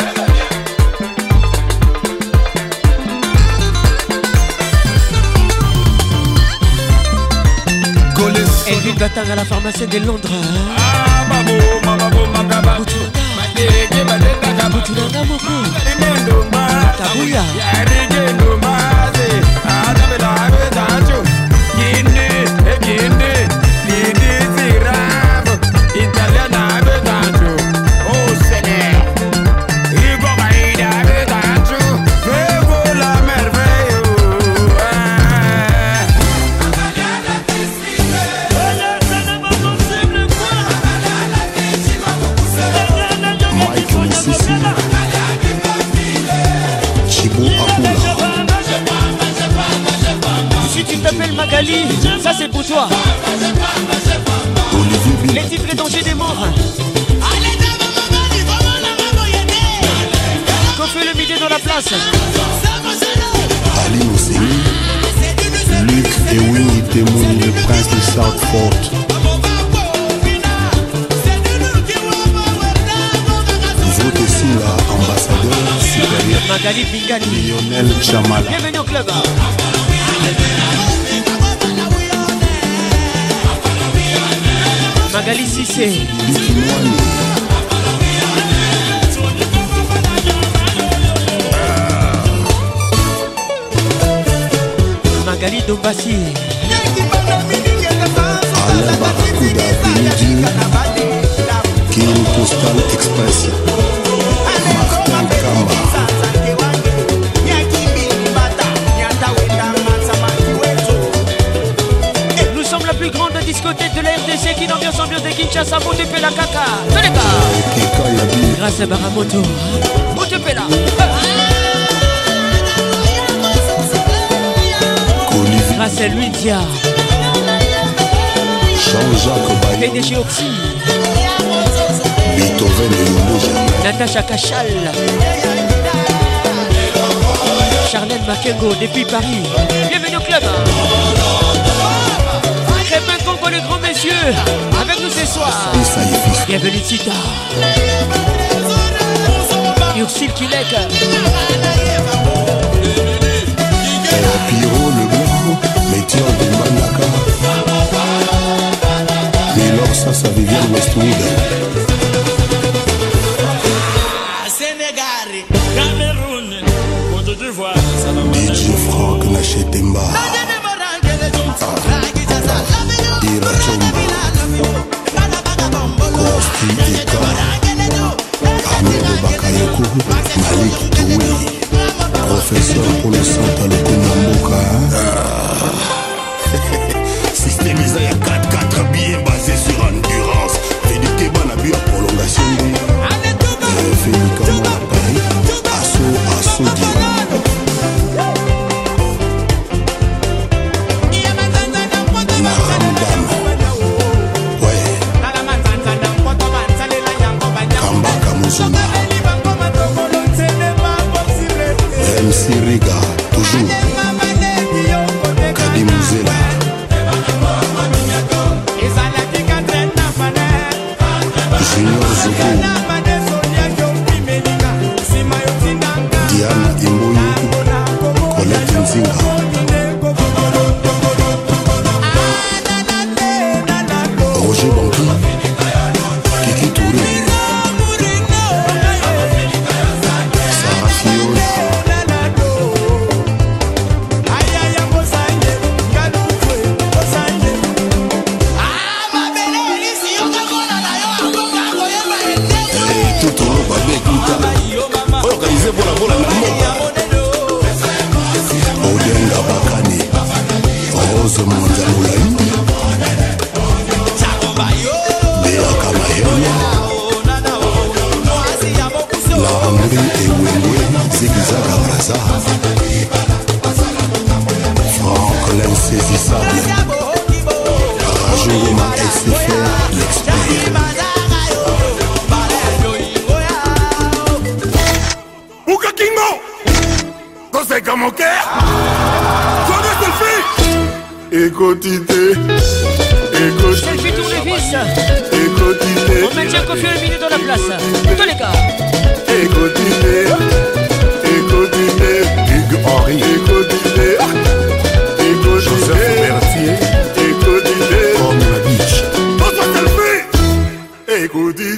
Elvin Batang à la pharmacie de Londres. Ah, babo, mababo, magaba. Madege, madega, gaba. Boutoulanga moko. Imendo maze. Tabuya. Yarige no maze. Adabe la bezacho. Ginde, e ginde. Ginde ziravo. Italiana bezacho. Oh Seigneur. Ibo gaida bezacho. Fego la merveille. Si tu t'appelles Magali, ça c'est pour toi. Les titres et dangers des morts. Qu'on fait le midi dans la place. Ali Mousseni, Luc et Winnie Temouni, le prince de Southport. Vote Silla, ambassadeur supérieur. Magali Bingani. Lionel Chamala. Bienvenue au club. Magali Sissé. Magali Dombassi. Alain Barracuda Benidi. King Postal Express. Martin Kamba. Nous sommes la plus grande discothèque de la R D C qui ambiance ambiance de Kinshasa. Montepela Kaka. Tous les gars. Grâce à Baramoto. Montepela. Grâce à lui Dia. Jean-Jacques Bayon. P D G Oxy. Beethoven et Yomboja. Natacha Kachal. Charlène Makengo depuis Paris. Bienvenue au club. Crépin Congo le grand messieurs. Avec nous ce soir. Bienvenue Tita. Ursule Kilek. Pierrot le blanc, métier de Manaka. Et alors ça, ça Viviane Westwood. Sénégal, Cameroun, Côte d'Ivoire, D J Franck Nachetemba. Ira Chomba. Kofi Eka. Ahmed Bakayoko. Malik Toué. Professeur pour le centre le Kunamboka. Système Isaiah quatre quatre bien basé sur endurance. Fédité Banabu à prolongation. Félix Camon à Paris. Assaut, assaut Dieu. Naramdam. Ouais. Kamba Kamuzuma. M C Riga, toujours. Kadi Muzela. c'est comme mon cœur. Soyez selfie. Écoutez. Écoutez. Selfie tournevis. Écoutez. On maintient Kofi Olomide dans la place. Tous les gars. Écoutez. Écoutez. Hugues Henry. Écoutez. Écoutez. Joseph Berthier. Écoutez. Comme la biche. Soyez selfie. Écoutez.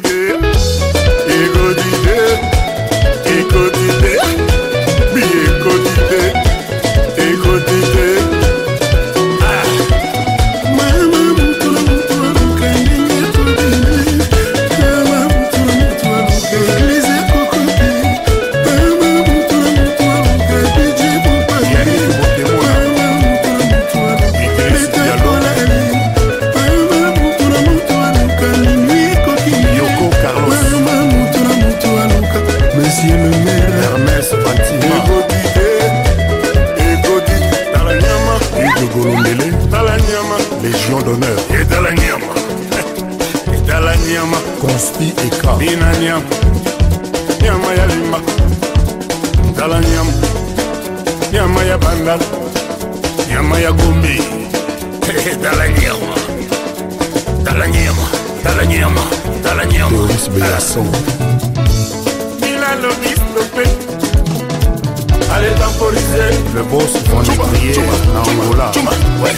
Légion d'honneur. Et dans la nyama. Et dans la nyama. Conspi et K. Bina nyama. Nyama ya lima. Dans la nyama. Nyama ya bandal. Nyama ya gombi. Dans la nyama. Dans la nyama. Dans la nyama. Dans la nyama. Doris Bélasson. Milan Lobis allez temporiser. Le boss va nous prier en Angola. Ouais.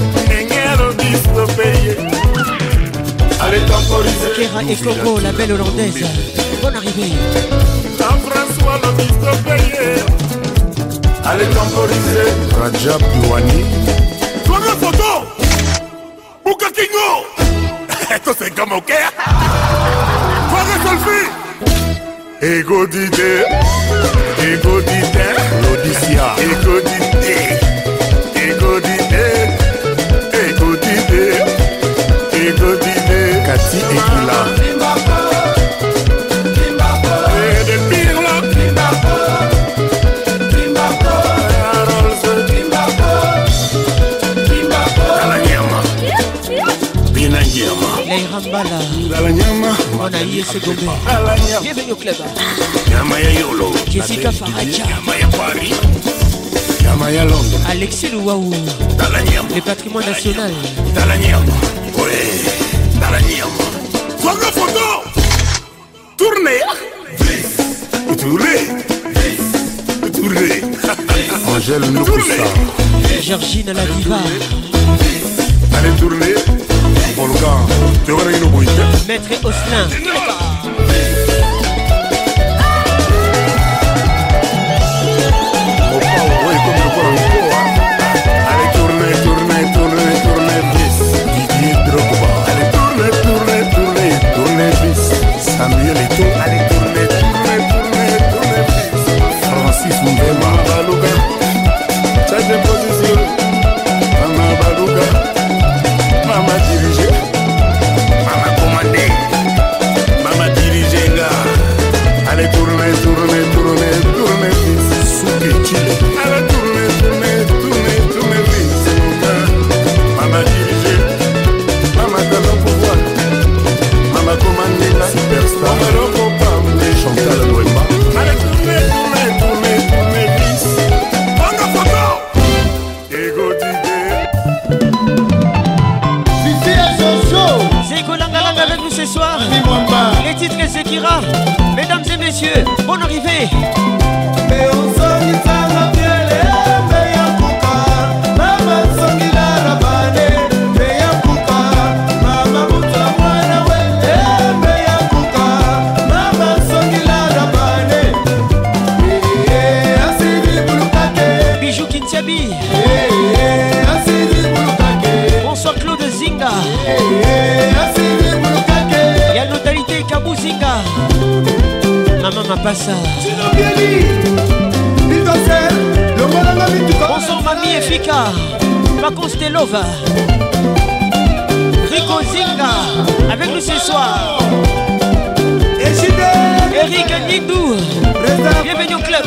Allez temporiser. Kera et Coco, la belle hollandaise. Bonne arrivée. Jean-François le ministre payé. Allez temporiser. Rajab Douani. Toi la photo. Bouka Kingo. Esto c'est comme au Caire. Toi la selfie. Ego d'idée. Ego d'idée. L'Odyssea. Ego d'idée. Ego d'idée. Ego d'idée. Ego d'idée. Cathy et Kila. Et des pires là. Leirambala. On a eu ce gobé. Bienvenue au club. Yamaya Yolo. Jessica Faraja. Yamaya Paris. Yamaya Londres. Alexis Louaou. Le patrimoine national. Dans la nyama. Oui. Dans la nyama. Sois la photo. Tournez. Tournez. Tournez. Angèle Noukoussa. Georgine la diva. Allez tourner. Volcan. Tu vas regarder nos Maître Oslin. Allez tourner, tourner, tourner, tourner, bis. Didier Drogba. Allez tourner, tourner, tourner, tourner, bis. Samuel Eto'o. Allez tourner, tourner, tourner, tourner, bis. Francis Mbemba. Balouga. Change de position. Mama Balouga. Mama dirige. Mama commandé. Mama dirige, gars. Allez tourner, tourner, tourner, tourner, bis. Souké Chile. Allez tourner, tourner, tourner, tourner, bis. Mama dirige. Mama donne le pouvoir. Mama commandé, la Superstar. Mama le copain. Chantal Wemba. Allez tourner, tourner, tourner, tourner, bis. Prends la photo. Ego d'idée. C'est Golangalanga avec nous ce soir. Les titres et Sekira. Mesdames et messieurs, bonne arrivée. Bijou Kintiabi. Bonsoir Claude Zinga. Il y a notalité Kabou Zinga. Maman Mapassa. Bonsoir Mamie et Fika. Paco Stelova. Rico Zinga. Avec nous ce soir. Eric Nidou. Bienvenue au club.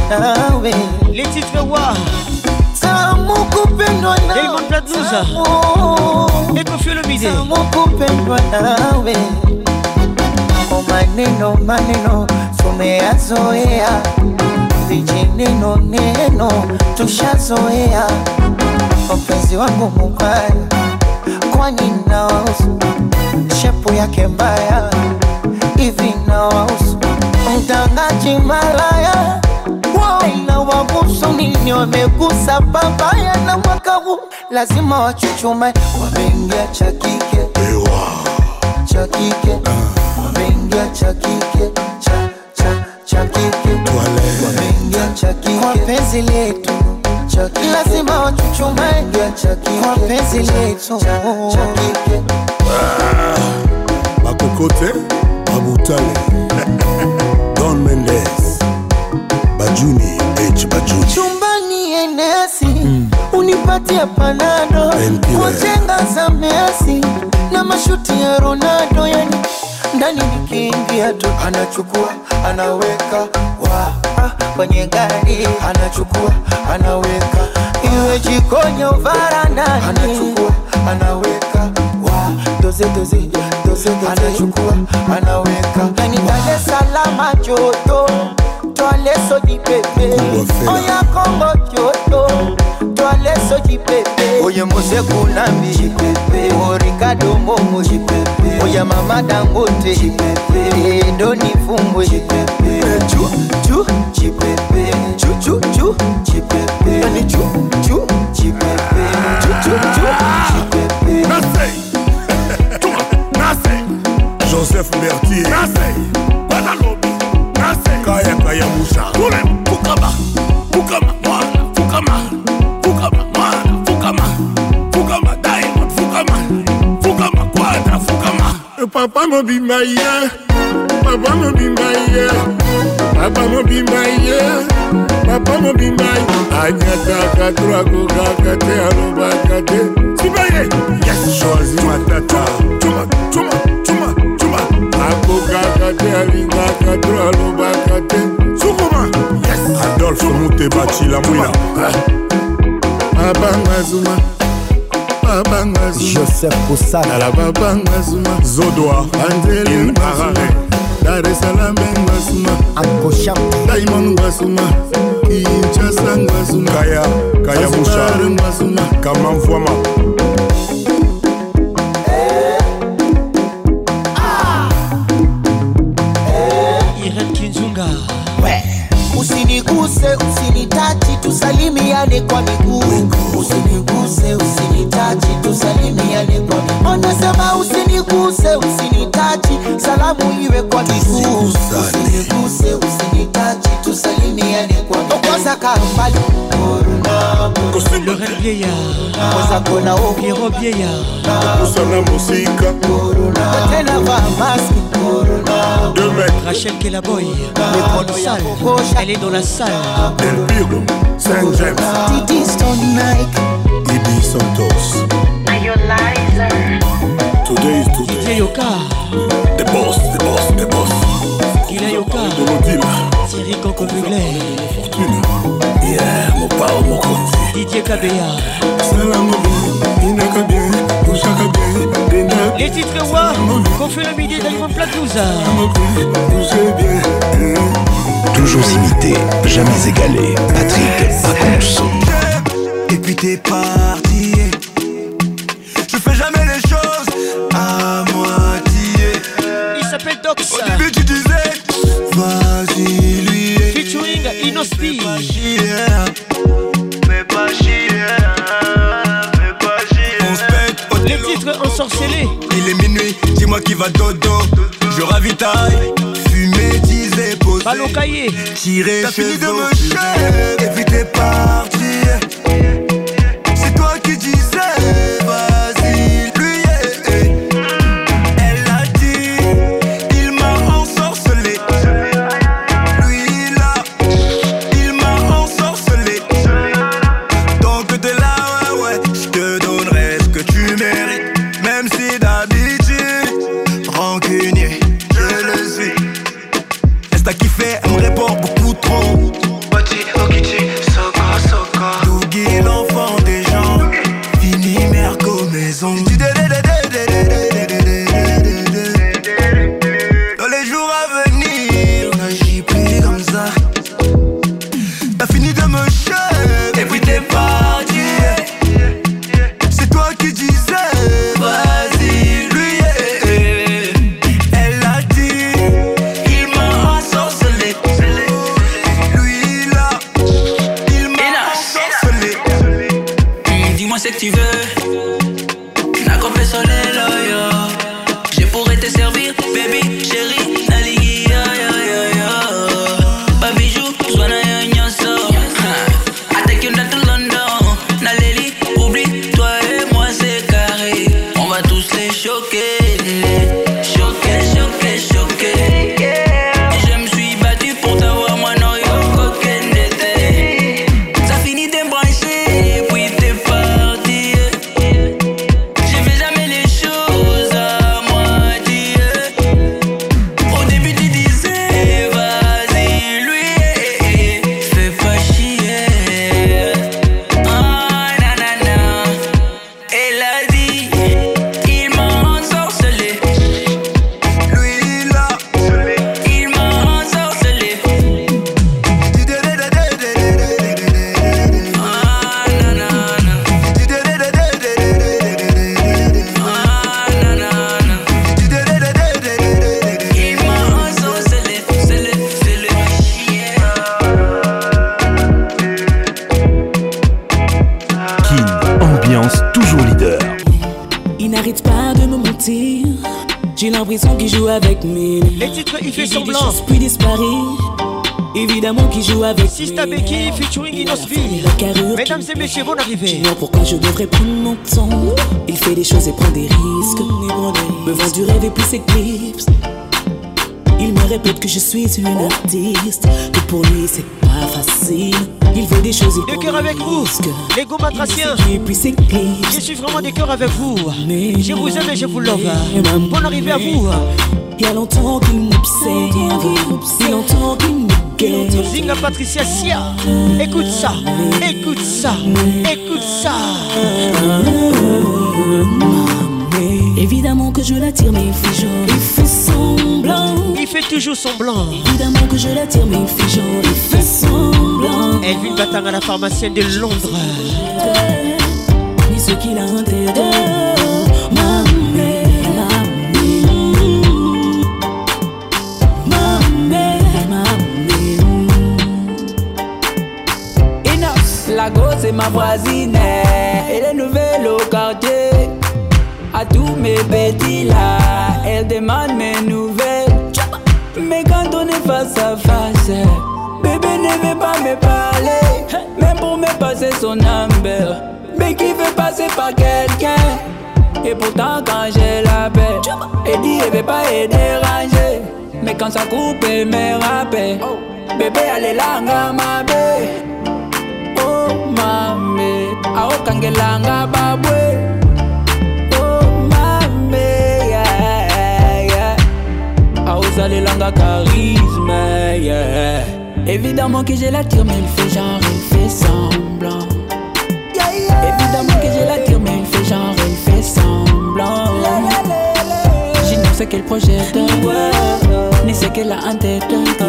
nawe. Les titres wa tamu kupendwa nawe. Diamond Platnumz et Koffi Olomide. Tamu kupendwa nawe. O maneno maneno tumeyazoea, vijineno neno tushazoea. Mpenzi wangu mubaya, kwani nawahusu? Shepu yake mbaya, hivi nawahusu? Mtangaji malaya, inawahusu nini? Wamegusa babaya na mwaka huu lazima wachuchume. Wameingia cha kike, cha kike, wameingia cha kike, cha cha cha kike, wameingia cha kike. Kwa penzi letu lazima wachuchume kwa penzi letu. Bakokote, Babutale, Don Mendes, Bajuni, H Bajuni. Chumbani enesi, mm. unipatia panado, wajenga za Messi na mashuti ya Ronaldo. Yani ndani nikiingia tu anachukua anaweka wa ah, kwenye gari anachukua anaweka, iwe jikoni au varandani anachukua anaweka wa doze doze doze doze anachukua anaweka. Yani Dar es Salaam joto toale so di pepe, oya Kongo joto toale so di pepe, oye Mose Kunambi jipepe, o Ricardo Momo jipepe, oya Mama Dangote jipepe, Doni Fumbo jipepe, chu chu jipepe, chu chu chu jipepe, yani chu chu jipepe, chu chu chu jipepe. Nasei, tuma, Nasei, Joseph Berthier, Nasei, Badalobi, Nasei, Kaya Kaya Moussa, Touré, Fukama, Fukama, Mwana, Fukama, Fukama, Mwana, Fukama, Fukama, Diamond, Fukama, Fukama, Quadra, Fukama. Papa mo bimba yeah, Papa mo bimba yeah, Papa mo bimba yeah, Papa mo bimba yeah. Anyata katura kukakate alubakate. Sibaye, yes, choisi matata. Chuma, chuma, chuma, chuma. Akukakate alingakatura alubakate. Sukuma, yes. Adolphe Moutebachi la mouila. Abanga Zuma. Joseph Koussana la Babanga Zuma Zodoa Angeli Harare Dar es Salaam Ngwasuma Ankosha Diamond Ngwasuma Kinshasa Ngwasuma Kaya Kaya Moussa Ngwasuma Kamamvwama Irene Kinzunga. Ouais. Usiniguse, usinitachi, tusalimiane kwa miguu. Usiniguse, usinitachi, tusalimiane kwa miguu. Anasema usiniguse, usinitachi, salamu iwe kwa miguu. Usiniguse, usinitachi, tusalimiane kwa miguu. Okoza karumbali Le Reine Vieillard, Okoza kona o Pierrot Vieillard, Usana Musika Tena va maski Deux mecs Rachel Kelaboy, salle. Elle est dans la salle. Del Piro Saint James Didi Stone Nike Ibi Santos Today is today D J Yoka, The boss, the boss, the boss Gila Yoka, Thierry Coco Mugler, Fortune Yeah, mon pao, mon konzi Didier Kabea. Salam Inaka bien, Ushaka bien Dena Les titres wa Koffi Olomide, Diamond Platnumz. Toujours imité, jamais égalé. Patrick Pacons. Et puis t'es parti. Je fais jamais les choses à moitié. Il s'appelle Dox. Au début tu disais vas-y lui. Featuring Inospi. Fais pas chier. Fais pas chier. On se pète. Les titres ensorcelés. Il est minuit, dis-moi qui va dodo. Je ravitaille, fumer, teaser, poser. Ballon cahier. Tirer, t'as fini de me chier. Et puis t'es parti. C'est toi qui disais vas-y, lui est. Elle a dit, il m'a ensorcelé. Lui là, il m'a ensorcelé. Donc t'es là, ouais, ouais. Je te donnerai ce que tu mérites. Même si d'habitude, rancunier, je le suis. Est-ce t'as kiffé? Elle me répond beaucoup trop. Petit, chèvres et puis t'es parti. C'est toi qui disais vas-y, lui elle a dit il m'a ensorcelé. Lui là, il m'a ensorcelé. Dis-moi ce que tu veux. La copie soleil, yo. Je pourrais te servir, baby, chérie, naligi, yo, yo, yo, yo. Pas bijou, soit na yo, nyoso. I take you down to London, na Lely, oublie, toi et moi c'est carré. On va tous les choquer, choquer, choquer, choquer. Je me suis battu pour t'avoir, moi non, yo, coquine d'été. Ça finit de brancher, puis t'es parti. Je fais jamais les choses à moitié. Au début tu disais vas-y, lui, fais pas chier. Ah nanana, elle a dit il m'a ensorcelé. Lui là, Il m'a ensorcelé. Ah nanana, ah nanana. Il m'a ensorcelé, c'est le, c'est le chien. Kin, ambiance toujours leader. Il n'arrête pas de me mentir. J'ai l'impression qu'il joue avec mes. Les titres, il fait dit semblant. des choses puis disparaît. Évidemment qu'il joue avec Sista mes. Becky featuring Inosville. La carrure Mesdames et messieurs, bonne arrivée. J'ignore pourquoi je devrais prendre mon temps. Il fait des choses et prend des risques. Me vend du rêve et puis s'éclipse. Il me répète que je suis une artiste, que pour lui c'est pas facile. Il veut des choses, il De prend cœur des avec vous, risques. les gomatraciens. Et puis s'éclipse. Je suis vraiment de cœur avec vous. Je vous aime et je vous love. Bonne arrivée à vous. Il y a longtemps qu'il m'observe. Il y a longtemps qu'il me guette. Zinga Patricia Sia. Écoute ça, écoute ça, écoute ça. Évidemment que je l'attire, mais il fait genre, il fait semblant. Il fait toujours semblant. Évidemment que je l'attire, mais il fait genre, il fait semblant. Elvin Batang à la pharmacienne de Londres. Ni ce qu'il a en tête. Mamé, mamé, mamé, mamé. Inox, la grosse c'est ma voisine. Elle est nouvelle au quartier. À tous mes petits là, elle demande mes nouvelles. Mais quand on est face à face, bébé ne veut pas me parler. Même pour me passer son number, mais qui veut passer par quelqu'un. Et pourtant quand je l'appelle, elle dit elle veut pas être dérangée. Mais quand ça coupe, elle me rappelle. Bébé elle est là, ma bé. Oh mamé, ah oh kangelanga babwe. Elle langa charisme, yeah. Évidemment que je l'attire, mais il fait genre, il fait semblant. Yeah, yeah. Évidemment que je l'attire, mais il fait genre, il fait semblant. J'ignore ce qu'elle projette, ni ce qu'elle a en tête.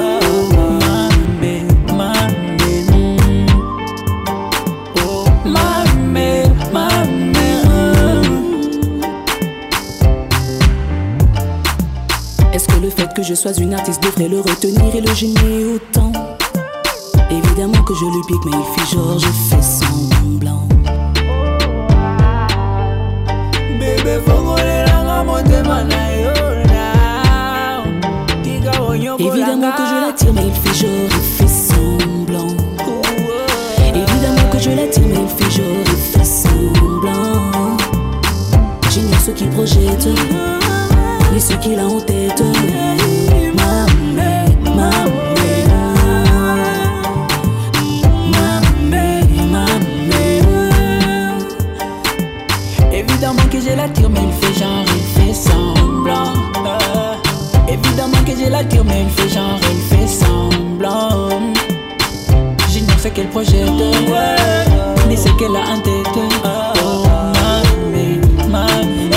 Mamé, mamé, oh mamé, mamé. Est-ce que le fait que je sois une artiste devrait le retenir et le gêner autant? Évidemment que je lui pique, mais il fait genre, je fais semblant. Bébé, faut qu'on ait la ramonte manayona. Évidemment que je l'attire, mais il fait genre, il fait semblant. Évidemment que je l'attire, mais il fait genre, il fait semblant. J'ignore ce qu'il projette, ni ce qu'il a en tête. Mamé, mamé, mamé, mamé. Évidemment que je l'attire, mais il fait genre, il fait semblant. Euh, évidemment que je l'attire, mais il fait genre, il fait semblant. J'ignore ce qu'elle projette, ni ce qu'elle a en tête. Oh, mamé, mamé.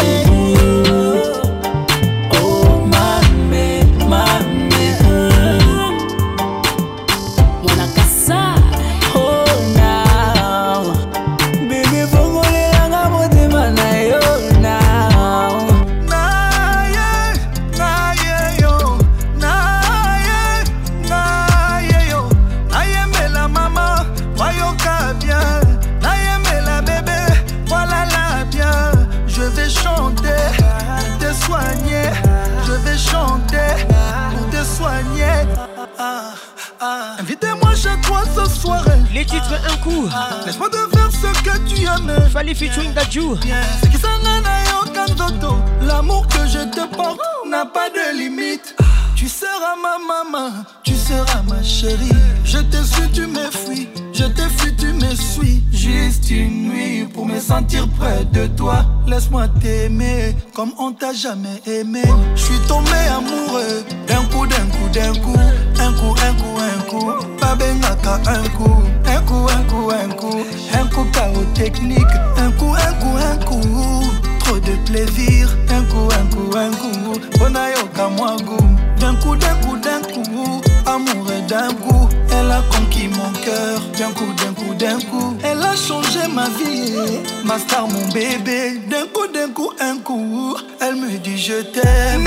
Les titres un coup. Laisse-moi te faire ce que tu aimes. Fallait featuring Dadju. C'est qui s'en a aucun dodo. L'amour que je te porte n'a pas de limite. Tu seras ma maman, tu seras ma chérie. Je te suis, tu me fuis. Je te fuis, tu me suis. Juste une nuit pour me sentir près de toi. Laisse-moi t'aimer comme on t'a jamais aimé. Je suis tombé amoureux d'un coup, d'un coup, d'un coup. Un coup, un coup, un coup. Pas benaka, un coup. Un coup, un coup, un coup. Un coup, chaos technique. Un coup, un coup, un coup. Trop de plaisir. Un coup, un coup, un coup. Bonayoka moi goût. D'un coup, d'un coup, d'un coup. Amoureux d'un coup. Elle a conquis mon cœur. D'un coup, d'un coup, d'un coup. Elle a changé ma vie. Ma star, mon bébé. D'un coup, d'un coup, un coup. Elle me dit je t'aime.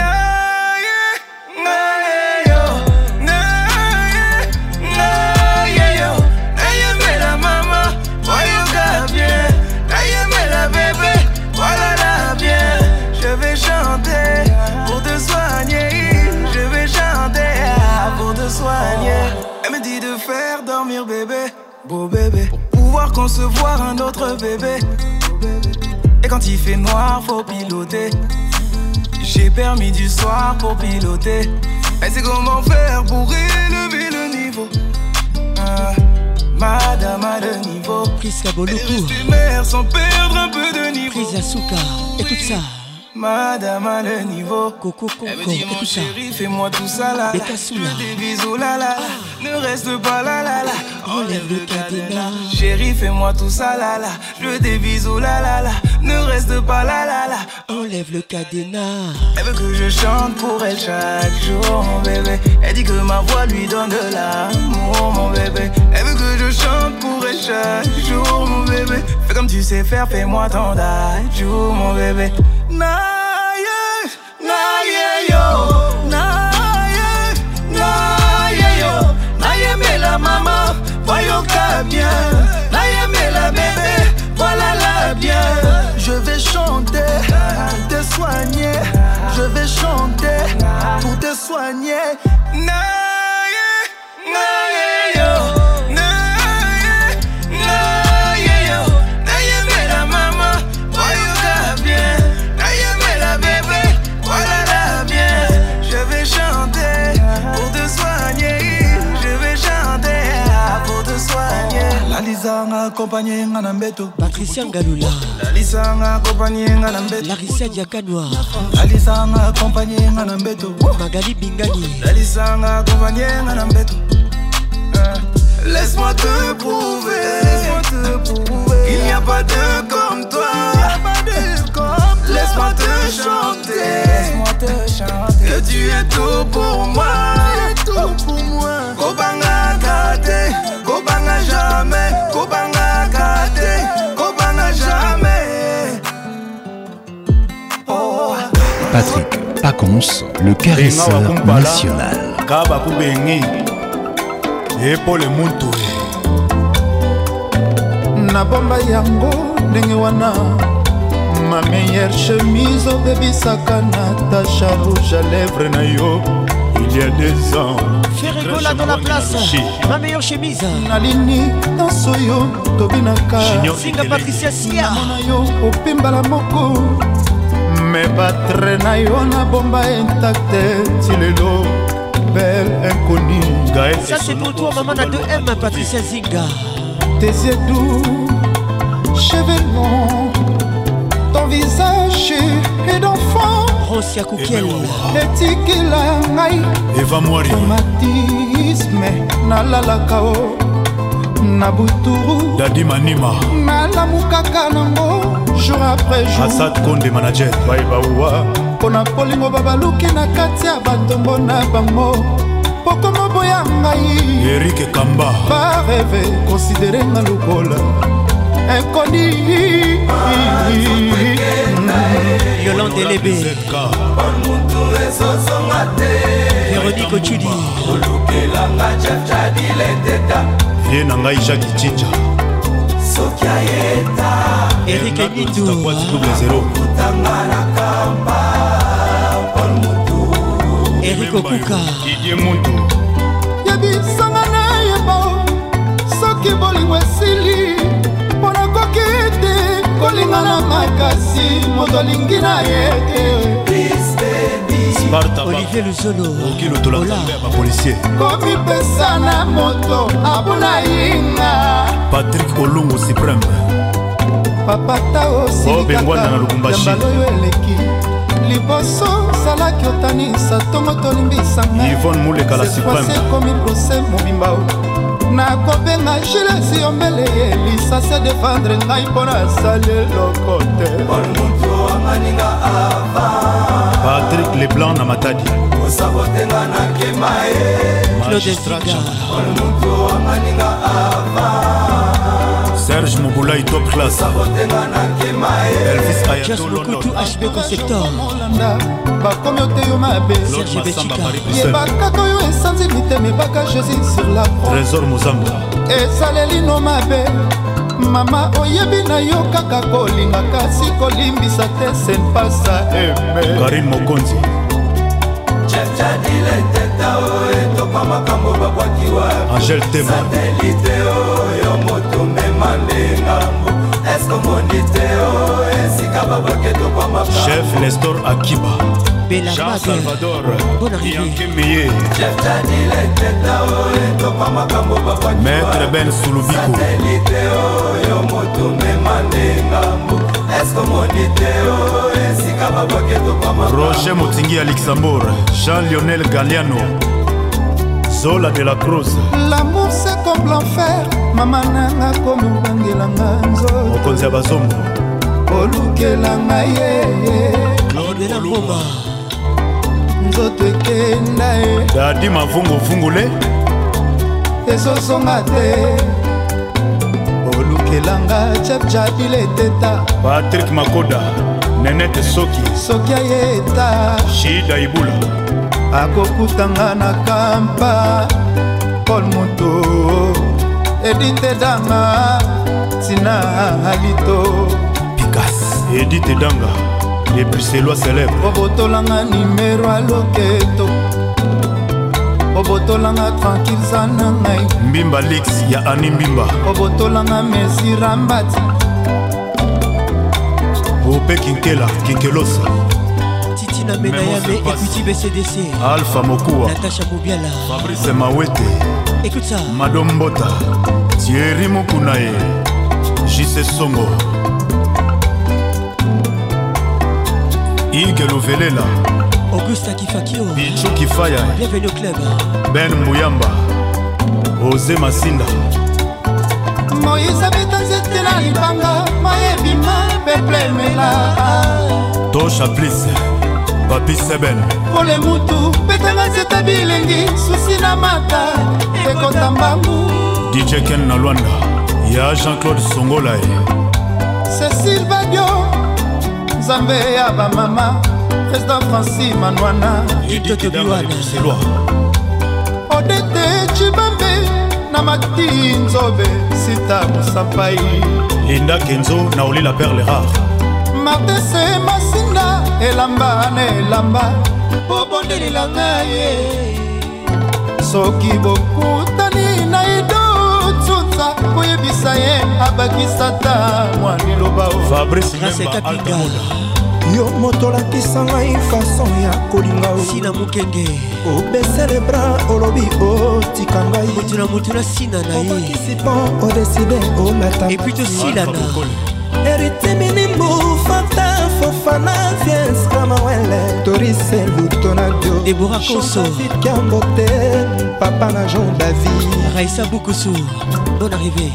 Je vais chanter pour te soigner. Je vais chanter pour te soigner. Elle me dit de faire dormir bébé, beau bébé, pour pouvoir concevoir un autre bébé. Et quand il fait noir, faut piloter. J'ai permis du soir pour piloter. Elle sait comment faire pour élever le niveau. Ah, madame a le niveau. Prise Kaboloku. Rester mère sans perdre un peu de niveau. Prise Asuka. Écoute ça. Madame a le niveau. Coco Coco. Elle me dit mon chéri, fais-moi tout ça là. Les Kassoula. Je veux des bisous là là. Ne reste pas là là là. Enlève le cadenas. Chéri, fais-moi tout ça là là. Je veux des bisous là là là. Ne reste pas là là là. Enlève le cadenas. Elle veut que je chante pour elle chaque jour, mon bébé. Elle dit que ma voix lui donne de l'amour, mon bébé. Elle veut que je chante pour elle chaque jour, mon bébé. Fais comme tu sais faire, fais-moi ton Dadju, mon bébé. Naye, naye yo, naye, naye yo, naye mais la maman, voyons qu'à bien, naye mais la bébé, voilà la bien. Je vais chanter pour te soigner, je vais chanter pour te soigner. Naye, naye yo, naye, naye yo, naye mais la maman, voyons qu'à bien. Je vais chanter pour te soigner. Je vais chanter pour te soigner. La Lisa m'a accompagné à Nambeto. Patricia Ngalula. La Lisa m'a accompagné à Nambeto. Larissa Diakanoa. La Lisa m'a accompagné à Nambeto. Magali Bingani. La Lisa m'a accompagné à Nambeto. Laisse-moi te prouver, laisse-moi te prouver qu'il n'y a pas de comme toi. Laisse-moi te chanter, laisse-moi te chanter que tu es tout pour moi, tout pour moi. Kobanga kate, Kobanga jamais, Kobanga kate, Kobanga jamais. Oh. Patrick Pacons, le caresseur national. Kaba kubengi, Paul Muntu. Nabomba yango ndenge wana. Ma meilleure chemise au baby sakana tacha rouge à lèvres na yo. Il y a deux ans. Ferregola dans la place. Ma meilleure chemise. Nalini dans soyo tobinaka. Singa Patricia Sia. Mona yo opimba la moko. Me batre na yo na bomba intacte tilelo. Belle inconnue. Ça c'est pour toi maman à deux M Patricia Zinga. Tes yeux doux, cheveux longs. Ton visage est d'enfant. Rosia Koukiel. Etikila ngai. Eva Mwari. Traumatisme na lalakao. Na buturu. Dadi Manima. Na lamukaka nango. Jour après jour. Assad Konde manager. Baiba uwa. Pona polingo babaluki na kati ya batombo na bango. Poko moboya ngai. Eric Kamba. Ba rêve considéré nga lukola. Inconnu. Yolande Lébé. Véronique Ochudi. Viens Nangai Jackie Chinja. Eric Nidou. Eric Okuka. Didier Muntu. Yabi sangana yebo. Soki boli bolingo esili mpo nakoki te kolingana makasi moto alingi na ye Olivier Luzolo policier komipesa na moto abuna yinga Patrick Olungo Supreme papata osilikakayambala oyo eleki liboso salaki otanisa tongo tolimbisanga Yvonne Muleka la Supreme ekomi prose mobimba o nakobenga gilesi yombele ye lisase defendre ngai mpo nasali eloko te Patrick Leblanc na Matadi osabotenga nakema ye Magistrat Serge Mobulai top class Elvis Ayato London H B Conceptor bakomi oteyo mabe Serge Bechika yebakaka oyo esanzi mitema ebaka jésus sur la Trésor Mozamba esaleli no mabe mama oyebi na yo kaka kolinga kasi kolimbisa te senpasa eme Karine Mokonzi Angel Tema Chef Nestor Akiba Jean Salvador Yankemeye Maître Ben Sulubiko Roger Motingi à Luxembourg Jean-Lionel Galliano Zola de la Cruz l'amour c'est comme l'enfer mama nanga komi obangelanga nzoto mokonzi ya bazombo olukelanga ye Claude Lambomba nzoto ekenda e Dadi Mavungo Vungule ezosonga te olukelanga chepchapile eteta Patrick Makoda Nenete Soki soki ayeta Shida Ibula akokutanga na kampa Paul Moto Edith Danga Tina Alito Pikas Edith Danga les Bruxellois célèbres obotolanga nimero a loketo obotolanga tranquille sana ngai Mbimba Lix ya Ani Mbimba obotolanga Messi Rambati Ope Kinkela Kinkelosa Titina Menayame Equity B C D C Alpha Mokua Natacha Mobiala Fabrice Mawete Écoute ça Madame Mbota Thierry Mokunae J C Songo Ige Lovelela Augusta Kifakio Pichu Kifaya Bienvenue au club Ben Muyamba Ose Masinda Moïse Betanzete na libanga Maebima Peple Mela Tosha Bliss Papi Seben Pole mutu Petanga zeta bilengi Susi na mata Ekotambamu D J Ken na Luanda Ya Jean-Claude Songolae Cécile Badio Zambé ya ba mama Président Francis Manwana Itoto Biwana Odete Chibambe na Mati Nzobe Sita Moussapai Linda Kenzo na Oli la perle rare Martin Se Masinda Elamba na elamba Bobondelila ngaye Soki bokutani na ido Tsutsa koyebisa ye abakisata mwani loba Fabrice Memba Altamoda yo moto olakisa ngai fason ya kolinga sina mokenge obese le bras olobi otika ngai motu na motu na sina na ye obakisi mpo odeside olata epuis tosilana eritiminimu fata fofana viens kamawele torise lutonadio Deborah Konso kambote papa na Jean David Raissa Boukoussou bonne arrivée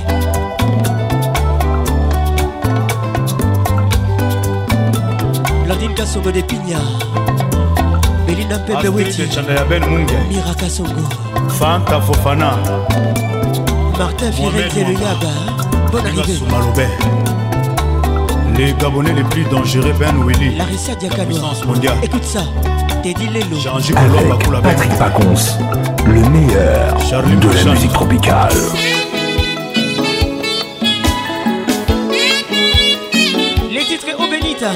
Blandine Kassongo de Pigna Belinda Mpembe Weti Mira Kassongo Fanta Fofana Martin Firenze le Yaga bonne arrivée les Gabonais les plus dangereux Ben Willy Larissa Diakano écoute ça Teddy Lelo avec Patrick Pacons le meilleur Charlie de Bouchan. La musique tropicale. Les titres Obenita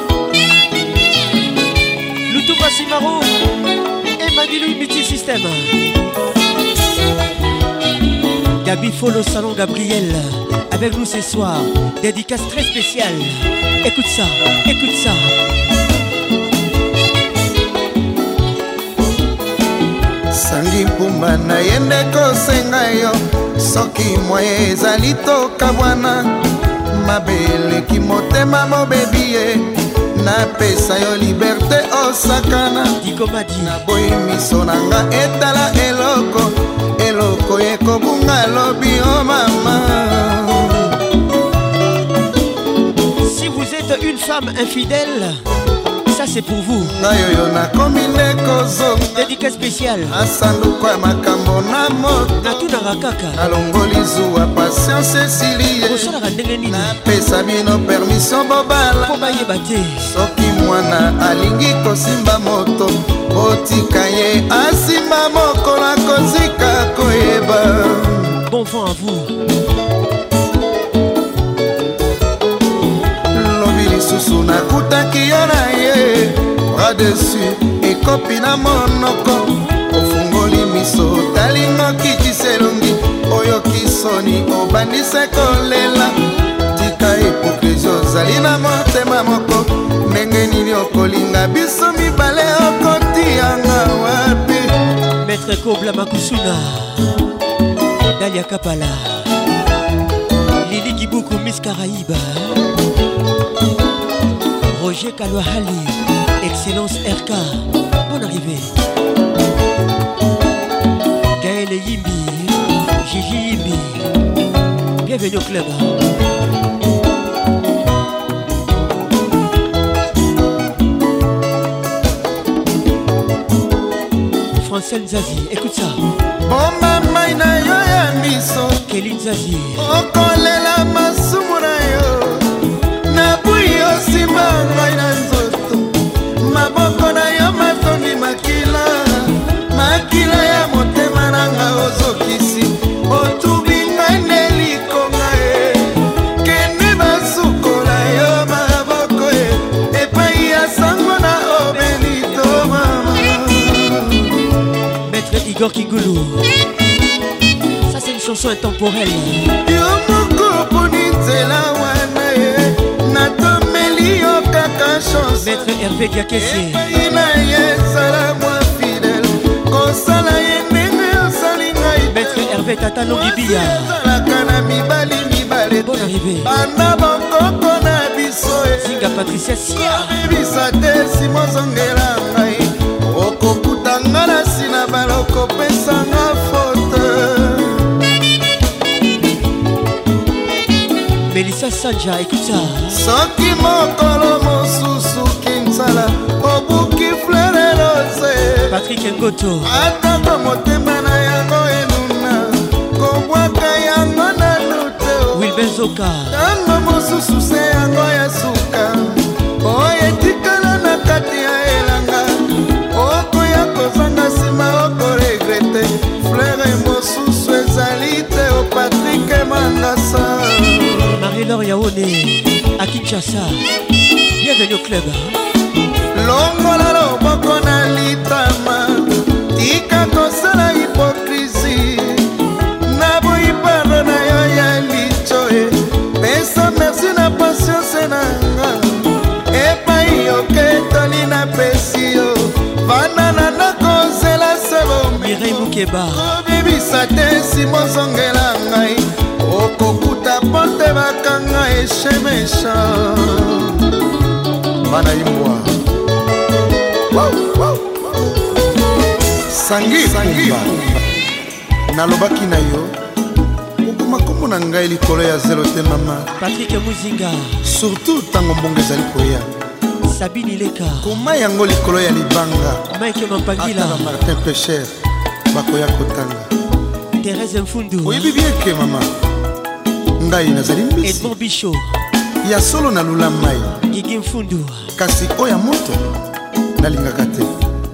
Lutuba Simaro et Manilu Multi System Gabi Follow Salon Gabriel avec nous ce soir. Dédicace très spéciale. Écoute ça, écoute ça. Sangi pumba na yende kosenga yo soki moye ezali toka bwana mabeleki motema mobebie napesa yo liberté osakana dikomadi naboyi miso nanga etala eloko eloko ekobunga lobi o mama. Si vous êtes une femme infidèle, ça c'est pour vous. Nayoyo na komine kozo dédicace spéciale asanduko ya makambo na moto natunaka kaka alongoli zuwa patience esilie kosalaka ndenge nini napesa bino permission bobala po bayeba te soki mwana alingi kosimba moto otika ye asimba mokolo akozika koyeba. Bon vent à vous. Lobi lisusu nakutaki yo na ye bras dessus ekopi na monoko ofungoli miso talingo kitiselongi oyo kisoni obandise kolela tika hipokrizi ozali na motema moko ndenge nini okolinga biso mibale okotiyanga wapi. Maître Kobla Makusuna Dalia Kapala Lili Kibuku Miss Caraïba Roger Kalouahali Excellence R K. Bonne arrivée. Gaël Yimbi Gigi Yimbi. Bienvenue au club. Francine Zazie, écoute ça. Bon mama ina yo ya miso Kéline Zazie okolela masumu na yo nabuyi osimba ngai na nzoto maboko na yo matondi makila makila ya motema nanga ozokisi otubi ngai nelikonga e kende basukola yo maboko e epai ya sango na obelito mama. Maître Igor Kingulu. Ça c'est une chanson intemporelle. Yo moko poni nzela wana ye natomeli yo kaka chance. Maître Hervé Diakesi. Ina ye sala moi fidèle kosala ye ndenge osali ngai. Maître Hervé Tata Longibia. Ezalaka na mibali mibale. Bonne arrivée. Banda bokoko na biso e. Zinga Patricia Sia. Bisa te simozongela ngai okokutanga na sina baloko pesanga faute. Melissa Sanja, écoute ça. Soki mokolo mosusu kinsala obuki fleur rose Patrick Ngoto. atako motema na yango enuna kobwaka yango na lute Wilben Zoka. tango mosusu se yango ya suka oyo etikala na kati ya elanga okoya kozanga nsima okoregrete fleur mosusu ezali te o Patrick Mangasa. Marie-Laure Yaone à Kinshasa. Bienvenue au club. Longola loboko na litama tika kosala hipokrisi naboyi pardon na yo ya licho e pesa merci na patience nanga epai oketoli na pesi yo vanda na nakozela sebo Mireille Moukeba kobebisa te simozongela ngai okokuta pote bakanga eshemesha bana imbwa. Wow, wow. Sangi sangi nalobaki na yo okoma kombo na ngai likolo ya zelo te mama. Patrick Muzinga. Surtout tango mbongo ezali koya Sabine Leka. koma yango likolo ya libanga Mike Mampangila. ata Martin Pecher bakoya kotanga. Thérèse Mfundu. oyebi bien ke mama ngai nazali mbisi Edmond Bichot. ya solo nalula mai Gigi Mfundu. kasi oya moto nalingaka te.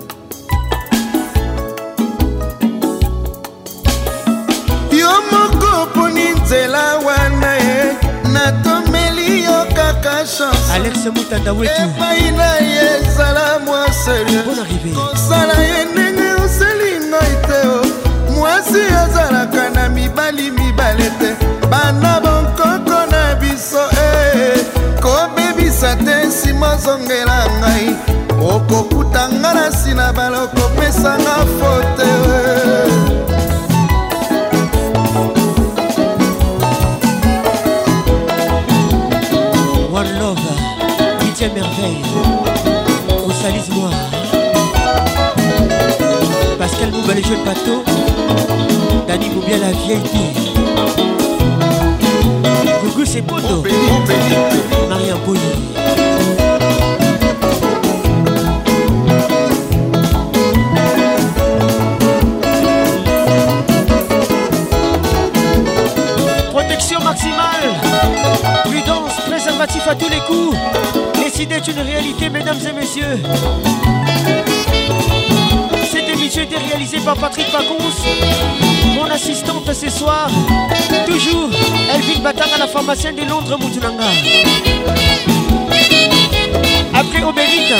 Yo moko poni nzela wana e natomeli yo kaka chance. Alex Mutanda Wetu. epai na ye ezala mwa sérieux Bonne arrivée. kosala ye ndenge oseli ngai te o mwasi azalaka na mibali mibale mozongela ngai okokutanga na sina baloko pesanga fote. One Love, huitième merveille, au Salise-moi. Pascal Mouba, les jeunes bateaux, Dani Moubia, la vieille vie. Gougou, c'est Bono, Maria Bouilly. Protection maximale, prudence, préservatif à tous les coups. Décider est une réalité, mesdames et messieurs. Cette émission est réalisée par Patrick Pacons, mon assistante ce soir. Toujours, Elvin Batang à la pharmacienne de Londres, Moutoulanga. Après Obélite,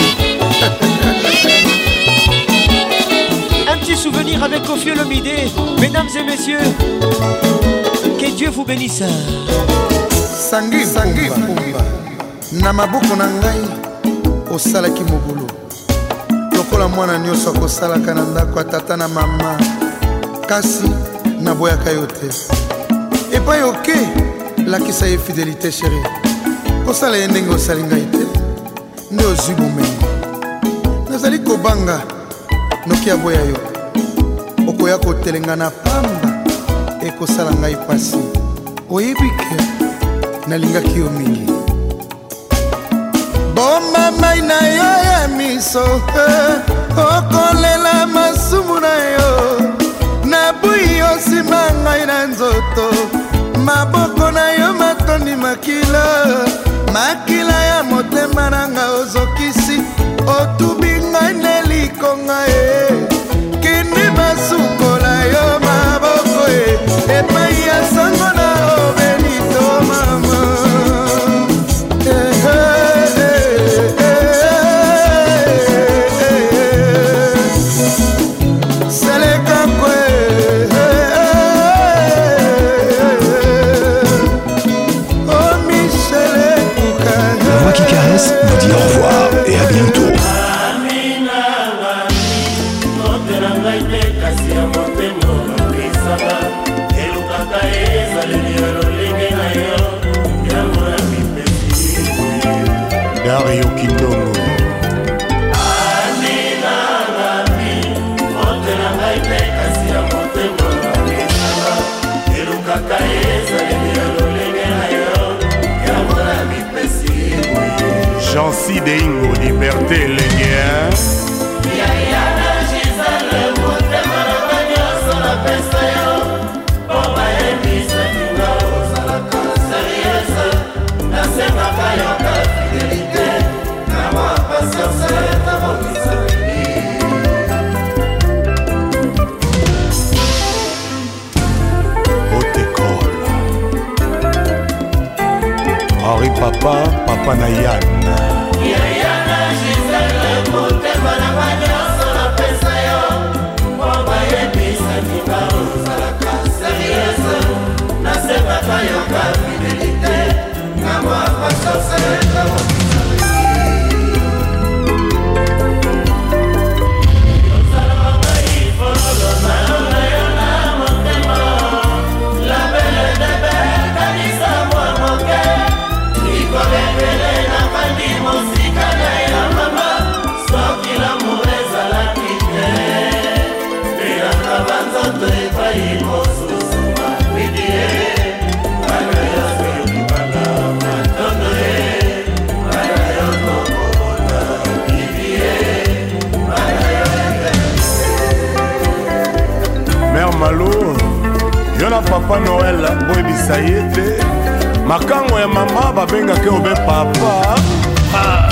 un petit souvenir avec Kofi Olomide. Mesdames et messieurs, que Dieu vous bénisse. Sangi Sangi Pumba na maboko na ngai osalaki mobulu lokola mwana nyonso akosalaka na ndako ya tata na mama, kasi naboyaka yo te epai oke lakisa ye fidélité chérie, kosala ye ndenge osali ngai te nde ozwi bomengo. nazali kobanga noki aboya yo okoya kotelenga na pamba ekosala ngai pasi. oyebi ke nalingaki yo mingi. bomba mai na yo ya miso okolela masumu na yo nabui osima ngai na nzoto maboko na yo matondi makila makila ya motema na nga ozokisi otubi ngai nelikonga e kindi basukola yo maboko e epai ya sango na Obelito mama. Qui caresse vous dit au revoir et à bientôt. Dario Kitongo Jancy Deingo, liberté les liens. Henri Papa, Papa Nayan. Mère Malo, yona Papa Noël, boy bisayete, makango ya mama babenga ke obe papa. Ah.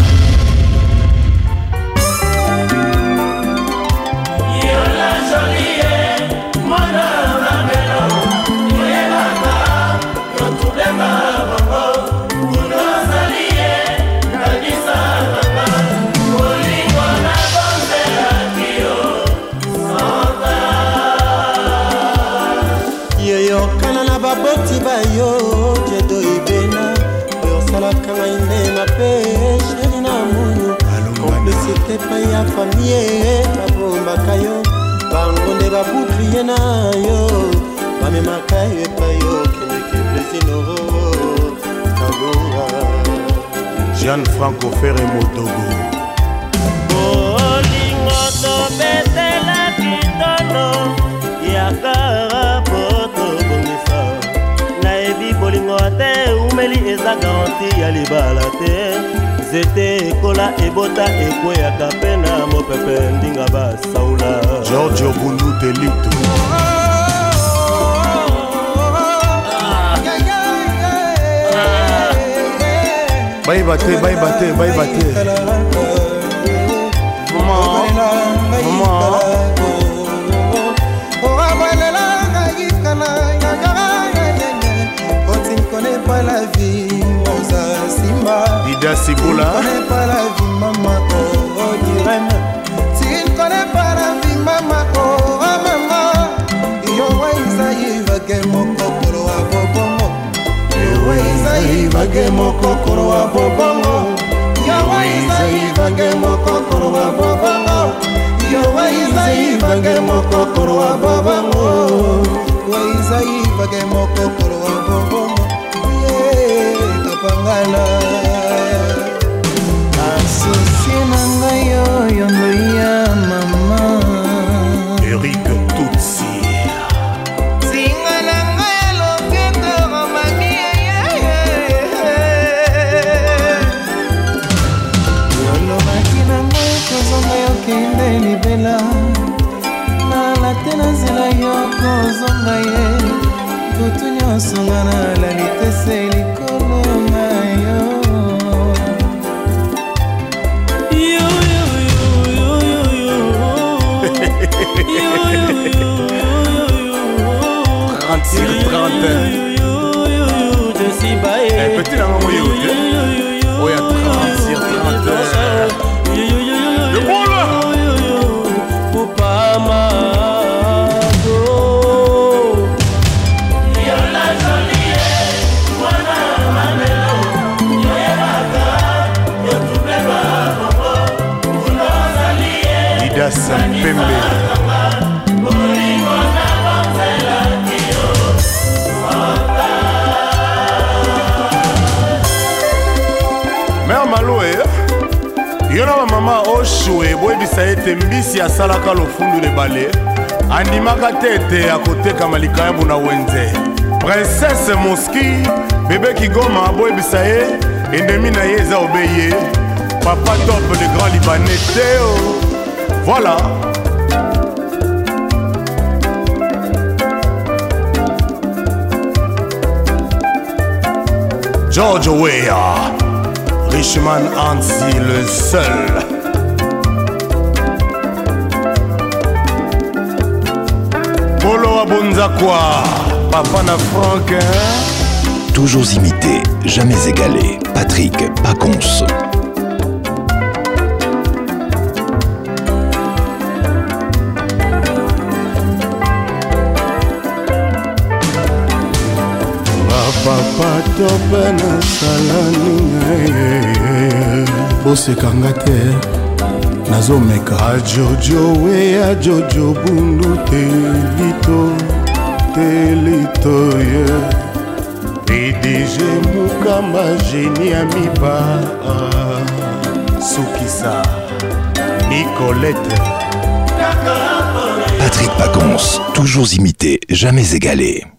baboti bayo jedo ibena oyo salaka ngai nde mape sheri epai ya famille babombaka yo bango nde babuklie na yo bamemaka yo epai yo kendeke plesinoro kabonga Jeanne Franco Ferre Motogo bolingo tobetela kitolo yakara poto bongisa nayebi bolingo te umeli eza garanti ya libala te zete ekola ebota ekweyaka mpe na mopepe ndinga basaula Giorgio Bundu Delito Bye bate, bye bate, bye bate. Maman, maman. Pas la vie, Moza Simba. Dida Siboula. Tu ne connais pas la vie, maman, oh, oh, Irène. Tu ne connais pas la vie, maman, oh, oh, maman. Yo, Waïsa, Iva, Gemo, Kokoro, Abobongo. Yo, Waïsa, Iva, Gemo, Kokoro, Abobongo. Yo, Waïsa, Iva, Gemo, Kokoro, Abobongo. Yo, Waïsa, Iva, Gemo, Kokoro, Abobongo. Waïsa, Iva, Gemo, Kokoro, Abobongo. Kapangala asosie na ngai oyo ndoya mama Eric Tutsi singa na ngai loketo romani yolobaki na ngai kozonga yokende libela nala te na nzela yo kozonga ye kutu nyonso nga nalali te se likolo na yo trente sur trente petit la maman yo oh y'a trente sur trente le bon là Poupama Sampembe Mère Maloé yo na mama oshwe boyebisa ete mbisi asalaka lofundu lebale andimaka te ete akoteka malikayabu na wenze princesse Moski bebe Kigoma boyebisa ye endemi na ye eza obeye papa top le grand libanais Théo. Voilà. George Weah, Richman Ansi le seul. Polo Abunzakwa, Papa na Franck. Hein? Toujours imité, jamais égalé. Patrick Pacons. Papa tope na salani bosekanga te nazomeka ajojo we ajojo bundu telito telito ye P D G Mukamba génie amiba Soukissa Nicolette Patrick Pacons, toujours imité, jamais égalé.